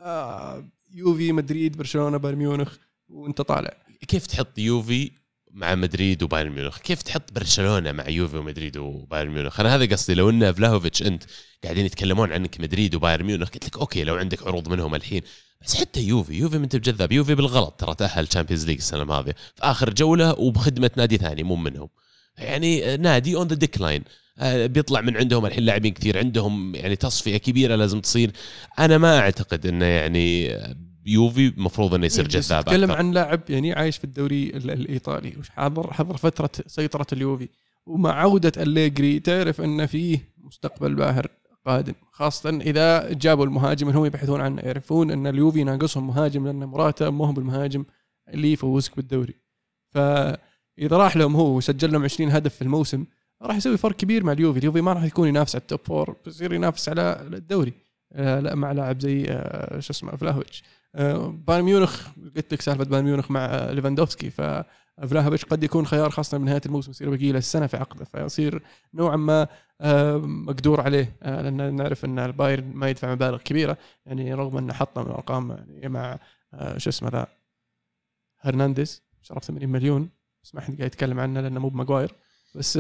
يوفي مدريد برشلونه بايرن ميونخ وانت طالع. كيف تحط يوفي مع مدريد وبايرن ميونخ؟ كيف تحط برشلونه مع يوفي ومدريد وبايرن ميونخ؟ انا هذا قصدي. لو ان فلاهوفيتش انت قاعدين يتكلمون عنك مدريد وبايرن ميونخ قلت لك اوكي لو عندك عروض منهم الحين، بس حتى يوفي يوفي من تجذب. يوفي بالغلط ترى تأهل تشامبيونز ليج السنه الماضيه في اخر جوله وبخدمه نادي ثاني مو منهم، يعني نادي اون ذا ديكلاين. بيطلع من عندهم الحين لاعبين كثير، عندهم يعني تصفيه كبيره لازم تصير. انا ما اعتقد انه يعني يوفي مفروض انه يصير جذاب. تكلم عن لاعب يعني عايش في الدوري الايطالي وش حاضر حضر فتره سيطره اليوفي، ومع عوده أليجري تعرف ان فيه مستقبل باهر قادم، خاصه اذا جابوا المهاجم اللي هم يبحثون عنه. يعرفون ان اليوفي ناقصهم مهاجم لان موراتا مو هو بالمهاجم اللي يفوزك بالدوري. فاذا راح لهم هو وسجل لهم عشرين هدف في الموسم راح يسوي فرق كبير مع اليوفي. اليوفي ما راح يكون ينافس على التوب فور، بيصير ينافس على الدوري لا مع لاعب زي شو اسمه فلاهوفيتش. بايرن ميونخ قلت لك سالفه بايرن ميونخ مع ليفاندوفسكي، ففلاهوفيتش قد يكون خيار خاصه من نهايه الموسم، يصير بقي له السنه في عقده فيصير نوعا ما مقدور عليه، لان نعرف ان البايرن ما يدفع مبالغ كبيره يعني رغم انه حطه من الارقام يعني مع شو اسمه ذا هرنانديز شرف ثمانين مليون، بس ما حد قاعد يتكلم عنه لانه مو بماغواير. بس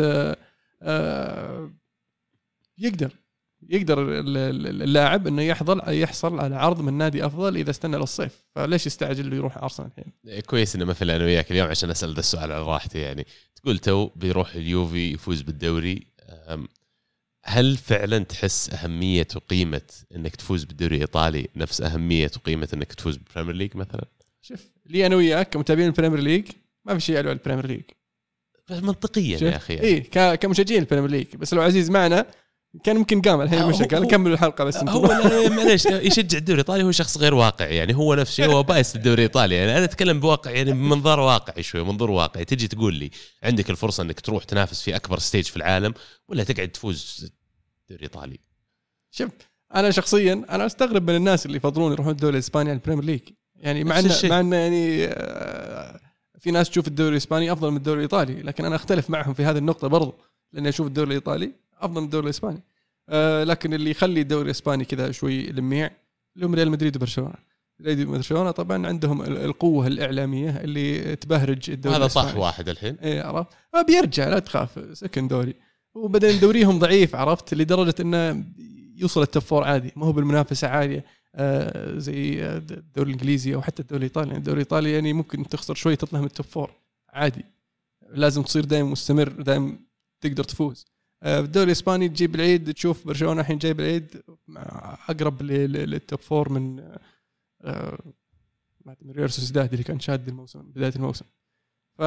يقدر يقدر اللاعب انه يحصل يحصل على عرض من نادي افضل اذا استنى للصيف، فليش يستعجل له يروح ارسنال الحين؟ كويس انه مثلا انا وياك اليوم عشان اسال ذا السؤال على راحتي. يعني تقول تو بيروح اليوفي يفوز بالدوري، هل فعلا تحس اهميه وقيمه انك تفوز بالدوري الايطالي نفس اهميه وقيمه انك تفوز بالبريمير ليج مثلا؟ شوف لي انا وياك كمتابعين البريمير ليج ما في شيء على البريمير ليج منطقيا يا اخي يعني. ايه كمشجعين البريمير ليج، بس لو عزيز معنا كان ممكن قام الحين مش كان نكمل الحلقه. بس هو معليش يشجع الدوري الايطالي هو شخص غير واقعي، يعني هو نفس الشيء هو بايس الدوري الايطالي. يعني انا اتكلم بواقع يعني بمنظار واقعي شوي، منظور واقعي. تجي تقول لي عندك الفرصه انك تروح تنافس في اكبر ستيج في العالم ولا تقعد تفوز الدوري الايطالي؟ شوف انا شخصيا انا استغرب من الناس اللي يفضلون يروحون الدوري الاسباني على البريمير ليج، يعني مع ان مع ان يعني في ناس تشوف الدوري الاسباني افضل من الدوري الايطالي، لكن انا اختلف معهم في هذه النقطه برضو، لان اشوف الدوري الايطالي افضل من الدوري الاسباني. أه لكن اللي يخلي الدوري الاسباني كذا شوي لميع لهم ريال مدريد وبرشلونه. ادريد وبرشلونه طبعا عندهم القوه الاعلاميه اللي تبهرج الدوري. هذا صح واحد الحين اي عرفت بيرجع لا تخاف سكندوري، وبعدين دوريهم ضعيف عرفت لدرجه انه يوصل التوب فور عادي، ما هو بالمنافسه عاليه آه زي الدوري الانجليزي او حتى الدوري الايطالي. الدوري الايطالي يعني ممكن تخسر شوي تطلع من التوب فور عادي، لازم تصير دائما مستمر دائما تقدر تفوز. آه الدوري الاسباني تجيب العيد، تشوف برشلونه الحين جايب العيد اقرب للتوب فور من آه من ريال سوسيداد اللي كان شاد الموسم بدايه الموسم. ف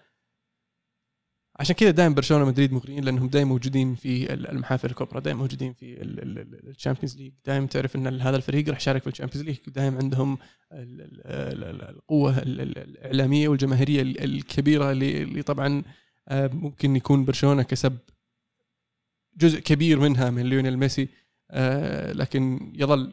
عشان كذا دائما برشلونه ومدريد مغريين، لانهم دائما موجودين في المحافل الكبرى، دائما موجودين في الشامبيونز ليج، دائما تعرف ان هذا الفريق راح يشارك في الشامبيونز ليج، دائما عندهم القوه الاعلاميه والجماهيريه الكبيره اللي, اللي طبعا ممكن يكون برشلونه كسب جزء كبير منها من ليونيل ميسي، لكن يظل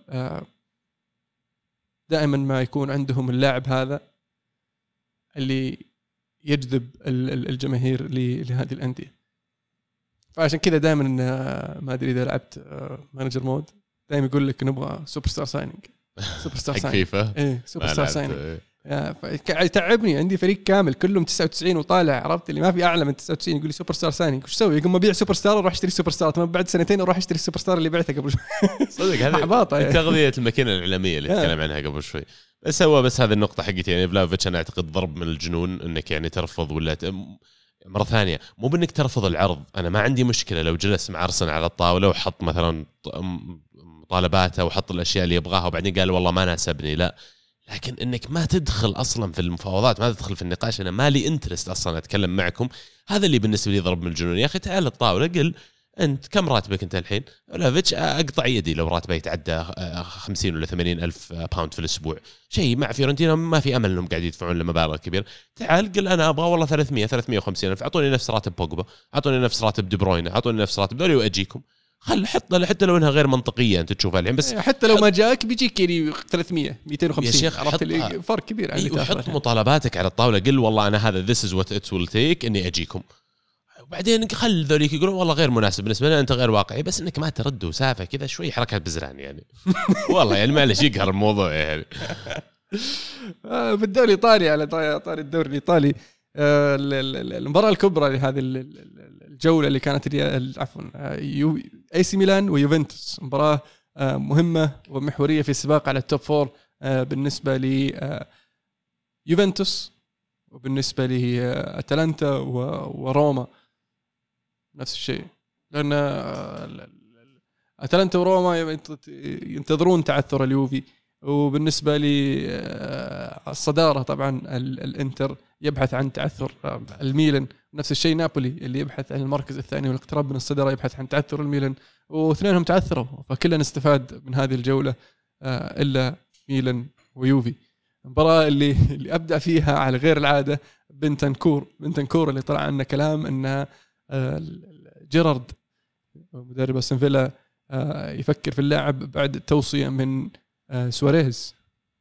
دائما ما يكون عندهم اللاعب هذا اللي يجذب الجماهير لهذه الأندية. فعشان كذا دائما ما أدري إذا لعبت مانجر مود دائما يقول لك نبغى سوبر ستار سايننج، سوبر ستار سايننج إيه سوبر ستار سايننج. تعبني عندي فريق كامل كلهم تسعة وتسعين وطالع، عرفت اللي ما في أعلى من تسعة وتسعين، يقول لي سوبر ستار سايننج وش سوي؟ يقوم أبيع سوبر ستار وأروح أشتري سوبر ستار، ثم بعد سنتين أروح أشتري السوبر ستار اللي بعته قبل شوي. صدق هذا تغذية الماكينة الإعلامية اللي تكلم عنها قبل شوي. بس هو بس هذه النقطة حقتي يعني فلافيتش أنا أعتقد ضرب من الجنون إنك يعني ترفض ولا ت... مرة ثانية مو بإنك ترفض العرض. أنا ما عندي مشكلة لو جلس مع أرسنال على الطاولة وحط مثلا مطالباته وحط الأشياء اللي يبغاها وبعدين قال والله ما ناسبني، لا، لكن إنك ما تدخل أصلا في المفاوضات، ما تدخل في النقاش، أنا مالي انترست أصلا أتكلم معكم. هذا اللي بالنسبة لي ضرب من الجنون. يا أخي تعال الطاولة قل أنت كم راتبك أنت الحين؟ فلافيتش أقطع يدي لو راتبه يتعدى خمسين ولا ثمانين ألف باوند في الأسبوع، شيء مع فيورنتينا ما في أمل أنهم قاعد يدفعون لمبالغ كبيرة. تعال قل أنا أبغى والله ثلاثمية ثلاثمية وخمسين ألف، أعطوني نفس راتب بوجبا، أعطوني نفس راتب دي بروين، أعطوني نفس راتب دولي وأجيكم. خل حتى حتى لو انها غير منطقيه انت تشوفها الحين، بس حتى لو ما جاك بيجيك يعني ثلاثمية مئتين وخمسين، عرفت اللي فرق كبير عن اللي حط مطالباتك على الطاوله، قل والله انا هذا this is what it will take اني اجيكم. وبعدين خل ذوليك يقولون والله غير مناسب بالنسبه لنا، انت غير واقعي، بس انك ما ترد وسافه كذا شوي حركات بزران يعني. والله يعني معلش يقهر الموضوع يعني. في الدوري الايطالي، على طاري الدوري الايطالي، المباراه الكبرى لهذه الجوله اللي كانت عفوا اي سي ميلان ويوفنتوس، مباراه مهمه ومحوريه في السباق على التوب فور بالنسبه ليوفنتوس وبالنسبه لاتلانتا وروما نفس الشيء، لان اتلانتا وروما ينتظرون تعثر اليوفي، وبالنسبه للصداره طبعا الانتر يبحث عن تعثر الميلان، نفس الشيء نابولي اللي يبحث عن المركز الثاني والاقتراب من الصداره يبحث عن تعثر الميلان، واثنينهم تعثروا، فكلنا استفاد من هذه الجوله الا ميلان ويوفي. المباراه اللي اللي ابدع فيها على غير العاده بنتنكور بنتنكور اللي طلع عنه كلام ان جيرارد مدرب أستون فيلا يفكر في اللاعب بعد توصيه من سواريز.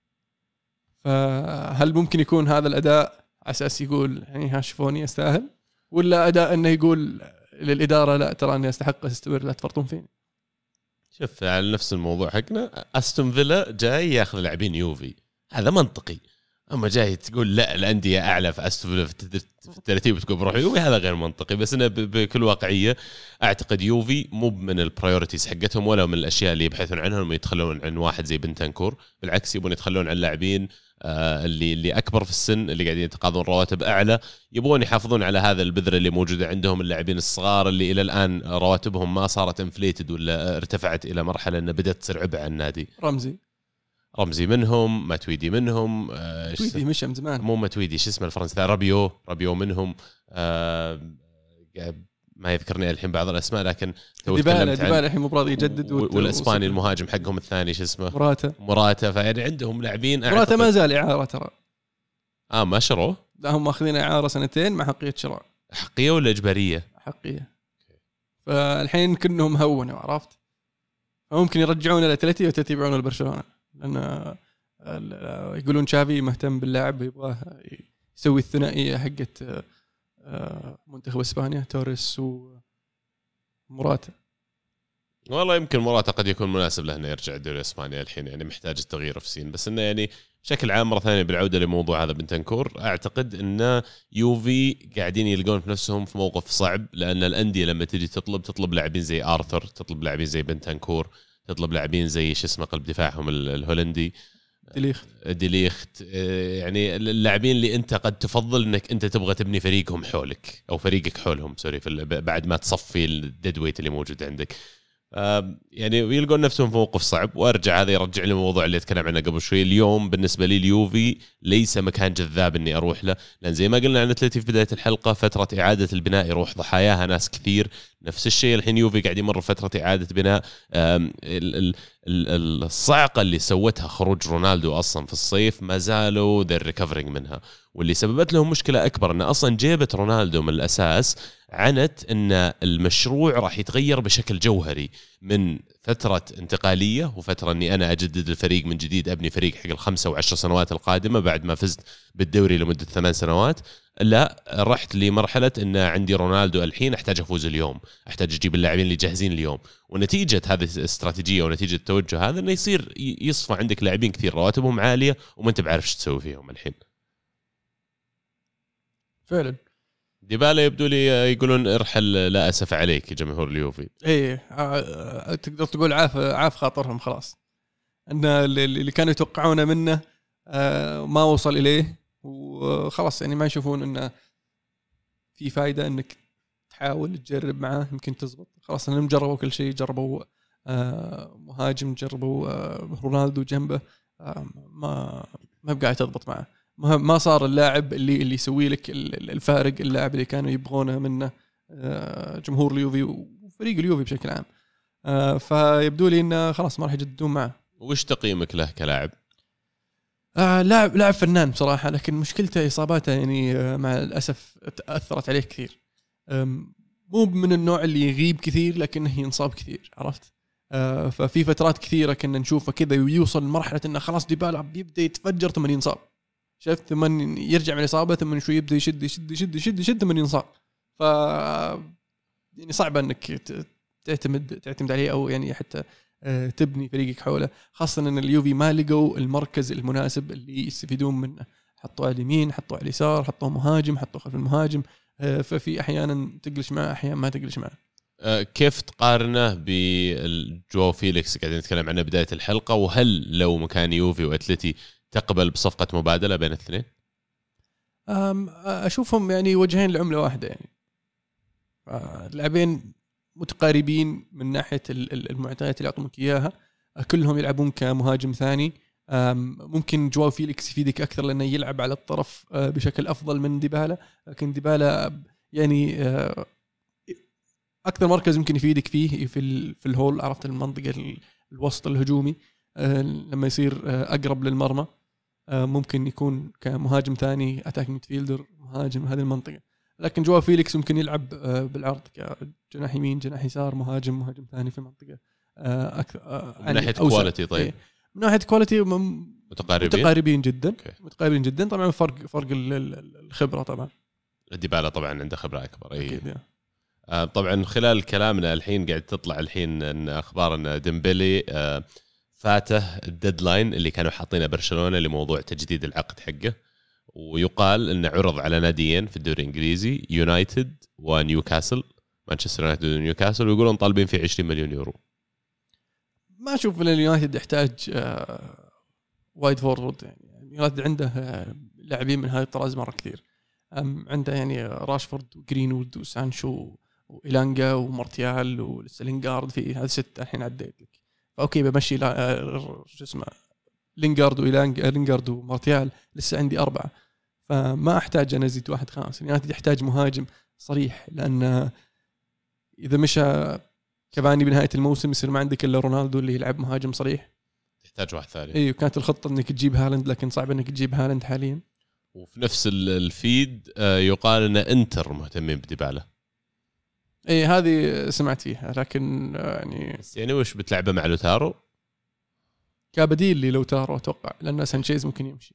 فهل ممكن يكون هذا الأداء على أساس يقول يعني ها شوفوني أستاهل، ولا أداء أنه يقول للإدارة لا ترى أني أستحق أستمر لا تفرطون فيني؟ شوف على نفس الموضوع حقنا، أستون فيلا جاي ياخذ لاعبين يوفي، هذا منطقي. أما جاي تقول لا الأندية أعلى في أستون فيلا في الترتيب تقول بروح يوفي، هذا غير منطقي. بس أنا بكل واقعية أعتقد يوفي مو من البرايورتيز حقتهم ولا من الأشياء اللي يبحثون عنها لما يتخلون عن واحد زي بنتنكور، بالعكس يبون يتخلون عن لاعبين آه اللي اللي أكبر في السن، اللي قاعدين يتقاضون رواتب أعلى، يبون يحافظون على هذا البذرة اللي موجودة عندهم، اللاعبين الصغار اللي إلى الآن رواتبهم ما صارت انفليتد ولا ارتفعت إلى مرحلة أن بدأت تصير عبء على النادي. رمزي رمزي منهم، ماتويدي منهم، آه تويدي مش من زمان، مو ماتويدي شو اسمه الفرنسي، رابيو رابيو منهم، آه ما يذكرني الحين بعض الاسماء، لكن ديبالا ديبالا الحين مو براضي يجدد، والاسباني المهاجم حقهم الثاني شو اسمه مراتا مراتا فيعني عندهم لاعبين. مراتا ما زال اعاره ترى، اه ما شروه، لا هم ماخذين اعاره سنتين مع حقيه شراء. حقيه ولا اجباريه؟ حقيه. فالحين كنهم هونوا، عرفت، فممكن يرجعون الاتلتي وتتبعون البرشلونه، لأن يقولون شافي مهتم باللاعب ويبغاه يسوي الثنائية حقت منتخب إسبانيا توريس ومراتا. والله يمكن مراته قد يكون مناسب له انه يرجع الدوري الاسباني الحين، يعني محتاج التغيير في سين. بس انه يعني بشكل عام مره ثانيه بالعوده لموضوع هذا بنتنكور، اعتقد ان يوفي قاعدين يلقون في نفسهم في موقف صعب، لان الانديه لما تجي تطلب تطلب لاعبين زي ارثر، تطلب لاعبين زي بنتنكور، تطلب لاعبين زي شو اسمه قلب دفاعهم الهولندي ديليخت ديليخت يعني اللاعبين اللي انت قد تفضل انك انت تبغى تبني فريقهم حولك او فريقك حولهم سوري في بعد ما تصفي الديد ويت اللي موجود عندك. يعني يلقون نفسهم في موقف صعب. وارجع هذا يرجع لي الموضوع اللي اتكلم عنه قبل شوي. اليوم بالنسبه لي اليوفي ليس مكان جذاب اني اروح له، لان زي ما قلنا عن اتلتي في بدايه الحلقه فتره اعاده البناء يروح ضحاياها ناس كثير. نفس الشيء الحين يوفي قاعد يمر فتره اعاده بناء. الصعقه اللي سوتها خروج رونالدو اصلا في الصيف ما زالوا ذا ريكفرينج منها، واللي سببت لهم مشكله اكبر ان اصلا جيبه رونالدو من الاساس عنت ان المشروع راح يتغير بشكل جوهري من فترة انتقالية وفترة اني انا اجدد الفريق من جديد، ابني فريق حق الخمسة وعشر سنوات القادمة بعد ما فزت بالدوري لمدة ثمان سنوات. لا، رحت لمرحلة ان عندي رونالدو الحين احتاج افوز اليوم، احتاج اجيب اللاعبين اللي جاهزين اليوم. ونتيجة هذه الاستراتيجية ونتيجة التوجه هذا انه يصير يصفى عندك لاعبين كثير رواتبهم عالية وما انت بعرف ايش تسوي فيهم الحين. فعلا ديبالا يبدو لي يقولون ارحل لا أسف عليك يا جمهور اليوفي. ايه تقدر تقول عاف عاف خاطرهم خلاص، ان اللي كانوا يتوقعونه منه ما وصل اليه، وخلاص يعني ما يشوفون انه في فايده انك تحاول تجرب معاه يمكن تزبط. خلاص انهم جربوا كل شيء، جربوا مهاجم، جربوا رونالدو جنبه، ما ما بقى تضبط معه. ما صار اللاعب اللي اللي يسوي لك الفارق، اللاعب اللي كانوا يبغونه منه جمهور اليوفي وفريق اليوفي بشكل عام. فيبدو لي انه خلاص ما راح يجددون معه. وش تقييمك له كلاعب؟ آه لاعب لاعب فنان بصراحه، لكن مشكلته اصاباته يعني مع الاسف تاثرت عليه كثير. مو من النوع اللي يغيب كثير لكنه ينصاب كثير، عرفت؟ آه ففي فترات كثيره كنا نشوفه كذا ويوصل لمرحله انه خلاص ديبالا بيبدا يتفجر ثم ينصاب، شفت؟ ثم يرجع من الإصابة ثم شوي يبدأ يشد يشد يشد يشد يشد ثم ينصاب. ف يعني صعب انك تعتمد تعتمد عليه او يعني حتى تبني فريقك حوله، خاصة ان اليوفي ما لقوا المركز المناسب اللي يستفيدون منه. حطوا على اليمين، حطوا على اليسار، حطوا مهاجم، حطوا خلف المهاجم، ففي احيانا تقلش معه احيانا ما تقلش معه. كيف تقارنه بالجواو فيليكس قاعدين نتكلم عنه بداية الحلقة؟ وهل لو مكان يوفي وأتلتي تقبل بصفقة مبادلة بين الاثنين؟ أشوفهم يعني وجهين لعملة واحدة، يعني اللاعبين متقاربين من ناحية المعطيات اللي يعطونك إياها، كلهم يلعبون كمهاجم ثاني. ممكن جواو فيليكس يفيدك أكثر لأنه يلعب على الطرف بشكل أفضل من ديبالا، لكن ديبالا يعني أكثر مركز ممكن يفيدك فيه في في الهول، عرفت؟ المنطقة الوسط الهجومي لما يصير أقرب للمرمى ممكن يكون كمهاجم ثاني، أتاك ميدفيلدر، مهاجم هذه المنطقة. لكن جواو فيليكس ممكن يلعب بالعرض كجناح يمين، جناح يسار، مهاجم، مهاجم ثاني في المنطقة أكثر من ناحية كواليتي. طيب من ناحية كواليتي متقاربين متقاربين جدا. أوكي. متقاربين جدا طبعا. فرق فرق الخبرة طبعا. ديبالا طبعا عنده خبرة أكبر. أي أكيد. آه طبعا خلال كلامنا الحين قاعد تطلع الحين ان اخبار ان ديمبلي آه فاته الديدلاين اللي كانوا حاطينه برشلونة لموضوع تجديد العقد حقه، ويقال انه عرض على ناديين في الدوري الانجليزي، يونايتد ونيوكاسل، مانشستر يونايتد ونيوكاسل، ويقولون طالبين فيه عشرين مليون يورو. ما اشوف ان اليونايتد يحتاج آه وايد فورورد، يعني اليونايتد عنده آه لاعبين من هذه الطراز مره كثير. عنده يعني راشفورد وجرينوود وسانشو وإيلانجا ومارتيال والسلينغارد، في هذا ست الحين عديت لك. اوكي بمشي شو اسمه لينغارد وإيلانجا، لينغارد ومارتيال، لسه عندي أربعة، فما أحتاج أنا أزيد واحد خامس. يعني يحتاج مهاجم صريح، لأن إذا مشى كفاني بنهاية الموسم يصير ما عندك إلا رونالدو اللي يلعب مهاجم صريح، تحتاج واحد ثاني. أيوة كانت الخطة إنك تجيب هالاند، لكن صعب إنك تجيب هالاند حاليا. وفي نفس الفيد يقال أن إنتر مهتمين بديبالا. اي هذه سمعت فيها، لكن يعني يعني وش بتلعبه مع لوتارو كبديل لي لوتارو اتوقع، لان سانشيز ممكن يمشي.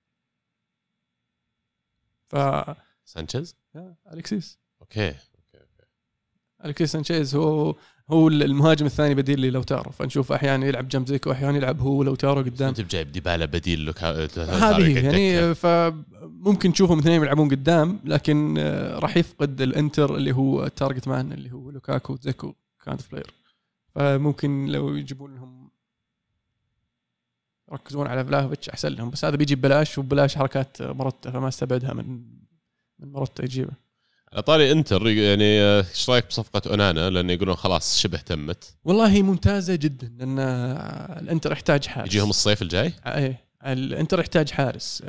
ف سانشيز اليكسيس اوكي اوكي اوكي اليكسيس سانشيز هو هو المهاجم الثاني بديل لي لو تارو، فنشوف احيانا يلعب جنب زيكو واحيانا يلعب هو لو تارو قدام. انت جايب ديبالا بديل لك هذه يعني، فممكن تشوفهم اثنين يلعبون قدام، لكن راح يفقد الانتر اللي هو التارجت مان اللي هو لوكاكو زيكو كانت بلاير. فممكن لو يجيبون لهم يركزون على فلاهوفيتش احسن لهم، بس هذا بيجي ببلاش وبلاش حركات مروتا، فما استبعدها من من مروتا يجيبه. طاري انتر يعني ايش رايك بصفقه اونانا؟ لان يقولون خلاص شبه تمت. والله ممتازه جدا، لان الانتر يحتاج حارس. يجيهم الصيف الجاي. ايه الانتر يحتاج حارس.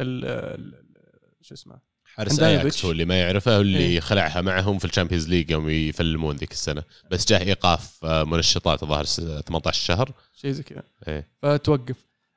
شو اسمه حارس اياكس هو اللي ما يعرفه، اللي ايه. خلعها معهم في الشامبيونز ليج يوم يفلمون ذيك السنه، بس جاه ايقاف منشطات الظاهر ثمانية عشر شهر شيء زي كذا. ايه. فتوقف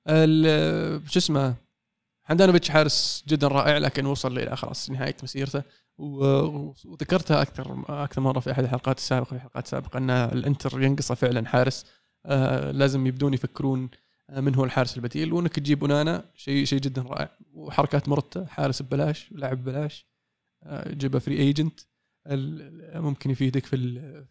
شو اسمه حندانوفيتش حارس جدا رائع، لكن وصل الى خلاص نهايه مسيرته. وذكرتها اكثر اكثر مره في احد الحلقات السابقه في الحلقات السابقه ان الانتر ينقصه فعلا حارس. آه لازم يبدون يفكرون من هو الحارس البديل، وانك تجيب اونانا شيء شيء جدا رائع. وحركات مرتا حارس ببلاش لاعب ببلاش، آه جيبه فري ايجنت ممكن يفيدك في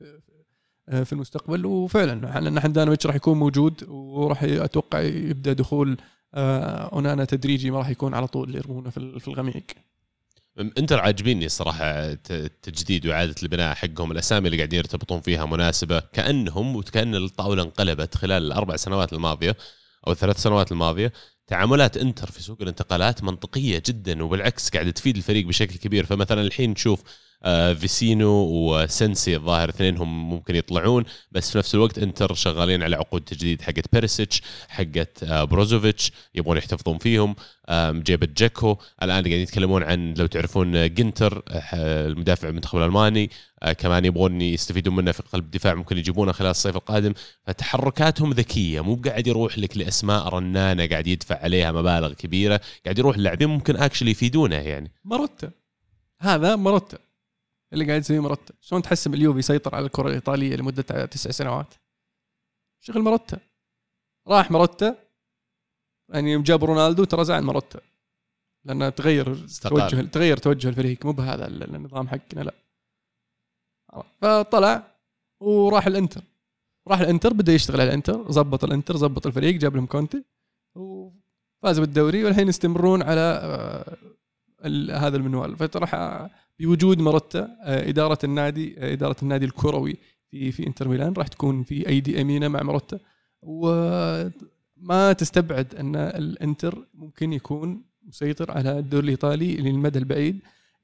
في المستقبل. وفعلا لان حندانوفيتش راح يكون موجود، وراح اتوقع يبدا دخول آه اونانا تدريجي، ما راح يكون على طول يرمونه في الغميق. انتر عاجبيني الصراحه التجديد واعاده البناء حقهم، الاسامي اللي قاعدين يرتبطون فيها مناسبه، كانهم وكأن الطاوله انقلبت خلال الاربع سنوات الماضيه او الثلاث سنوات الماضيه. تعاملات انتر في سوق الانتقالات منطقيه جدا، وبالعكس قاعده تفيد الفريق بشكل كبير. فمثلا الحين نشوف آه فيسينو وسنسي الظاهر اثنينهم ممكن يطلعون، بس في نفس الوقت انتر شغالين على عقود تجديد حقت بيريسيتش حقت آه بروزوفيتش يبغون يحتفظون فيهم. آه جيبت جاكو الان قاعدين يتكلمون عن لو تعرفون جينتر آه المدافع المنتخب الالماني آه كمان يبغون يستفيدون منه في قلب الدفاع، ممكن يجيبونه خلال الصيف القادم. فتحركاتهم ذكيه، مو قاعد يروح لك لاسماء رنانه قاعد يدفع عليها مبالغ كبيره، قاعد يروح لاعبين ممكن اكشلي يفيدونه. يعني مروتا هذا مروتا اللي قاعد يسوي مرتب. شلون تحسم اليوفي يسيطر على الكرة الإيطالية لمدة تسع سنوات؟ شغل مرتب. راح مرتب يعني يوم جاب رونالدو ترى زعل مرتب، لأنه تغير توجه تغير توجه الفريق، مو بهذا النظام حقنا لا. فطلع وراح الانتر راح الانتر بدأ يشتغل على الانتر، زبط الانتر زبط الفريق، جاب لهم كونتي وفاز بالدوري، والحين يستمرون على هذا المنوال. فترى بوجود مرتا إدارة النادي إدارة النادي الكروي في في إنتر ميلان راح تكون في أيدي أمينة مع مرتا، وما تستبعد أن الإنتر ممكن يكون مسيطر على الدوري الإيطالي للمدى البعيد،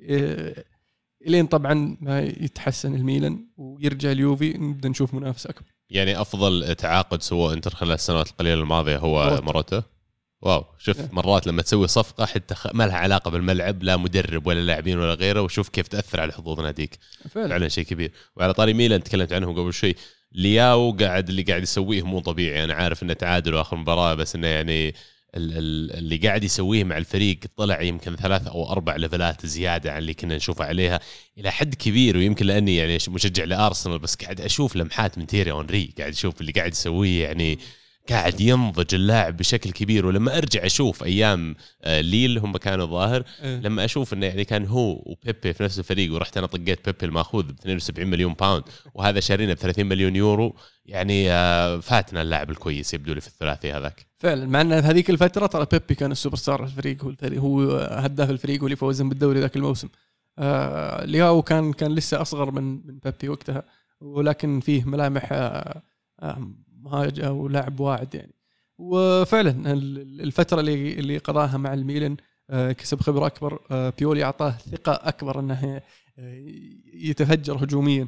إلين طبعا ما يتحسن الميلان ويرجع اليوفي نبدأ نشوف منافسة أكبر. يعني أفضل تعاقد سوى إنتر خلال السنوات القليلة الماضية هو مرتا. واو شوف yeah. مرات لما تسوي صفقة حتى ما لها علاقة بالملعب، لا مدرب ولا لاعبين ولا غيره، وشوف كيف تأثر على حظوظ ناديك فعلا شيء كبير. وعلى طاري ميلان تكلمت عنهم قبل شوي، لياو قاعد اللي قاعد يسويه مو طبيعي. أنا عارف إنه تعادل آخر مباراة، بس إنه يعني اللي قاعد يسويه مع الفريق طلع يمكن ثلاثة أو أربع ليفلات زيادة عن اللي كنا نشوفها عليها إلى حد كبير. ويمكن لأني يعني مشجع لأرسنال، بس قاعد أشوف لمحات من تيري أونري، قاعد أشوف اللي قاعد يسويه يعني قاعد ينضج اللاعب بشكل كبير. ولما أرجع أشوف أيام ليل هم كانوا ظاهر أه. لما أشوف إنه يعني كان هو وبيبي في نفس الفريق، ورحت أنا طقيت بيبي المأخوذ ب اثنين وسبعين مليون باوند وهذا شارينا ب ثلاثين مليون يورو، يعني فاتنا اللاعب الكويس يبدو لي في الثلاثي هذاك فعلا. مع أن هذيك الفترة ترى بيبي كان السوبر ستار الفريق، هو الفريق هو هداف الفريق واللي فوزهم بالدوري ذاك الموسم. آه لياو كان كان لسه أصغر من من بيبي وقتها، ولكن فيه ملامح آه آه مهاجم أو لاعب واعد يعني. وفعلا الفترة اللي اللي قضاها مع الميلان كسب خبرة أكبر، بيولي أعطاه ثقة أكبر أنه يتفجر هجوميا،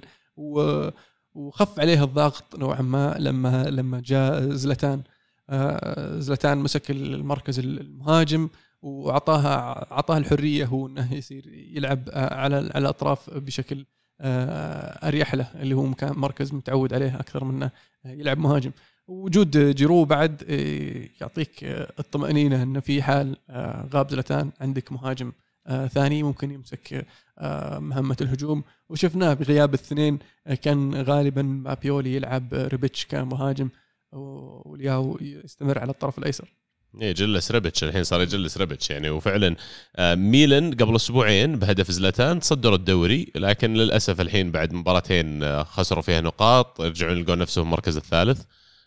وخف عليه الضغط نوعا ما لما لما جاء زلاتان. زلاتان مسك المركز المهاجم وأعطاها أعطاه الحرية هو أنه يصير يلعب على على الأطراف بشكل أريح له، اللي هو مكان مركز متعود عليه أكثر منه يلعب مهاجم. وجود جيرو بعد يعطيك الطمأنينة أن في حال غاب زلاتان عندك مهاجم ثاني ممكن يمسك مهمة الهجوم. وشفناه بغياب الاثنين كان غالبا مع بيولي يلعب ريبيتش كمهاجم ولياو يستمر على الطرف الأيسر. ايه جلس ريبتش الحين صار يجلس ريبتش يعني. وفعلا ميلان قبل اسبوعين بهدف زلاتان تصدروا الدوري، لكن للاسف الحين بعد مباراتين خسروا فيها نقاط رجعوا يلقون نفسهم المركز الثالث.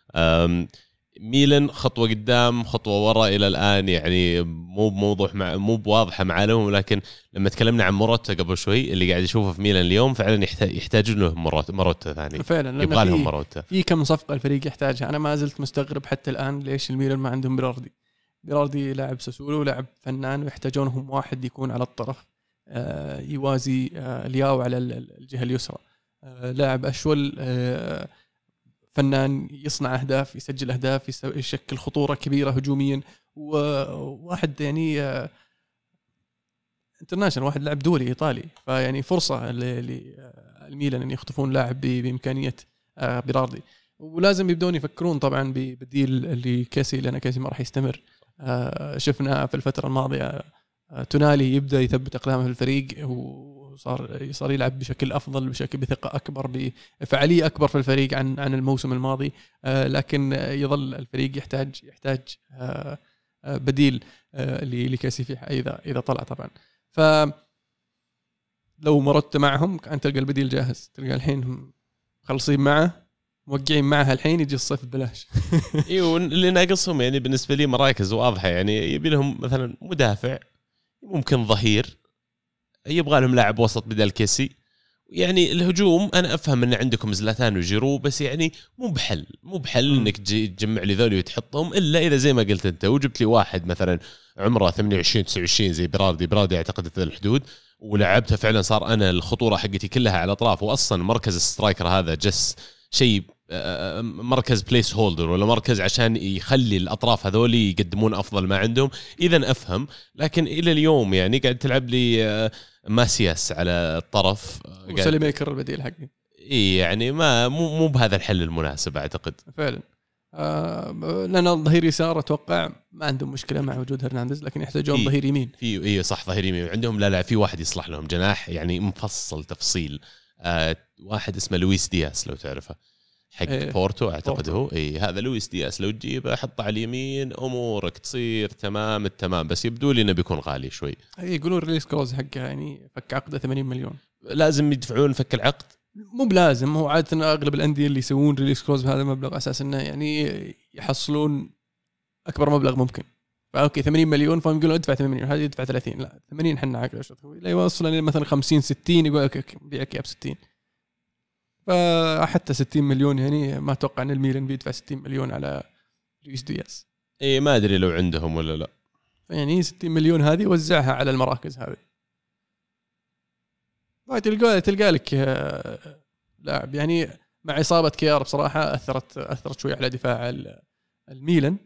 ميلان خطوه قدام خطوه ورا الى الان، يعني مو بموضوح مع مو بواضحه معالمهم. لكن لما تكلمنا عن موروتا قبل شوي اللي قاعد يشوفه في ميلان اليوم فعلا يحتاجون له موروتا موروتا ثاني فعلا، يبغى لهم موروتا. في كم صفقه الفريق يحتاجها. انا ما زلت مستغرب حتى الان ليش الميلان ما عندهم بيراردي. بيراردي لاعب ساسولو لاعب فنان، ويحتاجونهم واحد يكون على الطرف آه يوازي آه لياو على الجهه اليسرى. آه لاعب اشول آه فنان يصنع أهداف يسجل أهداف يشكل خطورة كبيرة هجوميا، وواحد يعني انترناشنال واحد لاعب دولي إيطالي. فيعني فرصة للميلان أن يخطفون لاعب بإمكانية بيراردي. ولازم يبدون يفكرون طبعا ببديل لكاسي لأن كاسي ما راح يستمر. شفنا في الفترة الماضية تونالي يبدأ يثبت أقدامه في الفريق وصار صار يلعب بشكل أفضل بشكل بثقة أكبر بفعالية أكبر في الفريق عن عن الموسم الماضي. لكن يظل الفريق يحتاج يحتاج بديل لكاسي إذا إذا طلع طبعا. ف لو مرت معهم أنت تلقى البديل جاهز، تلقى الحين خلصين معه موقعين معها الحين يجي الصيف ببلاش. ايوه اللي ناقصهم يعني بالنسبه لي مراكز واضحه، يعني يبي لهم مثلا مدافع ممكن ظهير، يبغى لهم لاعب وسط بدل كيسي. يعني الهجوم انا افهم ان عندكم زلاتان وجيرو، بس يعني مو بحل مو بحل انك تجمع لي ذولي وتحطهم الا اذا زي ما قلت انت وجبت لي واحد مثلا عمره ثمانية وعشرين تسعة وعشرين زي بيراردي. بيراردي اعتقد في الحدود ولعبته فعلا صار انا الخطوره حقتي كلها على اطراف. واصلا مركز السترايكر هذا جس شيء مركز بليس هولدر ولا مركز عشان يخلي الأطراف هذولي يقدمون أفضل ما عندهم. إذن أفهم، لكن إلى اليوم يعني قاعد تلعب لي ماسياس على الطرف وسلي ميكر البديل حقي. إيه يعني ما مو مو بهذا الحل المناسب أعتقد فعلا. آه لأن الظهير يسار أتوقع ما عندهم مشكلة مع وجود هرنانديز، لكن يحتاجون إيه ظهير يمين. في إيه صح ظهير يمين عندهم. لا لا في واحد يصلح لهم جناح يعني مفصل تفصيل. آه واحد اسمه لويس دياس لو تعرفه حق إيه بورتو اعتقد هو اي هذا لويس دياس. لو تجيبه حطه على اليمين امورك تصير تمام التمام، بس يبدو لي انه بيكون غالي شوي. اي يقولون ريليس كلوز حقه يعني فك عقده ثمانين مليون. لازم يدفعون فك العقد؟ مو بلازم، هو عاده اغلب الانديه اللي يسوون ريليس كلوز بهذا المبلغ اساس انه يعني يحصلون اكبر مبلغ ممكن. فاوكي ثمانين مليون فهم يقولون ادفع ثمانين مليون، هذا يدفع ثلاثين لا ثمانين حنا عقله لا يوصل مثلا خمسين ستين يقول اوكي بيعك يا ب ستين. فحتى ستين مليون يعني ما أتوقع أن الميلان بيدفع ستين مليون على لويس دياس. إيه ما أدري لو عندهم ولا لا. يعني ستين مليون هذه وزعها على المراكز هذه. ما تلقى تلقى لك لاعب يعني مع إصابة كيار بصراحة أثرت أثرت شوي على دفاع الميلان.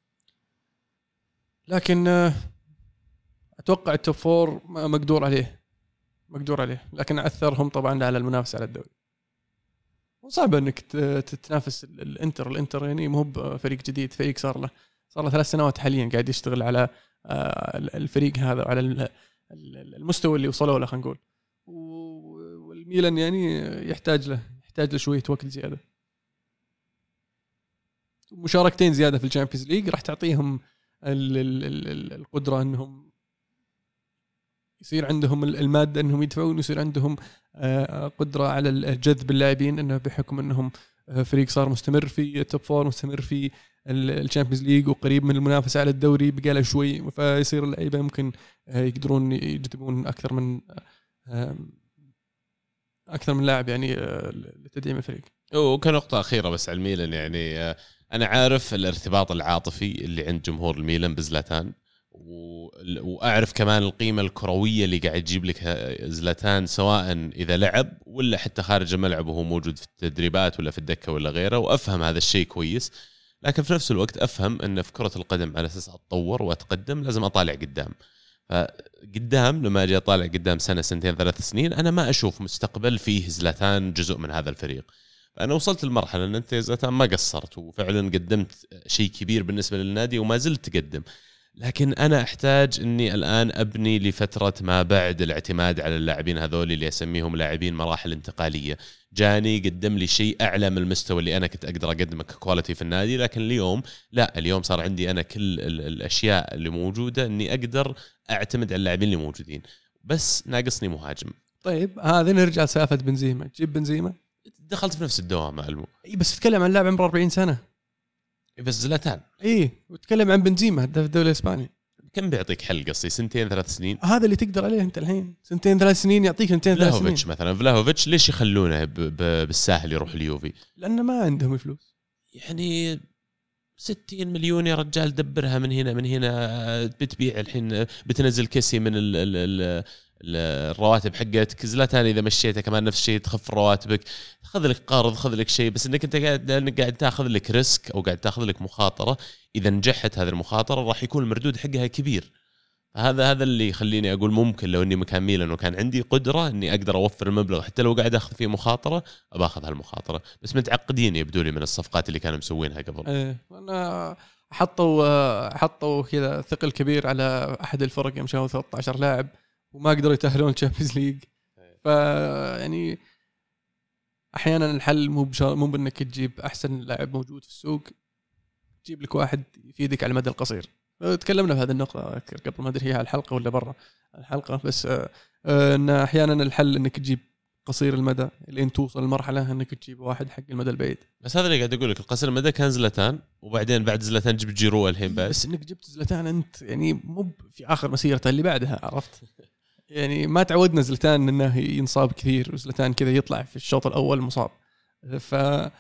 لكن أتوقع التوب فور مقدور عليه مقدور عليه لكن أثرهم طبعا على المنافسة على الدوري. وصعب انك تتنافس الانتر الانتر يعني مو بفريق جديد، فريق صار له صار له ثلاث سنوات حاليا قاعد يشتغل على الفريق هذا وعلى المستوى اللي وصلوا له خلينا نقول. والميلان يعني يحتاج له يحتاج له شويه وقت زياده، مشاركتين زياده في الشامبيونز ليج راح تعطيهم القدره انهم يصير عندهم المادة أنهم يدفعون ويصير عندهم قدرة على الجذب اللاعبين، أنه بحكم أنهم فريق صار مستمر في التوب فور مستمر في الشامبيونز ليج وقريب من المنافسة على الدوري بقاله شوي، فيصير اللعيبة ممكن يقدرون يجذبون أكثر من أكثر من لاعب يعني لتدعيم الفريق. وكنقطة أخيرة بس على الميلان، يعني أنا عارف الارتباط العاطفي اللي عند جمهور الميلان بزلاتان، وأعرف كمان القيمة الكروية اللي قاعد يجيب لك زلاتان سواء إذا لعب ولا حتى خارج الملعب وهو موجود في التدريبات ولا في الدكة ولا غيره، وأفهم هذا الشيء كويس. لكن في نفس الوقت أفهم أن في كرة القدم على أساس أتطور وأتقدم لازم أطالع قدام. فقدام لما أجي أطالع قدام سنة سنتين ثلاث سنين أنا ما أشوف مستقبل فيه زلاتان جزء من هذا الفريق. فأنا وصلت لمرحلة أن أنت زلاتان ما قصرت وفعلا قدمت شيء كبير بالنسبة للنادي وما زلت تقدم، لكن أنا أحتاج أني الآن أبني لفترة ما بعد الاعتماد على اللاعبين هذول اللي أسميهم لاعبين مراحل انتقالية. جاني قدم لي شيء أعلى من المستوى اللي أنا كنت أقدر أقدمه ككواليتي في النادي، لكن اليوم لا، اليوم صار عندي أنا كل الأشياء اللي موجودة أني أقدر أعتمد على اللاعبين اللي موجودين، بس ناقصني مهاجم. طيب هذا نرجع سالفة بنزيما، تجيب بنزيما دخلت في نفس الدوام مع المو. إيه بس تتكلم عن لاعب عمره أربعين سنة. بس زلاتان. إيه وتكلم عن بنزيما هداف الدوري الإسباني. كم بيعطيك حل قصي؟ سنتين ثلاث سنين. هذا اللي تقدر عليه أنت الحين، سنتين ثلاث سنين يعطيك سنتين ثلاث سنين. فلاهوفيتش مثلا، فلاهوفيتش ليش يخلونه بالساهل يروح اليوفي؟ لأنه ما عندهم الفلوس. يعني ستين مليون يا رجال دبرها من هنا من هنا، بتبيع الحين بتنزل كسي من ال ال ال الرواتب حقتك. زلاتان اذا مشيته كمان نفس الشيء، تخف رواتبك، خذ لك قرض، خذ لك شيء، بس انك انت قاعد لانك قاعد تاخذ لك ريسك او قاعد تاخذ لك مخاطره. اذا نجحت هذه المخاطره راح يكون المردود حقها كبير. هذا هذا اللي يخليني اقول ممكن لو اني مكان ميلان وكان عندي قدره اني اقدر اوفر المبلغ، حتى لو قاعد اخذ فيه مخاطره اباخذ هالمخاطره. بس متعقدين يبدو لي من الصفقات اللي كانوا مسوينها قبل. ايه انا حطوا حطوا كذا ثقل كبير على احد الفرق يمشوا ثلاثة عشر لاعب وما قدروا يتأهلون تشامبيونز ليج. ف يعني احيانا الحل مو مو بانك تجيب احسن لاعب موجود في السوق، تجيب لك واحد يفيدك على المدى القصير. تكلمنا في هذه النقطة قبل، ما أدري هي على الحلقة ولا برا الحلقة، بس أن أحيانا الحل أنك تجيب قصير المدى لين توصل لمرحلة أنك تجيب واحد حق المدى البعيد. بس هذا اللي قاعد أقول لك، القصير المدى كان زلاتان، وبعدين بعد زلاتان جبت جيرو الحين بعد. بس أنك جبت زلاتان أنت يعني مو في آخر مسيرته اللي بعدها، عرفت؟ يعني ما تعودنا زلاتان أنه ينصاب كثير، وزلاتان كذا يطلع في الشوط الأول مصاب. ف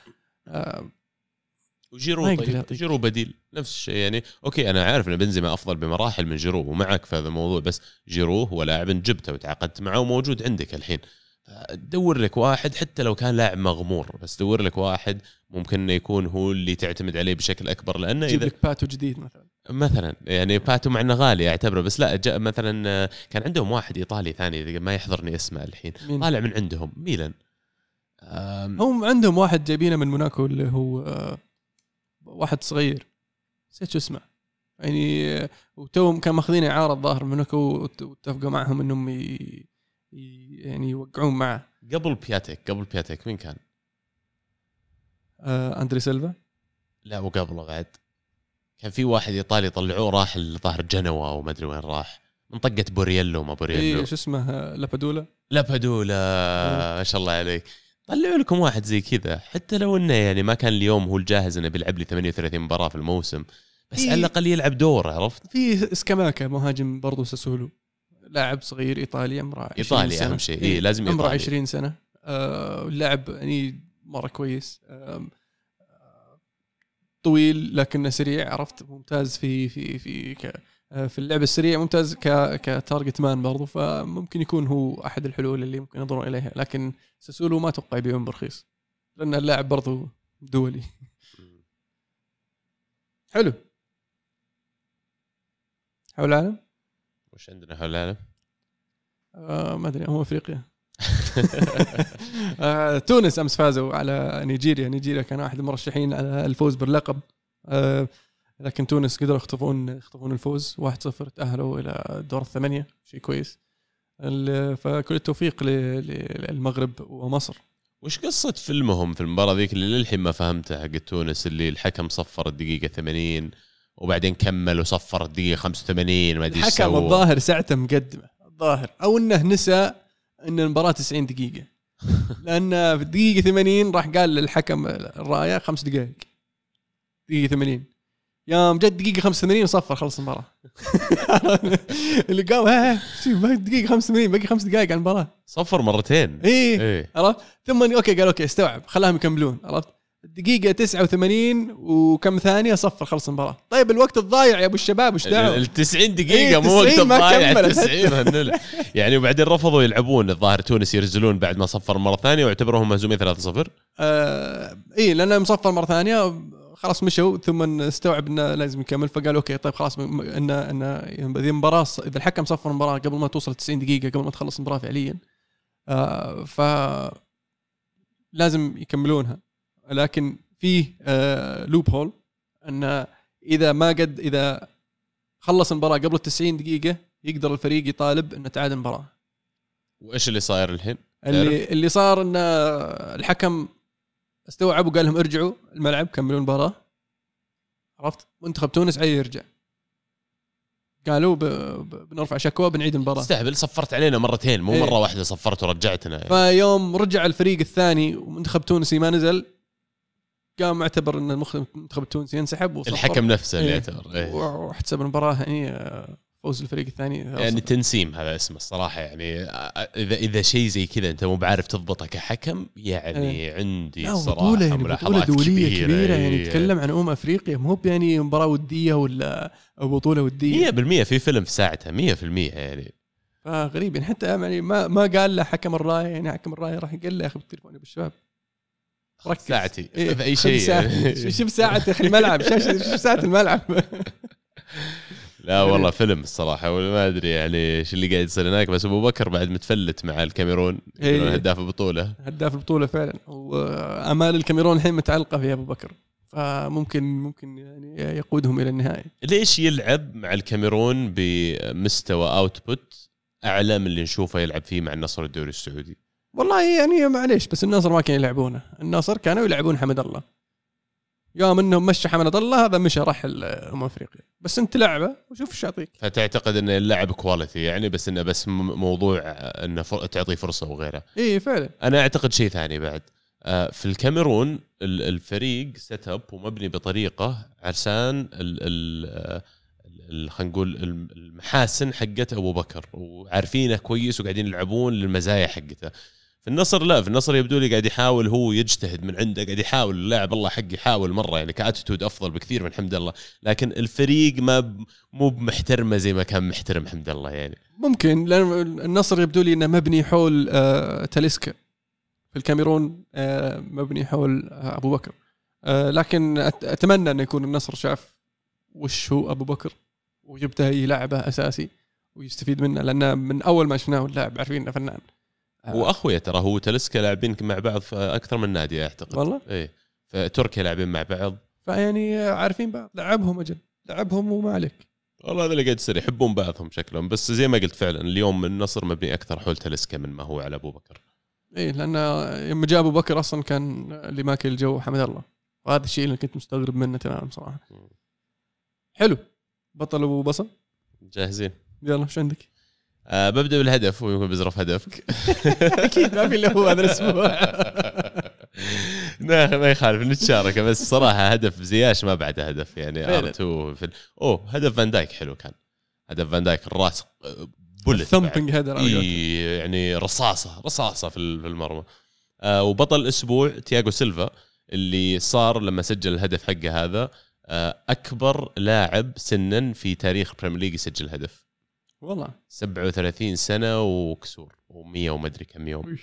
وجيرو طيب، جيرو بديل نفس الشيء يعني. اوكي انا عارف ان بنزيما افضل بمراحل من جيرو ومعك في هذا الموضوع، بس جيرو هو لاعب جبته وتعاقدت معه وموجود عندك الحين. دور لك واحد حتى لو كان لاعب مغمور، بس دور لك واحد ممكن انه يكون هو اللي تعتمد عليه بشكل اكبر. لانه اذا لك باتو جديد مثلا مثلا يعني باتو مع انه غالي اعتبره، بس لا جاء مثلا كان عندهم واحد ايطالي ثاني ما يحضرني اسمه الحين، طالع من عندهم ميلان. هم عندهم واحد جايبينه من موناكو اللي هو واحد صغير نسيت شو اسمه يعني، وتوهم كان ماخذين اعاره الظاهر موناكو واتفقوا معهم انهم ي... يعني يوقعون معه قبل بياتيك. قبل بياتيك مين كان؟ آه اندري سيلفا. لا وقبله بعد كان في واحد ايطالي طلعوه راح الظاهر جنوا وما ادري وين راح، منطقه بورييلو ما بورييلو ايه شو اسمه لابادولا. لابادولا ما شاء الله عليك. طلعوا لكم واحد زي كذا، حتى لو انه يعني ما كان اليوم هو الجاهز انه بيلعب لي ثمانية وثلاثين مباراه في الموسم، بس على الاقل يلعب دور. عرفت؟ في اسكاماكا مهاجم برضو ساسولو، لاعب صغير ايطالي عمره ايطالي اهم شيء. إيه لازم عمره عشرين سنه. آه لاعب يعني مره كويس، آه طويل لكنه سريع. عرفت؟ ممتاز في في في ك في اللعب السريع، ممتاز ك كتارجت مان برضو، فممكن يكون هو احد الحلول اللي ممكن ينظرون اليها. لكن ساسولو ما توقع يبيعون برخيص لان اللاعب برضو دولي. حلو. حول العالم وش عندنا حول العالم؟ آه ما ادري، هو افريقيا. آه تونس امس فازوا على نيجيريا. نيجيريا كان واحد المرشحين على الفوز باللقب، آه لكن تونس قدروا يخطفون يخطفون الفوز واحد صفر، تأهلوا الى دور الثمانية، شيء كويس. فكل التوفيق للمغرب ومصر. وش قصة فيلمهم في المباراة ذيك اللي للحين ما فهمتها حق تونس، اللي الحكم صفر الدقيقة ثمانين وبعدين كمل وصفر الدقيقة خمسة وثمانين ما ادري ايش سوى. الحكم الظاهر ساعته مقدمة الظاهر، او انه نسى ان المباراة تسعين دقيقة، لان في الدقيقة ثمانين راح قال للحكم الراية خمس دقائق. دقيقة ثمانين يوم جد دقيقة خمسة وثمانين وصفر خلص المباراة. اللي قام ها شوف دقيقة خمسة وثمانين باقي خمس دقائق على المباراة، صفر مرتين. ايه, إيه. عرفت؟ ثم اوكي قال اوكي استوعب خلاهم يكملون. عرفت؟ الدقيقة تسعة وثمانين وكم ثانية صفر خلص المباراة. طيب الوقت الضايع يا ابو الشباب وش دعوه؟ التسعين دقيقة إيه مو وقت الضايع، التسعين يعني. وبعدين رفضوا يلعبون الظاهر تونس يرزلون بعد ما صفر مرة ثانية واعتبروهم مهزومين ثلاثة صفر. آه ايه لأنه مصفر مرة ثانية خلاص مشوا، ثم استوعب انه لازم يكمل فقال اوكي طيب خلاص ان ان اذا المباراه اذا الحكم صفر المباراه قبل ما توصل تسعين دقيقه قبل ما تخلص المباراه فعليا، آه ف لازم يكملونها. لكن فيه آه لوب هول ان اذا ما قد اذا خلص المباراة قبل التسعين دقيقة يقدر الفريق يطالب انه تعادل المباراة. وايش اللي صاير الحين؟ اللي اللي صار ان الحكم استوعب وقال لهم ارجعوا الملعب كملوا المباراة. عرفت؟ منتخب تونس عايز يرجع، قالوا ب... ب... بنرفع شكوى بنعيد المباراة. استهبل، صفرت علينا مرتين مو مرة واحدة صفرت ورجعتنا يعني. فيوم رجع الفريق الثاني ومنتخب تونسي ما نزل، قام معتبر ان المنتخب التونسي ينسحب وصفر. الحكم نفسه اللي ايه. يعتبر ايه. واحتسب المباراة يعني فوز الفريق الثاني يعني تنسيم هذا اسمه الصراحة. يعني إذا إذا شيء زي كذا أنت مو بعرف تضبطه كحكم يعني ايه. عندي صراحة بطولة يعني بطولة دولية كبيرة, كبيرة يعني ايه. تتكلم عن أمم أفريقيا مو يعني مباراة ودية ولا بطولة ودية. مية بالمية في فيلم في ساعتها مية في المية يعني. فغريب يعني حتى يعني ما ما قال له حكم الراية يعني حكم الراية راح يقول له يا أخي بالتليفون بالشباب ركز ساعتي إيه في أي شيء يعني. شوف ساعة أخي الملعب شوف ساعة الملعب. لا والله فيلم الصراحة ولا ما أدري يعني إيش اللي قاعد يصير هناك. بس أبو بكر بعد متفلت مع الكاميرون إيه. هداف البطولة هداف البطولة فعلا. وأمال الكاميرون الحين متعلقة في أبو بكر فممكن ممكن يعني يقودهم إلى النهاية. ليش يلعب مع الكاميرون بمستوى أوتبوت أعلى من اللي نشوفه يلعب فيه مع النصر الدوري السعودي؟ والله يعني معليش بس النصر ما كانوا يلعبونه. النصر كانوا يلعبون حمد الله يوم انهم مشى حمد الله هذا مشى راح الامم افريقيا. بس انت لعبه وشوف ايش يعطيك. فتعتقد ان اللاعب كواليتي يعني بس انه بس موضوع انه تعطي فرصه وغيره. ايه فعلا. انا اعتقد شيء ثاني بعد في الكاميرون الفريق سيت اب ومبني بطريقه عشان خلينا نقول المحاسن حقت ابو بكر وعارفينه كويس وقاعدين يلعبون للمزايا حقته. في النصر لا، في النصر يبدو لي قاعد يحاول هو يجتهد من عنده، قاعد يحاول اللاعب الله حق يحاول مرة يعني كاتيتود أفضل بكثير من حمد الله، لكن الفريق ما مو بمحترمه زي ما كان محترم حمد الله يعني. ممكن لأن النصر يبدو لي إنه مبني حول آه تاليسكا، في الكاميرون آه مبني حول آه أبو بكر، آه لكن أتمنى أن يكون النصر شاف وش هو أبو بكر وجبته يلعبه أساسي ويستفيد منه، لأن من أول ما شفناه اللاعب عارفين إنه فنان. واخويا ترى هو تلسكا لاعبين مع بعض في اكثر من نادي اعتقد والله ايه، في تركيا لاعبين مع بعض فيعني عارفين بعض، لعبهم اجل لعبهم وما عليك. والله هذا اللي قاعد يصير، يحبون بعضهم شكلهم. بس زي ما قلت فعلا اليوم النصر مبني اكثر حول تلسكا من ما هو على ابو بكر. ايه لان لما جاء ابو بكر اصلا كان اللي ماكل الجو حمد الله، وهذا الشيء اللي كنت مستغرب منه تمام صراحه. حلو، بطل ابو بصل جاهزين؟ يلا شو عندك؟ أه ببدأ بالهدف ويمكن بزرف هدفك. أكيد ما في اللي هو هذا الأسبوع. لا ما يخالف نتشارك، بس صراحة هدف زياش ما بعده هدف يعني أرتو في ال... أوه هدف فان دايك حلو كان، هدف فان دايك الراس بولت ثمبنج هدر إيه يعني رصاصة رصاصة في المرمى. أه وبطل الأسبوع تياغو سيلفا اللي صار لما سجل الهدف حقه هذا أه أكبر لاعب سنا في تاريخ بريمير ليج يسجل هدف. والله سبعة وثلاثين سنة وكسور ومية ومدري كم يوم.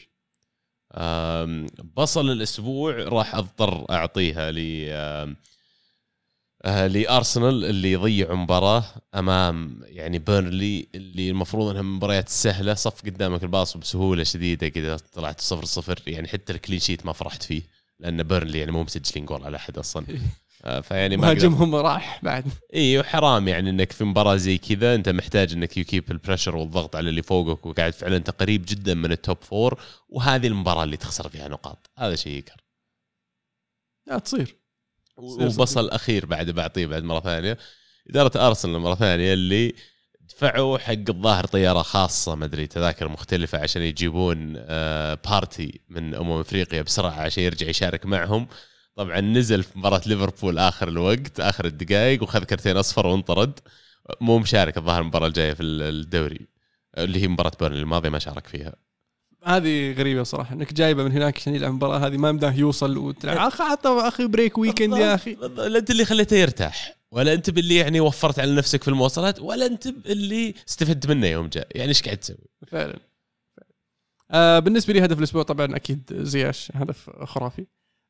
بصل الأسبوع راح أضطر أعطيها ل لأرسنال اللي ضيعوا مباراة أمام يعني بيرنلي اللي المفروض أنها مباريات سهلة، صف قدامك الباص بسهولة شديدة كده طلعت صفر صفر يعني حتى الكلين شيت ما فرحت فيه لأن بيرنلي يعني مو مسجلين جول على أحد أصلاً. فيعني مهاجمهم راح بعد. ايوه حرام يعني انك في مباراه زي كذا انت محتاج انك يكيب البريشر والضغط على اللي فوقك وقاعد فعلا انت قريب جدا من التوب فور، وهذه المباراه اللي تخسر فيها نقاط، هذا شيء يكر. لا تصير. وبصل الاخير بعد بعطيه بعد مره ثانيه اداره ارسنال مره ثانيه اللي دفعوا حق الظاهر طياره خاصه ما ادري تذاكر مختلفه عشان يجيبون بارتي من امم افريقيا بسرعه عشان يرجع يشارك معهم. طبعا نزل في مباراة ليفربول آخر الوقت آخر الدقائق وخذ كرتين أصفر وانطرد، مو مشارك الظاهر المباراة الجاية في الدوري اللي هي مباراة بيرنلي الماضية ما شارك فيها. هذه غريبة صراحة انك جايبه من هناك عشان يلعب المباراة هذه ما مداه يوصل وتلعب حتى اخي بريك ويكند يا اخي. لا انت اللي خليته يرتاح ولا انت باللي يعني وفرت على نفسك في المواصلات ولا انت اللي استفدت منه يوم جاء، يعني ايش قاعد تسوي فعلا. آه بالنسبة لي هدف الاسبوع طبعا اكيد زياش، هدف خرافي.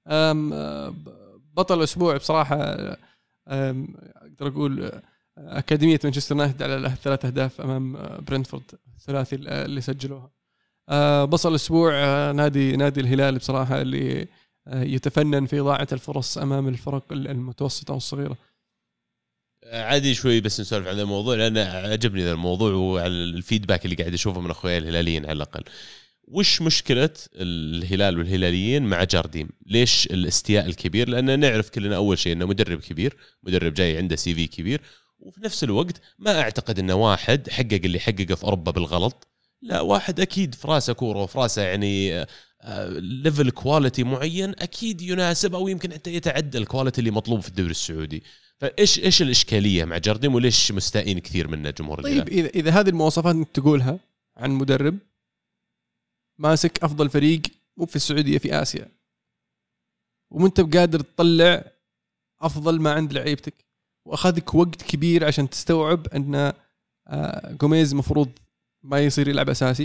بطل الأسبوع بصراحة أقدر أقول أكاديمية مانشستر يونايتد على ثلاث أهداف أمام برينتفورد الثلاثي اللي سجلوها. بطل الأسبوع نادي نادي الهلال بصراحة اللي يتفنن في إضاعة الفرص أمام الفرق المتوسطة والصغيرة. عادي شوي بس نسولف عن الموضوع لأن عجبني ذا الموضوع وعلى الفيدباك اللي قاعد أشوفه من أخويا الهلاليين على الأقل. وش مشكلة الهلال والهلاليين مع جارديم؟ ليش الاستياء الكبير؟ لأن نعرف كلنا أول شيء أنه مدرب كبير، مدرب جاي عنده سي في كبير، وفي نفس الوقت ما أعتقد أنه واحد حقق اللي حققه في أوروبا بالغلط. لا، واحد أكيد في راسه كورة وفي راسه يعني ليفل كواليتي معين أكيد يناسب أو يمكن حتى يتعدى الكواليتي اللي مطلوب في الدوري السعودي. فإيش إيش الإشكالية مع جارديم وليش مستائين كثير منه جمهور الهلال؟ طيب إذا إذا هذه المواصفات أنت تقولها عن مدرب ماسك أفضل فريق مو في السعودية في آسيا ومنت بقادر تطلع أفضل ما عند لعيبتك وأخذك وقت كبير عشان تستوعب أن جوميز مفروض ما يصير يلعب أساسي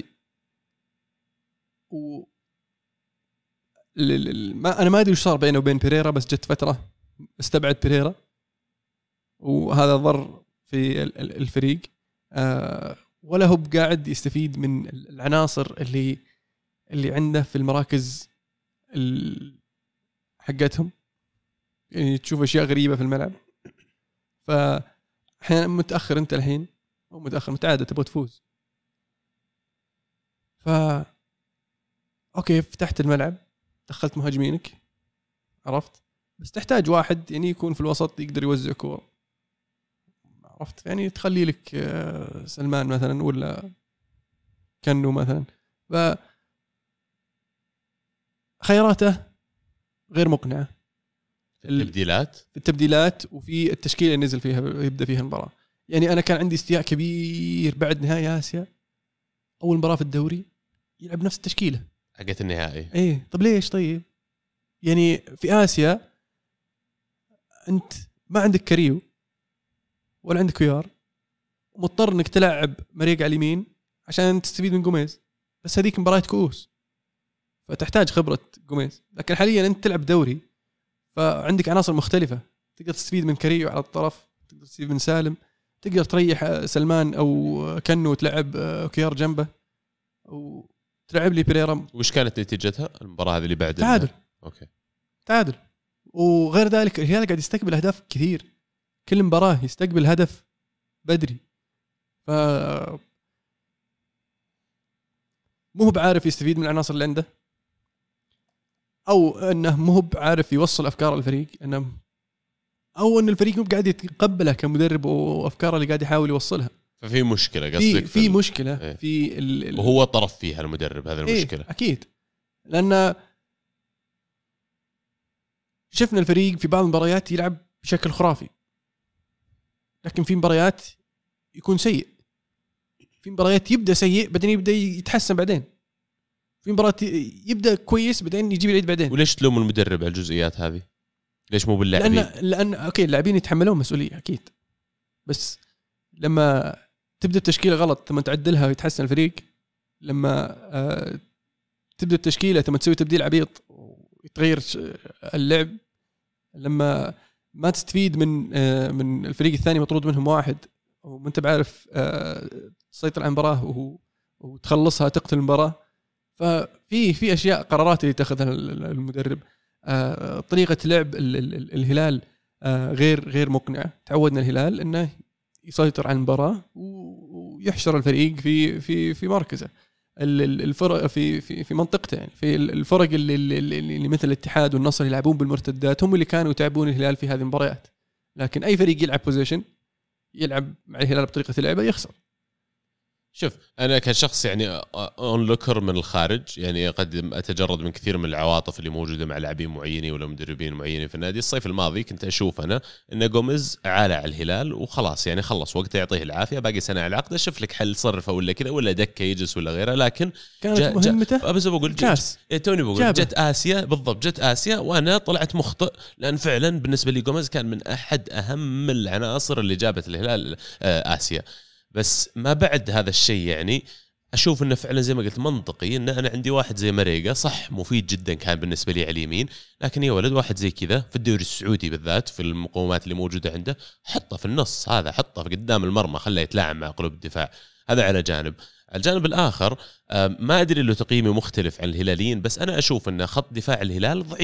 و ما أنا ما أدري وش صار بينه وبين بيريرا بس جت فترة استبعد بيريرا وهذا ضر في الفريق ولا هو قاعد يستفيد من العناصر اللي اللي عنده في المراكز حقتهم. يعني تشوف أشياء غريبة في الملعب فأحيانا متأخر أنت الحين أو متأخر متعادل تبغى تفوز ف أوكي فتحت الملعب دخلت مهاجمينك عرفت بس تحتاج واحد يعني يكون في الوسط يقدر يوزع كورة عرفت يعني تخلي لك سلمان مثلا ولا كنو مثلا ف خياراته غير مقنعة في التبديلات في التبديلات وفي التشكيلة اللي نزل فيها يبدأ فيها المباراة. يعني أنا كان عندي استياء كبير بعد نهائي آسيا أول مباراة في الدوري يلعب نفس التشكيلة حقت النهائي. إيه طب ليش؟ طيب يعني في آسيا أنت ما عندك كريو ولا عندك كيار ومضطر إنك تلعب مريق على اليمين عشان تستفيد من جوميز بس هذيك مباراة كؤوس فتحتاج خبرة جوميز. لكن حاليا أنت تلعب دوري فعندك عناصر مختلفة تقدر تستفيد من كريو على الطرف تقدر تستفيد من سالم تقدر تريح سلمان أو كنو وتلعب كيار جنبه وتلعب لي بيريرا. وش كانت نتيجتها المباراة هذه اللي بعد تعادل؟ أوكي تعادل. وغير ذلك الهلال قاعد يستقبل أهداف كثير كل مباراة يستقبل هدف بدري ف مو بعارف يستفيد من العناصر اللي عنده أو أنه مو بعارف يوصل أفكار الفريق أنه أو أن الفريق مو قاعد يتقبله كمدرب وأفكاره اللي قاعد يحاول يوصلها. ففي مشكلة قصدك في, في مشكلة ايه؟ في ال... ال... وهو طرف فيها المدرب هذا المشكلة. ايه أكيد لأن شفنا الفريق في بعض المباريات يلعب بشكل خرافي لكن في مباريات يكون سيء في مباريات يبدأ سيء بعدين يبدأ يتحسن بعدين في مباراة يبدأ كويس بعدين يجيب العيد بعدين. وليش تلوم المدرب على الجزئيات هذه؟ ليش مو باللاعبين؟ لأن لأن أوكي اللاعبين يتحملون مسؤولية أكيد بس لما تبدأ التشكيلة غلط ثم تعدلها ويتحسن الفريق لما آه تبدأ التشكيلة ثم تسوي تبديل عبيط ويتغير اللعب لما ما تستفيد من آه من الفريق الثاني مطرود منهم واحد وما أنت بعرف آه تسيطر على المباراة وتخلصها تقتل المباراة. ففي في أشياء قرارات اللي تأخذها المدرب آه طريقة لعب ال ال الهلال آه غير غير مقنعة. تعودنا الهلال إنه يسيطر على المباراة ويحشر الفريق في في في مركزه الفرق في في في منطقته. يعني في الفرق اللي, اللي, اللي مثل الاتحاد والنصر يلعبون بالمرتدات هم اللي كانوا يتعبون الهلال في هذه المباريات. لكن أي فريق يلعب بوزيشن يلعب مع الهلال بطريقة لعبه يخسر. شوف أنا كشخص يعني أون لوكر من الخارج يعني قد أتجرد من كثير من العواطف اللي موجودة مع لاعبين معينين ولا مدربين معينين في النادي. الصيف الماضي كنت أشوف أنا إن جوميز عالى على الهلال وخلاص يعني خلص وقته يعطيه العافية باقي سنة على العقد أشوف لك حل صرفه ولا كذا ولا دكة يجلس ولا غيره. لكن كانت جا مهمته بس بقول كاس توني بقول جت آسيا بالضبط جت آسيا وأنا طلعت مخطئ لأن فعلا بالنسبة لي جوميز كان من أحد أهم العناصر اللي جابت الهلال آسيا. بس ما بعد هذا الشيء يعني أشوف إنه فعلا زي ما قلت منطقي إن أنا عندي واحد زي مريقة صح مفيد جدا كان بالنسبة لي على اليمين لكن يا ولد واحد زي كذا في الدوري السعودي بالذات في المقومات اللي موجودة عنده حطه في النص هذا حطه في قدام المرمى خليه يتلاعب مع قلوب الدفاع. هذا على جانب. على الجانب الآخر ما أدري له تقييمي مختلف عن الهلاليين بس أنا أشوف إن خط دفاع الهلال ضعيف.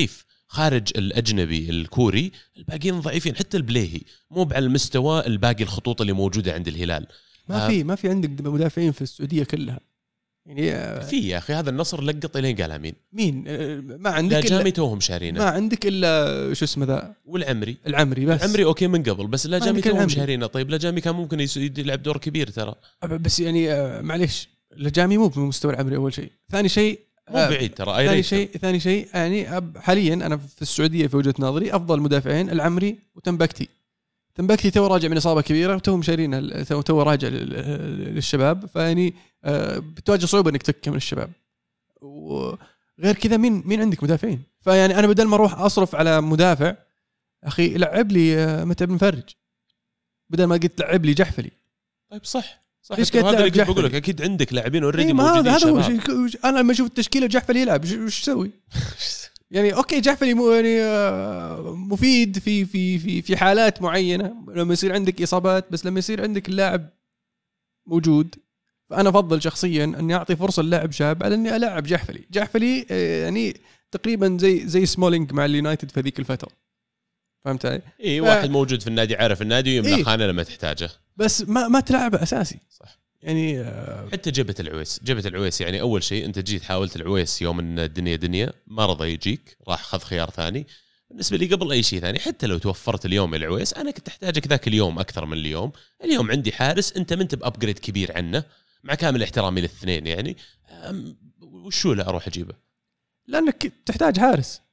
خارج الاجنبي الكوري الباقيين ضعيفين، حتى البليهي مو على المستوى الباقي الخطوط اللي موجوده عند الهلال. ما في ما في عندك مدافعين في السعوديه كلها يعني. في يا اخي هذا النصر لقط الين قالها مين مين ما عندك لا جامي توهم شارينا، ما عندك الا شو اسمه ذا والعمري العمري بس العمري اوكي من قبل، بس لا جامي توهم شارينا. طيب لا جامي كان ممكن يلعب دور كبير ترى، بس يعني معليش لا جامي مو بمستوى العمري اول شيء. ثاني شيء مو بعيد ترى. ثاني شيء ثاني شيء يعني حاليا انا في السعوديه في وجهه نظري افضل مدافعين العمري وتنبكتي. تنبكتي تو راجع من اصابه كبيره وتو مشارين تو تو راجع للشباب، فيعني بتواجه صعوبه انك تكمل الشباب. وغير كذا مين مين عندك مدافعين؟ فيعني انا بدل ما اروح اصرف على مدافع اخي لعب لي متعب بن فرج بدل ما قلت لعب لي جحفلي. طيب صح صح هذا اللي كنت بقول لك اكيد عندك لاعبين اوريدي إيه موجودين شباب. انا لما اشوف التشكيله جحفلي يلعب وش اسوي؟ يعني اوكي جحفلي مو يعني مفيد في في في في حالات معينه لما يصير عندك اصابات، بس لما يصير عندك اللاعب موجود فانا افضل شخصيا اني اعطي فرصه للاعب شاب على اني العب جحفلي. جحفلي يعني تقريبا زي زي سمولينج مع اليونايتد في ذيك الفتره، فهمت علي؟ اي واحد ف... موجود في النادي عارف النادي ويملى إيه؟ خانه لما تحتاجه، بس ما ما تلعب اساسي صح يعني. حتى جبت العويس جبت العويس يعني اول شيء انت جيت حاولت العويس يوم ان الدنيا دنيا ما رضى يجيك، راح خذ خيار ثاني. بالنسبه لي قبل اي شيء ثاني حتى لو توفرت اليوم العويس انا كنت احتاجك ذاك اليوم اكثر من اليوم. اليوم عندي حارس انت منت بابجريد كبير عنه مع كامل احترامي للاثنين يعني وشو لا اروح اجيبه لانك تحتاج حارس.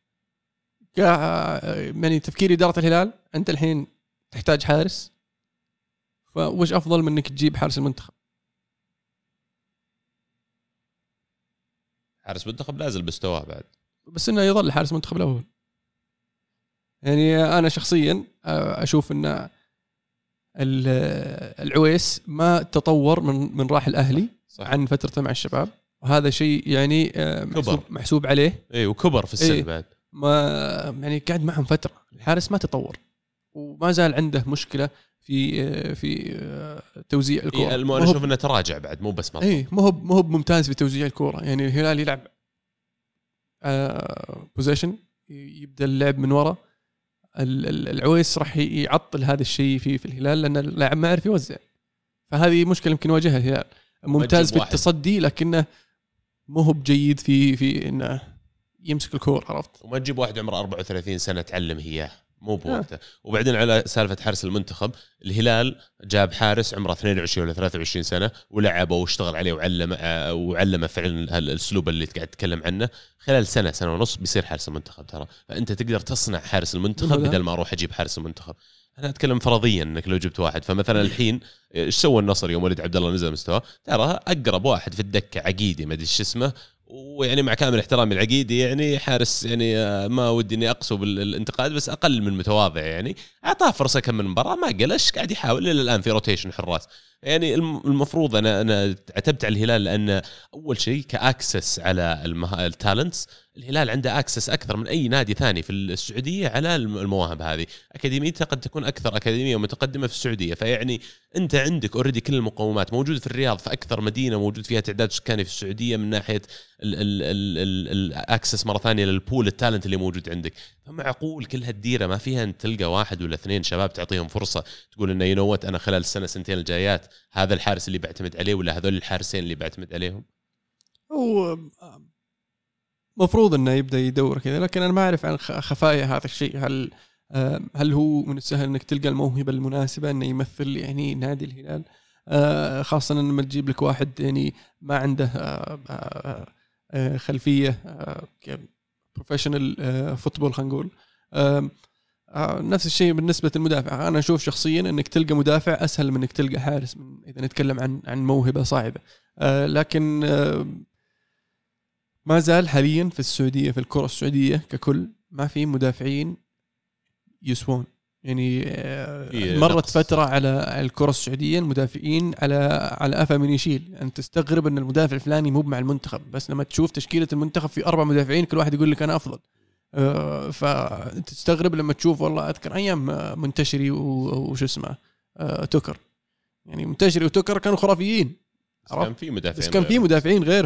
يعني تفكير اداره الهلال انت الحين تحتاج حارس، فوش افضل من انك تجيب حارس المنتخب؟ حارس منتخب لازم مستواه بعد، بس انه يظل حارس منتخب الاول. يعني انا شخصيا اشوف ان العويس ما تطور من من راح الاهلي صح. عن فترته مع الشباب، وهذا شيء يعني محسوب, محسوب عليه. اي وكبر في السن. إيه بعد ما يعني قاعد معهم فتره الحارس ما تطور وما زال عنده مشكله في في توزيع الكره. إيه انا اشوف انه تراجع بعد مو بس اي مو هو مو هو ممتاز في توزيع الكره. يعني الهلال يلعب بوزيشن يبدا اللعب من وراء، العويس راح يعطل هذا الشيء في في الهلال لان اللاعب ما يعرف يوزع. فهذه مشكله يمكن يواجهها الهلال. ممتاز في التصدي لكنه مو هو بجيد في في انه يمسك الكور، عرفت؟ وما تجيب واحد عمره أربعة وثلاثين سنه تعلم اياه مو بوقته. آه. وبعدين على سالفه حارس المنتخب الهلال جاب حارس عمره اثنين وعشرين ولا ثلاثة وعشرين سنه ولعبه واشتغل عليه وعلم وعلمه فعلا الاسلوب اللي قاعد تتكلم عنه. خلال سنه سنه ونص بيصير حارس المنتخب ترى. فانت تقدر تصنع حارس المنتخب بدل ما اروح اجيب حارس المنتخب. انا اتكلم فرضيا انك لو جبت واحد فمثلا الحين ايش سوى النصر يوم ولد عبد الله نزل مستواه؟ ترى اقرب واحد في الدكه عقيدي ما ادري ايش اسمه، ويعني مع كامل احترامي العقيدي يعني حارس يعني ما ودي اني اقسو بالانتقاد بس اقل من متواضع يعني اعطاه فرصه كم من مباراه ما قلش قاعد يحاول الى الان في روتيشن حراس. يعني المفروض انا انا عتبت على الهلال لان اول شيء كاكسس على التالنتس الهلال عنده اكسس اكثر من اي نادي ثاني في السعوديه على المواهب هذه. اكاديميتها قد تكون اكثر اكاديميه متقدمه في السعوديه، فيعني انت عندك اوريدي كل المقومات موجوده في الرياض، في اكثر مدينه موجود فيها تعداد سكاني في السعوديه من ناحيه الاكسس مره ثانيه للبول التالنت اللي موجود عندك. فمعقول كل هالديره ما فيها ان تلقى واحد ولا اثنين شباب تعطيهم فرصه تقول انه ينوت انا خلال السنه سنتين الجايات هذا الحارس اللي بعتمد عليه ولا هذول الحارسين اللي بعتمد عليهم؟ هو مفروض انه يبدا يدور كذا، لكن انا ما اعرف عن خفايا هذا الشيء. هل هل هو من السهل انك تلقى الموهبه المناسبه انه يمثل يعني نادي الهلال، خاصه لما تجيب لك واحد يعني ما عنده خلفيه بروفيشنال فوتبول خلينا نقول. نفس الشيء بالنسبه للمدافع. انا اشوف شخصيا انك تلقى مدافع اسهل من انك تلقى حارس من اذا نتكلم عن عن موهبه صاعده. لكن ما زال حاليا في السعوديه في الكره السعوديه ككل ما في مدافعين يسوون. يعني مرت فتره على الكره السعوديه المدافعين على على قفا من يشيل. انت يعني تستغرب ان المدافع الفلاني مو مع المنتخب، بس لما تشوف تشكيله المنتخب في اربع مدافعين كل واحد يقول لك انا افضل. فانت تستغرب لما تشوف والله اذكر ايام منتشري وش اسمه توكر. يعني منتشري وتوكر كانوا خرافيين، كان في مدافعين كان في مدافعين غيرهم.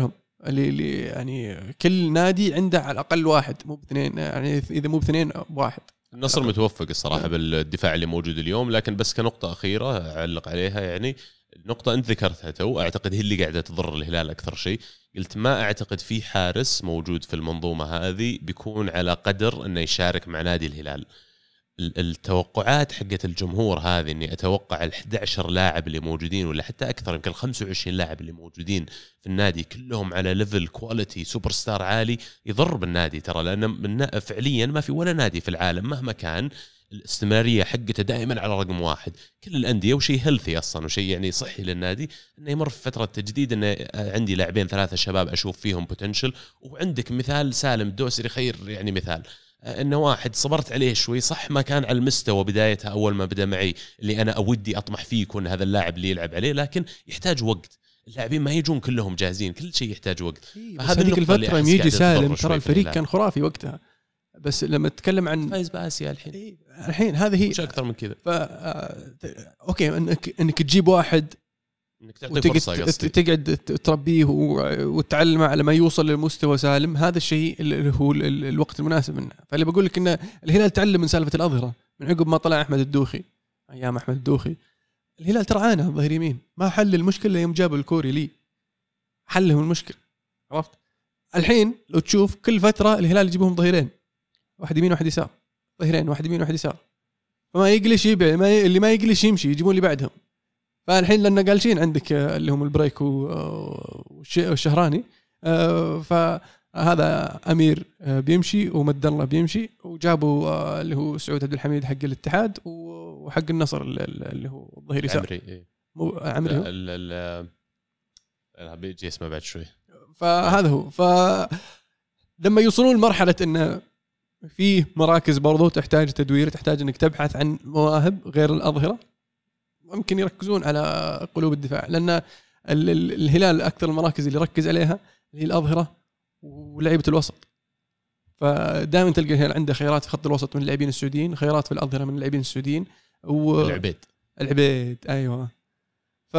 اللي, اللي يعني كل نادي عنده على الأقل واحد مو باثنين، يعني إذا مو باثنين واحد. النصر متوفق الصراحة بالدفاع اللي موجود اليوم، لكن بس كنقطة أخيرة أعلق عليها، يعني النقطة أنت ذكرتها تو أعتقد هي اللي قاعدة تضر الهلال أكثر شيء. قلت ما أعتقد في حارس موجود في المنظومة هذه بيكون على قدر أنه يشارك مع نادي الهلال. التوقعات حقت الجمهور هذه اني اتوقع الأحد عشر لاعب اللي موجودين ولا حتى اكثر، يمكن خمسة وعشرين لاعب اللي موجودين في النادي كلهم على ليفل كواليتي سوبر ستار عالي، يضر بالنادي ترى، لان فعليا ما في ولا نادي في العالم مهما كان الاستمراريه حقته دائما على رقم واحد. كل الانديه وشيء هيلثي اصلا وشيء يعني صحي للنادي انه يمر في فتره تجديد، انه عندي لاعبين ثلاثه شباب اشوف فيهم بوتنشل. وعندك مثال سالم الدوسري خير يعني مثال، انه واحد صبرت عليه شوي صح، ما كان على المستوى بدايتها اول ما بدا معي اللي انا اودي اطمح فيه يكون هذا اللاعب اللي يلعب عليه، لكن يحتاج وقت. اللاعبين ما يجون كلهم جاهزين، كل شيء يحتاج وقت. فهذه الفتره يجي سالم ترى الفريق كان خرافي وقتها، بس لما تتكلم عن فايز بآسيا الحين إيه الحين هذه هي مش اكثر من كذا. ف اوكي انك انك تجيب واحد انك تعطيه فرصه قصدي تقعد تربيه وتعلمه على ما يوصل للمستوى سالم، هذا الشيء اللي هو الوقت المناسب منه. فاللي بقول لك ان الهلال تعلم من سالفه الاظهره من عقب ما طلع احمد الدوخي، ايام احمد الدوخي الهلال ترى عانى ظهير يمين، ما حل المشكله يوم جابوا الكوري لي حلهم المشكله، عرفت؟ الحين لو تشوف كل فتره الهلال يجيبهم ظهيرين، واحد يمين واحد يسار، ظهيرين واحد يمين واحد يسار، فما يقلش يبيع، ما ي... اللي ما يقلش يمشي يجيبون اللي بعدهم. فالحين لأن قالشين عندك اللي هم البريك والشهراني، فهذا أمير بيمشي ومد الله بيمشي، وجابوا اللي هو سعود عبد الحميد حق الاتحاد وحق النصر اللي هو الظهير يسار عمري إيه؟ مو عمري هو ال ال بيجي اسمه بعد شوي. فهذا هو. فلما يوصلون لمرحلة إنه في مراكز برضو تحتاج تدوير، تحتاج إنك تبحث عن مواهب غير الأظهرة، ممكن يركزون على قلوب الدفاع، لأن الهلال أكثر المراكز اللي ركز عليها هي الأظهرة ولعيبة الوسط. فدائما تلقى الهلال عنده خيارات في خط الوسط من اللاعبين السعوديين، خيارات في الأظهرة من اللاعبين السعوديين والعبيد العبيد أيوة. ف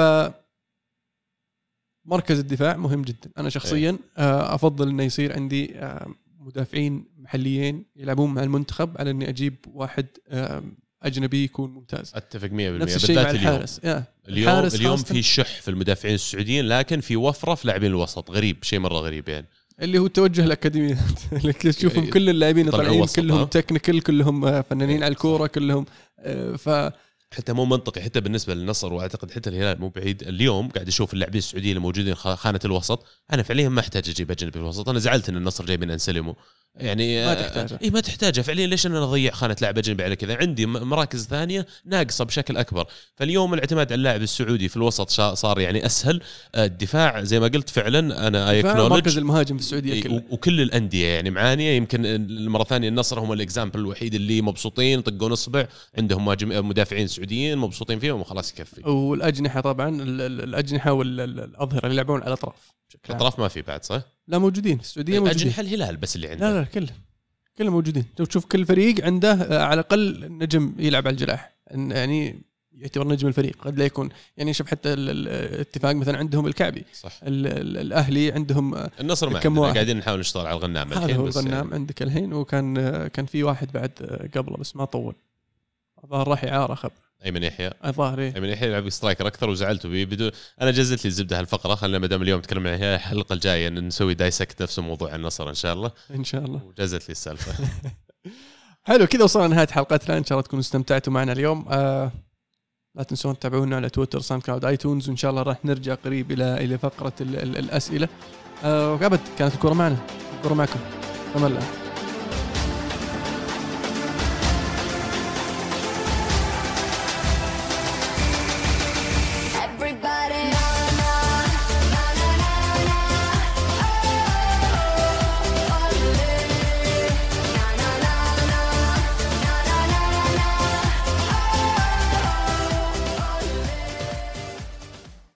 مركز الدفاع مهم جدا. أنا شخصيا أفضل إنه يصير عندي مدافعين محليين يلعبون مع المنتخب على إني أجيب واحد أجنبي يكون ممتاز. أتفق مية بالمية. نفس الشيء مع الحارس. اليوم اليوم, اليوم في شح في المدافعين السعوديين، لكن في وفرة في لاعبين الوسط. غريب، شيء مرة غريب يعني. اللي هو توجه الأكاديميات اللي تشوفهم كل اللاعبين طالعين كلهم تكنيكال، كلهم فنانين على الكورة كلهم. ف حتى مو منطقي حتى بالنسبة للنصر، وأعتقد حتى الهلال مو بعيد. اليوم قاعد أشوف اللاعبين السعوديين الموجودين خانة الوسط، أنا فعليا ما أحتاج أجيب أجنبي في الوسط. أنا زعلت إن النصر جايبين أنسلموا يعني ما تحتاجه. إيه ما تحتاجه فعليا. ليش أنا أضيع خانة لاعب أجنبي على كذا؟ عندي مراكز ثانية ناقصة بشكل أكبر. فاليوم الاعتماد على اللاعب السعودي في الوسط صار يعني أسهل. الدفاع زي ما قلت فعلا أنا أيكنولج مركز المهاجم في السعودية كله، وكل الأندية يعني معانية. يمكن المرة ثانية النصر هم الإكزامبل الوحيد اللي مبسوطين طقون أصبع، عندهم مدافعين سعوديين مبسوطين فيهم وخلاص يكفي. والأجنحة طبعا الأجنحة والأظهرة اللي يلعبون على الأطراف، الأطراف ما في بعد صح؟ لا موجودين في السعودية موجودين. أجنحة الهلال بس اللي عنده. لا لا كله كله موجودين. لو تشوف كل فريق عنده على الأقل نجم يلعب على الجناح، يعني يعتبر نجم الفريق. قد لا يكون يعني شوف حتى الاتفاق مثلا عندهم الكعبي صح، الأهلي عندهم النصر ما قاعدين نحاول نشتغل على الغنام الحين. بس الغنام يعني عندك الحين، وكان كان في واحد بعد قبله بس ما طول، الظاهر راح إعارة خب أيمن يحيى. الظاهر أيمن يحيى يلعب سترايكر أكثر وزعلته بيه بدون. أنا جزت لي الزبدة هالفقرة. خلينا ما دام اليوم نتكلم عن هي الحلقة الجاية إن نسوي دايسكت نفس موضوع النصر إن شاء الله. إن شاء الله. وجزت لي السالفة. حلو كذا وصلنا لنهاية حلقتنا. إن شاء الله تكونوا استمتعتوا معنا اليوم. آه لا تنسون تتابعونا على تويتر، ساوند كلاود، آيتونز، وإن شاء الله راح نرجع قريب إلى إلى فقرة ال ال الأسئلة. آه وقابل كانت الكرة معنا، الكرة معكم. تمام.